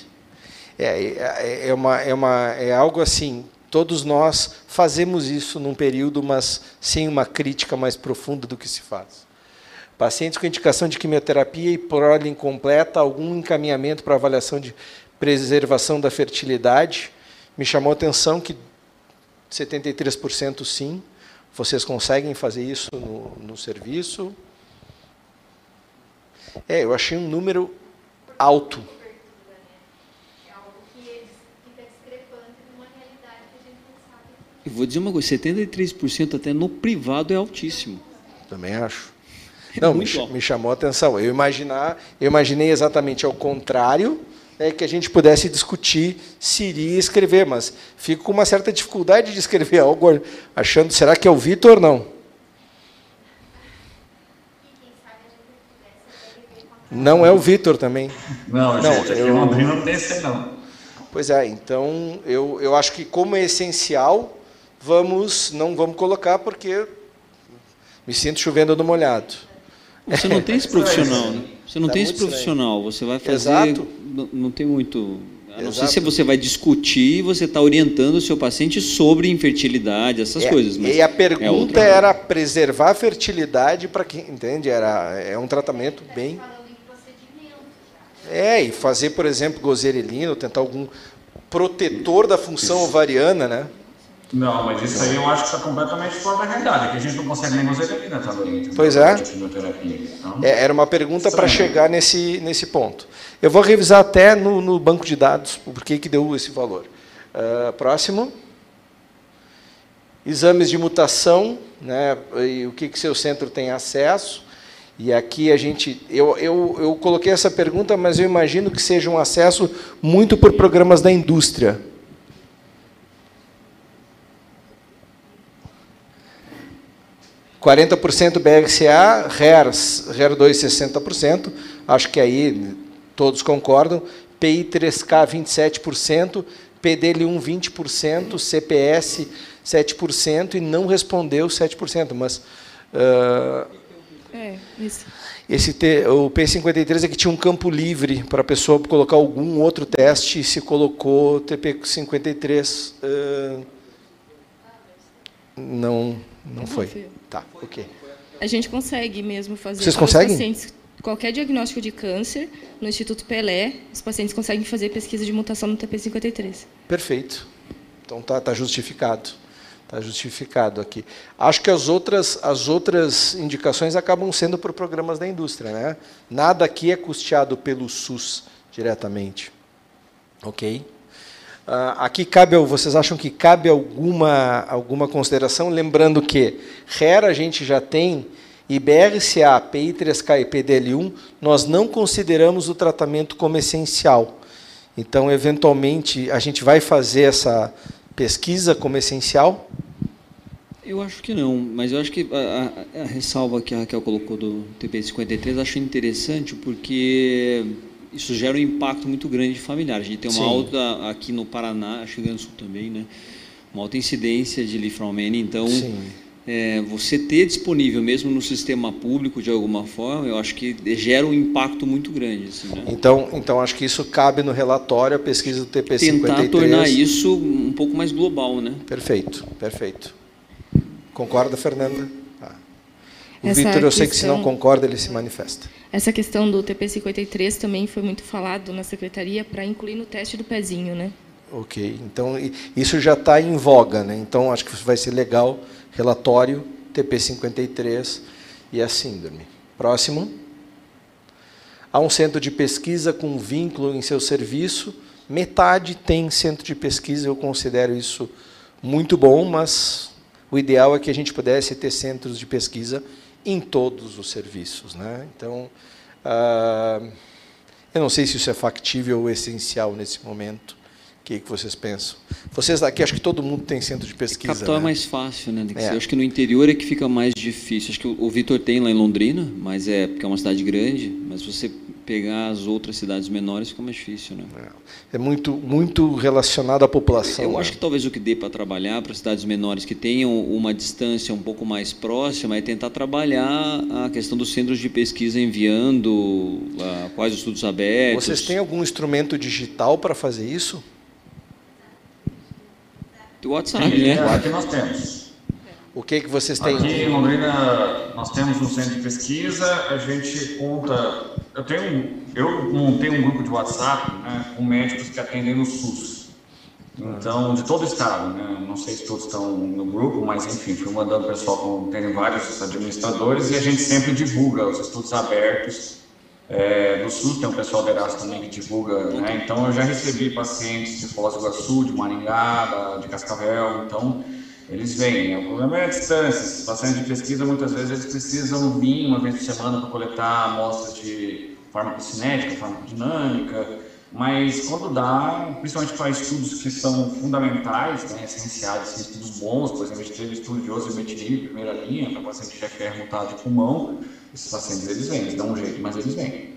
É algo assim, todos nós fazemos isso num período, mas sem uma crítica mais profunda do que se faz. Pacientes com indicação de quimioterapia e prole incompleta, algum encaminhamento para avaliação de preservação da fertilidade. Me chamou a atenção que 73% sim. Vocês conseguem fazer isso no serviço? Eu achei um número alto. Eu vou dizer uma coisa, 73% até no privado é altíssimo. Também acho. Não, me chamou a atenção. Eu imaginei exatamente ao contrário, que a gente pudesse discutir se iria escrever, mas fico com uma certa dificuldade de escrever algo, achando, será que é o Vitor ou não? Não é o Vitor também. Não, gente, aqui em Londrina não tem esse não. Pois é, então eu acho que como é essencial, não vamos colocar, porque me sinto chovendo no molhado. Você não tem esse profissional, né? Você não tem esse profissional, você vai fazer... Exato. Não tem muito... A não ser se você vai discutir, você está orientando o seu paciente sobre infertilidade, essas coisas. Mas e a pergunta era preservar a fertilidade para quem... Entende? É um tratamento bem... e fazer, por exemplo, gozerelina, tentar algum protetor da função ovariana, né? Não, mas isso aí eu acho que está completamente fora da realidade, que a gente não consegue nem gozerelina também. Pois é. Então, era uma pergunta para chegar nesse ponto. Eu vou revisar até no banco de dados por que deu esse valor. Próximo. Exames de mutação, né, e o que seu centro tem acesso. E aqui eu coloquei essa pergunta, mas eu imagino que seja um acesso muito por programas da indústria. %, BRCA, HER2 60%, acho que aí todos concordam, PI3K 27%, PDL1 20%, CPS 7% e não respondeu 7%, mas o P53 é que tinha um campo livre para a pessoa colocar algum outro teste e se colocou TP53, não foi. Tá, ok. A gente consegue mesmo fazer. Vocês conseguem? Pacientes, qualquer diagnóstico de câncer, no Instituto Pelé, os pacientes conseguem fazer pesquisa de mutação no TP53. Perfeito. Então tá justificado. Está justificado aqui. Acho que as outras indicações acabam sendo por programas da indústria, né? Nada aqui é custeado pelo SUS diretamente. Ok? Aqui vocês acham que cabe alguma consideração? Lembrando que RER a gente já tem, e BRCA, PI3K e PDL1, nós não consideramos o tratamento como essencial. Então, eventualmente, a gente vai fazer essa pesquisa como essencial? Eu acho que não, mas eu acho que a ressalva que a Raquel colocou do TP53, acho interessante porque isso gera um impacto muito grande de familiar. A gente tem uma alta, aqui no Paraná, acho que no Rio Grande do Sul também, né? Uma alta incidência de liframine, então você ter disponível mesmo no sistema público de alguma forma, eu acho que gera um impacto muito grande. Assim, né? Então acho que isso cabe no relatório, a pesquisa do TP53. Tentar tornar isso um pouco mais global, né? Perfeito, perfeito. Concorda, Fernanda? O Vitor, eu sei que se não concorda, ele se manifesta. Essa questão do TP53 também foi muito falado na secretaria para incluir no teste do pezinho, né? Ok, então isso já está em voga, né? Então acho que vai ser legal, relatório, TP53 e a síndrome. Próximo. Há um centro de pesquisa com vínculo em seu serviço, metade tem centro de pesquisa, eu considero isso muito bom, mas o ideal é que a gente pudesse ter centros de pesquisa em todos os serviços, né? Então, eu não sei se isso é factível ou essencial nesse momento. O que vocês pensam? Vocês aqui, acho que todo mundo tem centro de pesquisa. Capital, né? É mais fácil, né? Eu acho que no interior é que fica mais difícil. Acho que o Vitor tem lá em Londrina, mas porque é uma cidade grande, mas você pegar as outras cidades menores fica mais difícil, né? É muito relacionado à população. Eu acho que talvez o que dê para trabalhar para cidades menores que tenham uma distância um pouco mais próxima é tentar trabalhar a questão dos centros de pesquisa enviando quais os estudos abertos. Vocês têm algum instrumento digital para fazer isso? Do WhatsApp, né? Aqui nós temos. O que vocês têm? Aqui em Londrina nós temos um centro de pesquisa, a gente conta... Eu montei um grupo de WhatsApp, né, com médicos que atendem no SUS. Então, de todo o estado, né? Não sei se todos estão no grupo, mas enfim, fui mandando o pessoal, tem vários administradores, e a gente sempre divulga os estudos abertos. No SUS tem um pessoal da Erasmo também que divulga, né? Então eu já recebi pacientes de Foz do Iguaçu, de Maringá, de Cascavel, então eles vêm. O problema é a distância. Os pacientes de pesquisa muitas vezes eles precisam vir uma vez por semana para coletar amostras de farmacocinética, farmacodinâmica, mas quando dá, principalmente para estudos que são fundamentais, né, essenciais, assim, estudos bons, por exemplo, a gente teve estudo de osimetril, primeira linha, para paciente de GFR mutado de pulmão. Esses pacientes, eles vêm, eles dão um jeito, mas eles vêm.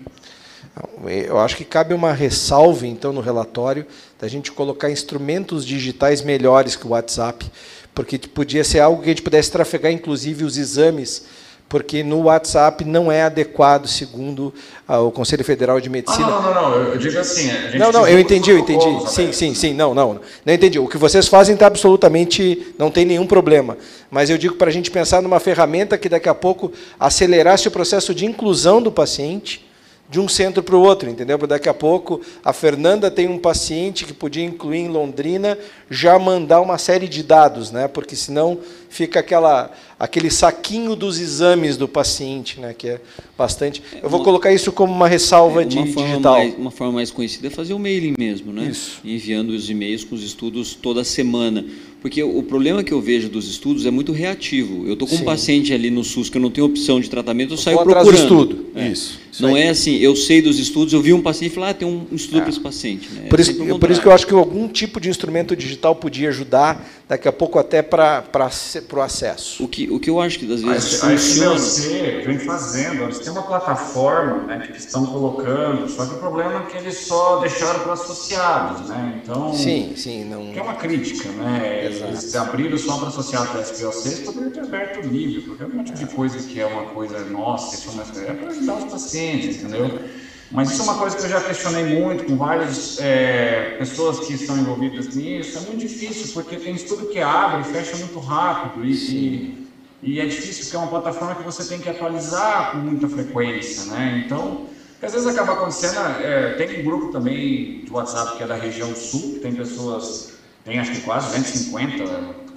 Eu acho que cabe uma ressalva, então, no relatório, da gente colocar instrumentos digitais melhores que o WhatsApp, porque podia ser algo que a gente pudesse trafegar, inclusive, os exames, porque no WhatsApp não é adequado, segundo o Conselho Federal de Medicina. Não, eu digo assim... eu entendi. Sim, não entendi. O que vocês fazem está absolutamente... não tem nenhum problema. Mas eu digo para a gente pensar numa ferramenta que daqui a pouco acelerasse o processo de inclusão do paciente de um centro para o outro, entendeu? Porque daqui a pouco a Fernanda tem um paciente que podia incluir em Londrina, já mandar uma série de dados, né? Porque senão fica aquele saquinho dos exames do paciente, né? Que é bastante... Eu vou colocar isso como uma ressalva digital. Uma forma mais conhecida é fazer o mailing mesmo, né? Isso. Enviando os e-mails com os estudos toda semana. Porque o problema que eu vejo dos estudos é muito reativo. Eu estou com um paciente ali no SUS que eu não tenho opção de tratamento, eu saio procurando. Atrás do estudo. Isso não é assim, eu sei dos estudos, eu vi um paciente e falei, tem um estudo para esse paciente. Né? Por isso que eu acho que algum tipo de instrumento digital podia ajudar, daqui a pouco até para o acesso. O que eu acho que às vezes a SBLC vem fazendo, eles têm uma plataforma, né, que estão colocando, só que o problema é que eles só deixaram para associados, né? Então, não... que é uma crítica, né? Exato. Eles abriram só para associados da SBLC, eles poderiam ter aberto livre, porque é um monte de coisa que é uma coisa nossa, é para ajudar os pacientes, entendeu? Mas isso é uma coisa que eu já questionei muito com várias pessoas que estão envolvidas nisso. É muito difícil, porque tem estudo que abre e fecha muito rápido. E é difícil, porque é uma plataforma que você tem que atualizar com muita frequência, né? Então, às vezes acaba acontecendo... tem um grupo também de WhatsApp que é da região sul, que tem pessoas... Tem acho que quase 250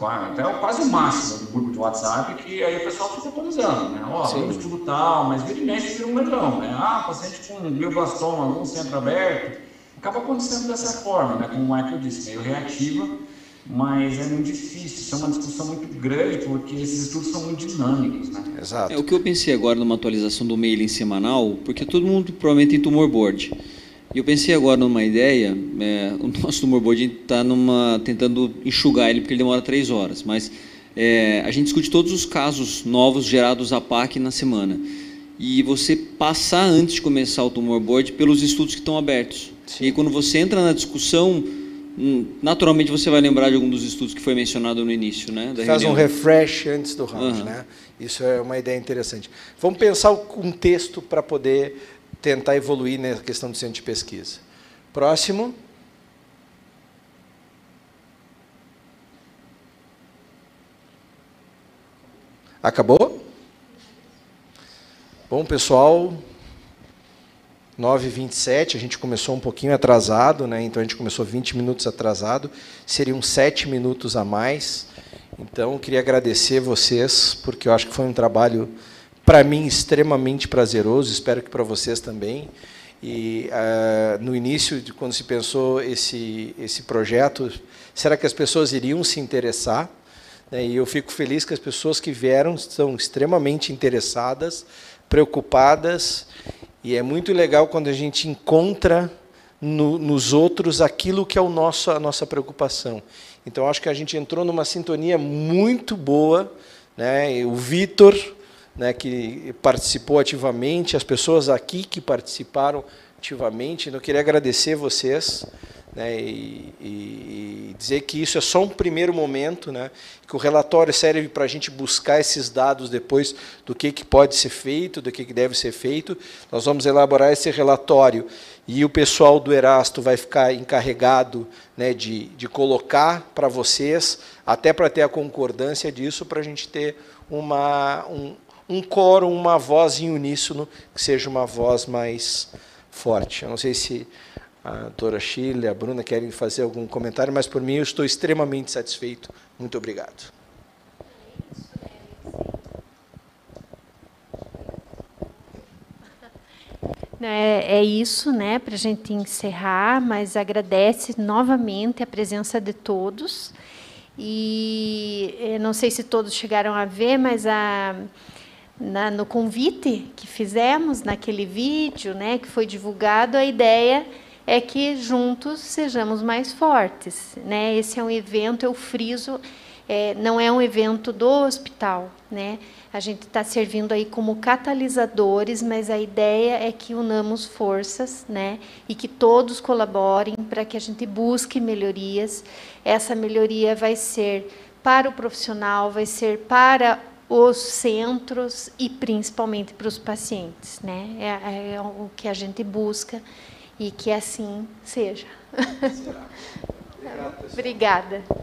até quase o máximo do grupo de WhatsApp, que aí o pessoal fica atualizando, né? Ó, um estudo tal, mas vira e mexe, vira um leilão, né? Ah, paciente com glioblastoma, algum centro aberto, acaba acontecendo dessa forma, né? Como o Michael disse, meio reativa, mas é muito difícil, isso é uma discussão muito grande, porque esses estudos são muito dinâmicos, né? Exato. O que eu pensei agora numa atualização do mailing semanal, porque todo mundo provavelmente tem tumor board. E eu pensei agora numa ideia, o nosso tumor board está tentando enxugar ele, porque ele demora 3 horas, mas a gente discute todos os casos novos gerados à PAC na semana. E você passar antes de começar o tumor board pelos estudos que estão abertos. Sim. E aí, quando você entra na discussão, naturalmente você vai lembrar de algum dos estudos que foi mencionado no início, né? Faz um refresh antes do round, né? Isso é uma ideia interessante. Vamos pensar um texto para poder tentar evoluir na questão do centro de pesquisa. Próximo. Acabou? Bom, pessoal, 9h27, a gente começou um pouquinho atrasado, né? Então a gente começou 20 minutos atrasado, seriam 7 minutos a mais. Então, eu queria agradecer vocês, porque eu acho que foi um trabalho, para mim, extremamente prazeroso, espero que para vocês também. E no início, quando se pensou esse projeto, será que as pessoas iriam se interessar? E eu fico feliz que as pessoas que vieram estão extremamente interessadas, preocupadas, e é muito legal quando a gente encontra nos outros aquilo que é a nossa preocupação. Então, acho que a gente entrou numa sintonia muito boa, né? O Vitor, né, que participou ativamente, as pessoas aqui que participaram ativamente. Eu queria agradecer vocês, né, e dizer que isso é só um primeiro momento, né, que o relatório serve para a gente buscar esses dados depois do que pode ser feito, do que deve ser feito. Nós vamos elaborar esse relatório e o pessoal do Erasto vai ficar encarregado, né, de colocar para vocês, até para ter a concordância disso, para a gente ter um coro, uma voz em uníssono, que seja uma voz mais forte. Eu não sei se a doutora Shirley, a Bruna querem fazer algum comentário, mas, por mim, eu estou extremamente satisfeito. Muito obrigado. É isso, né, para a gente encerrar, mas agradece novamente a presença de todos. E não sei se todos chegaram a ver, mas no convite que fizemos, naquele vídeo, né, que foi divulgado, a ideia é que juntos sejamos mais fortes, né? Esse é um evento, eu friso, não é um evento do hospital, né? A gente está servindo aí como catalisadores, mas a ideia é que unamos forças, né? E que todos colaborem para que a gente busque melhorias. Essa melhoria vai ser para o profissional, vai ser para os centros e principalmente para os pacientes, né? É o que a gente busca e que assim seja. Será. Obrigada.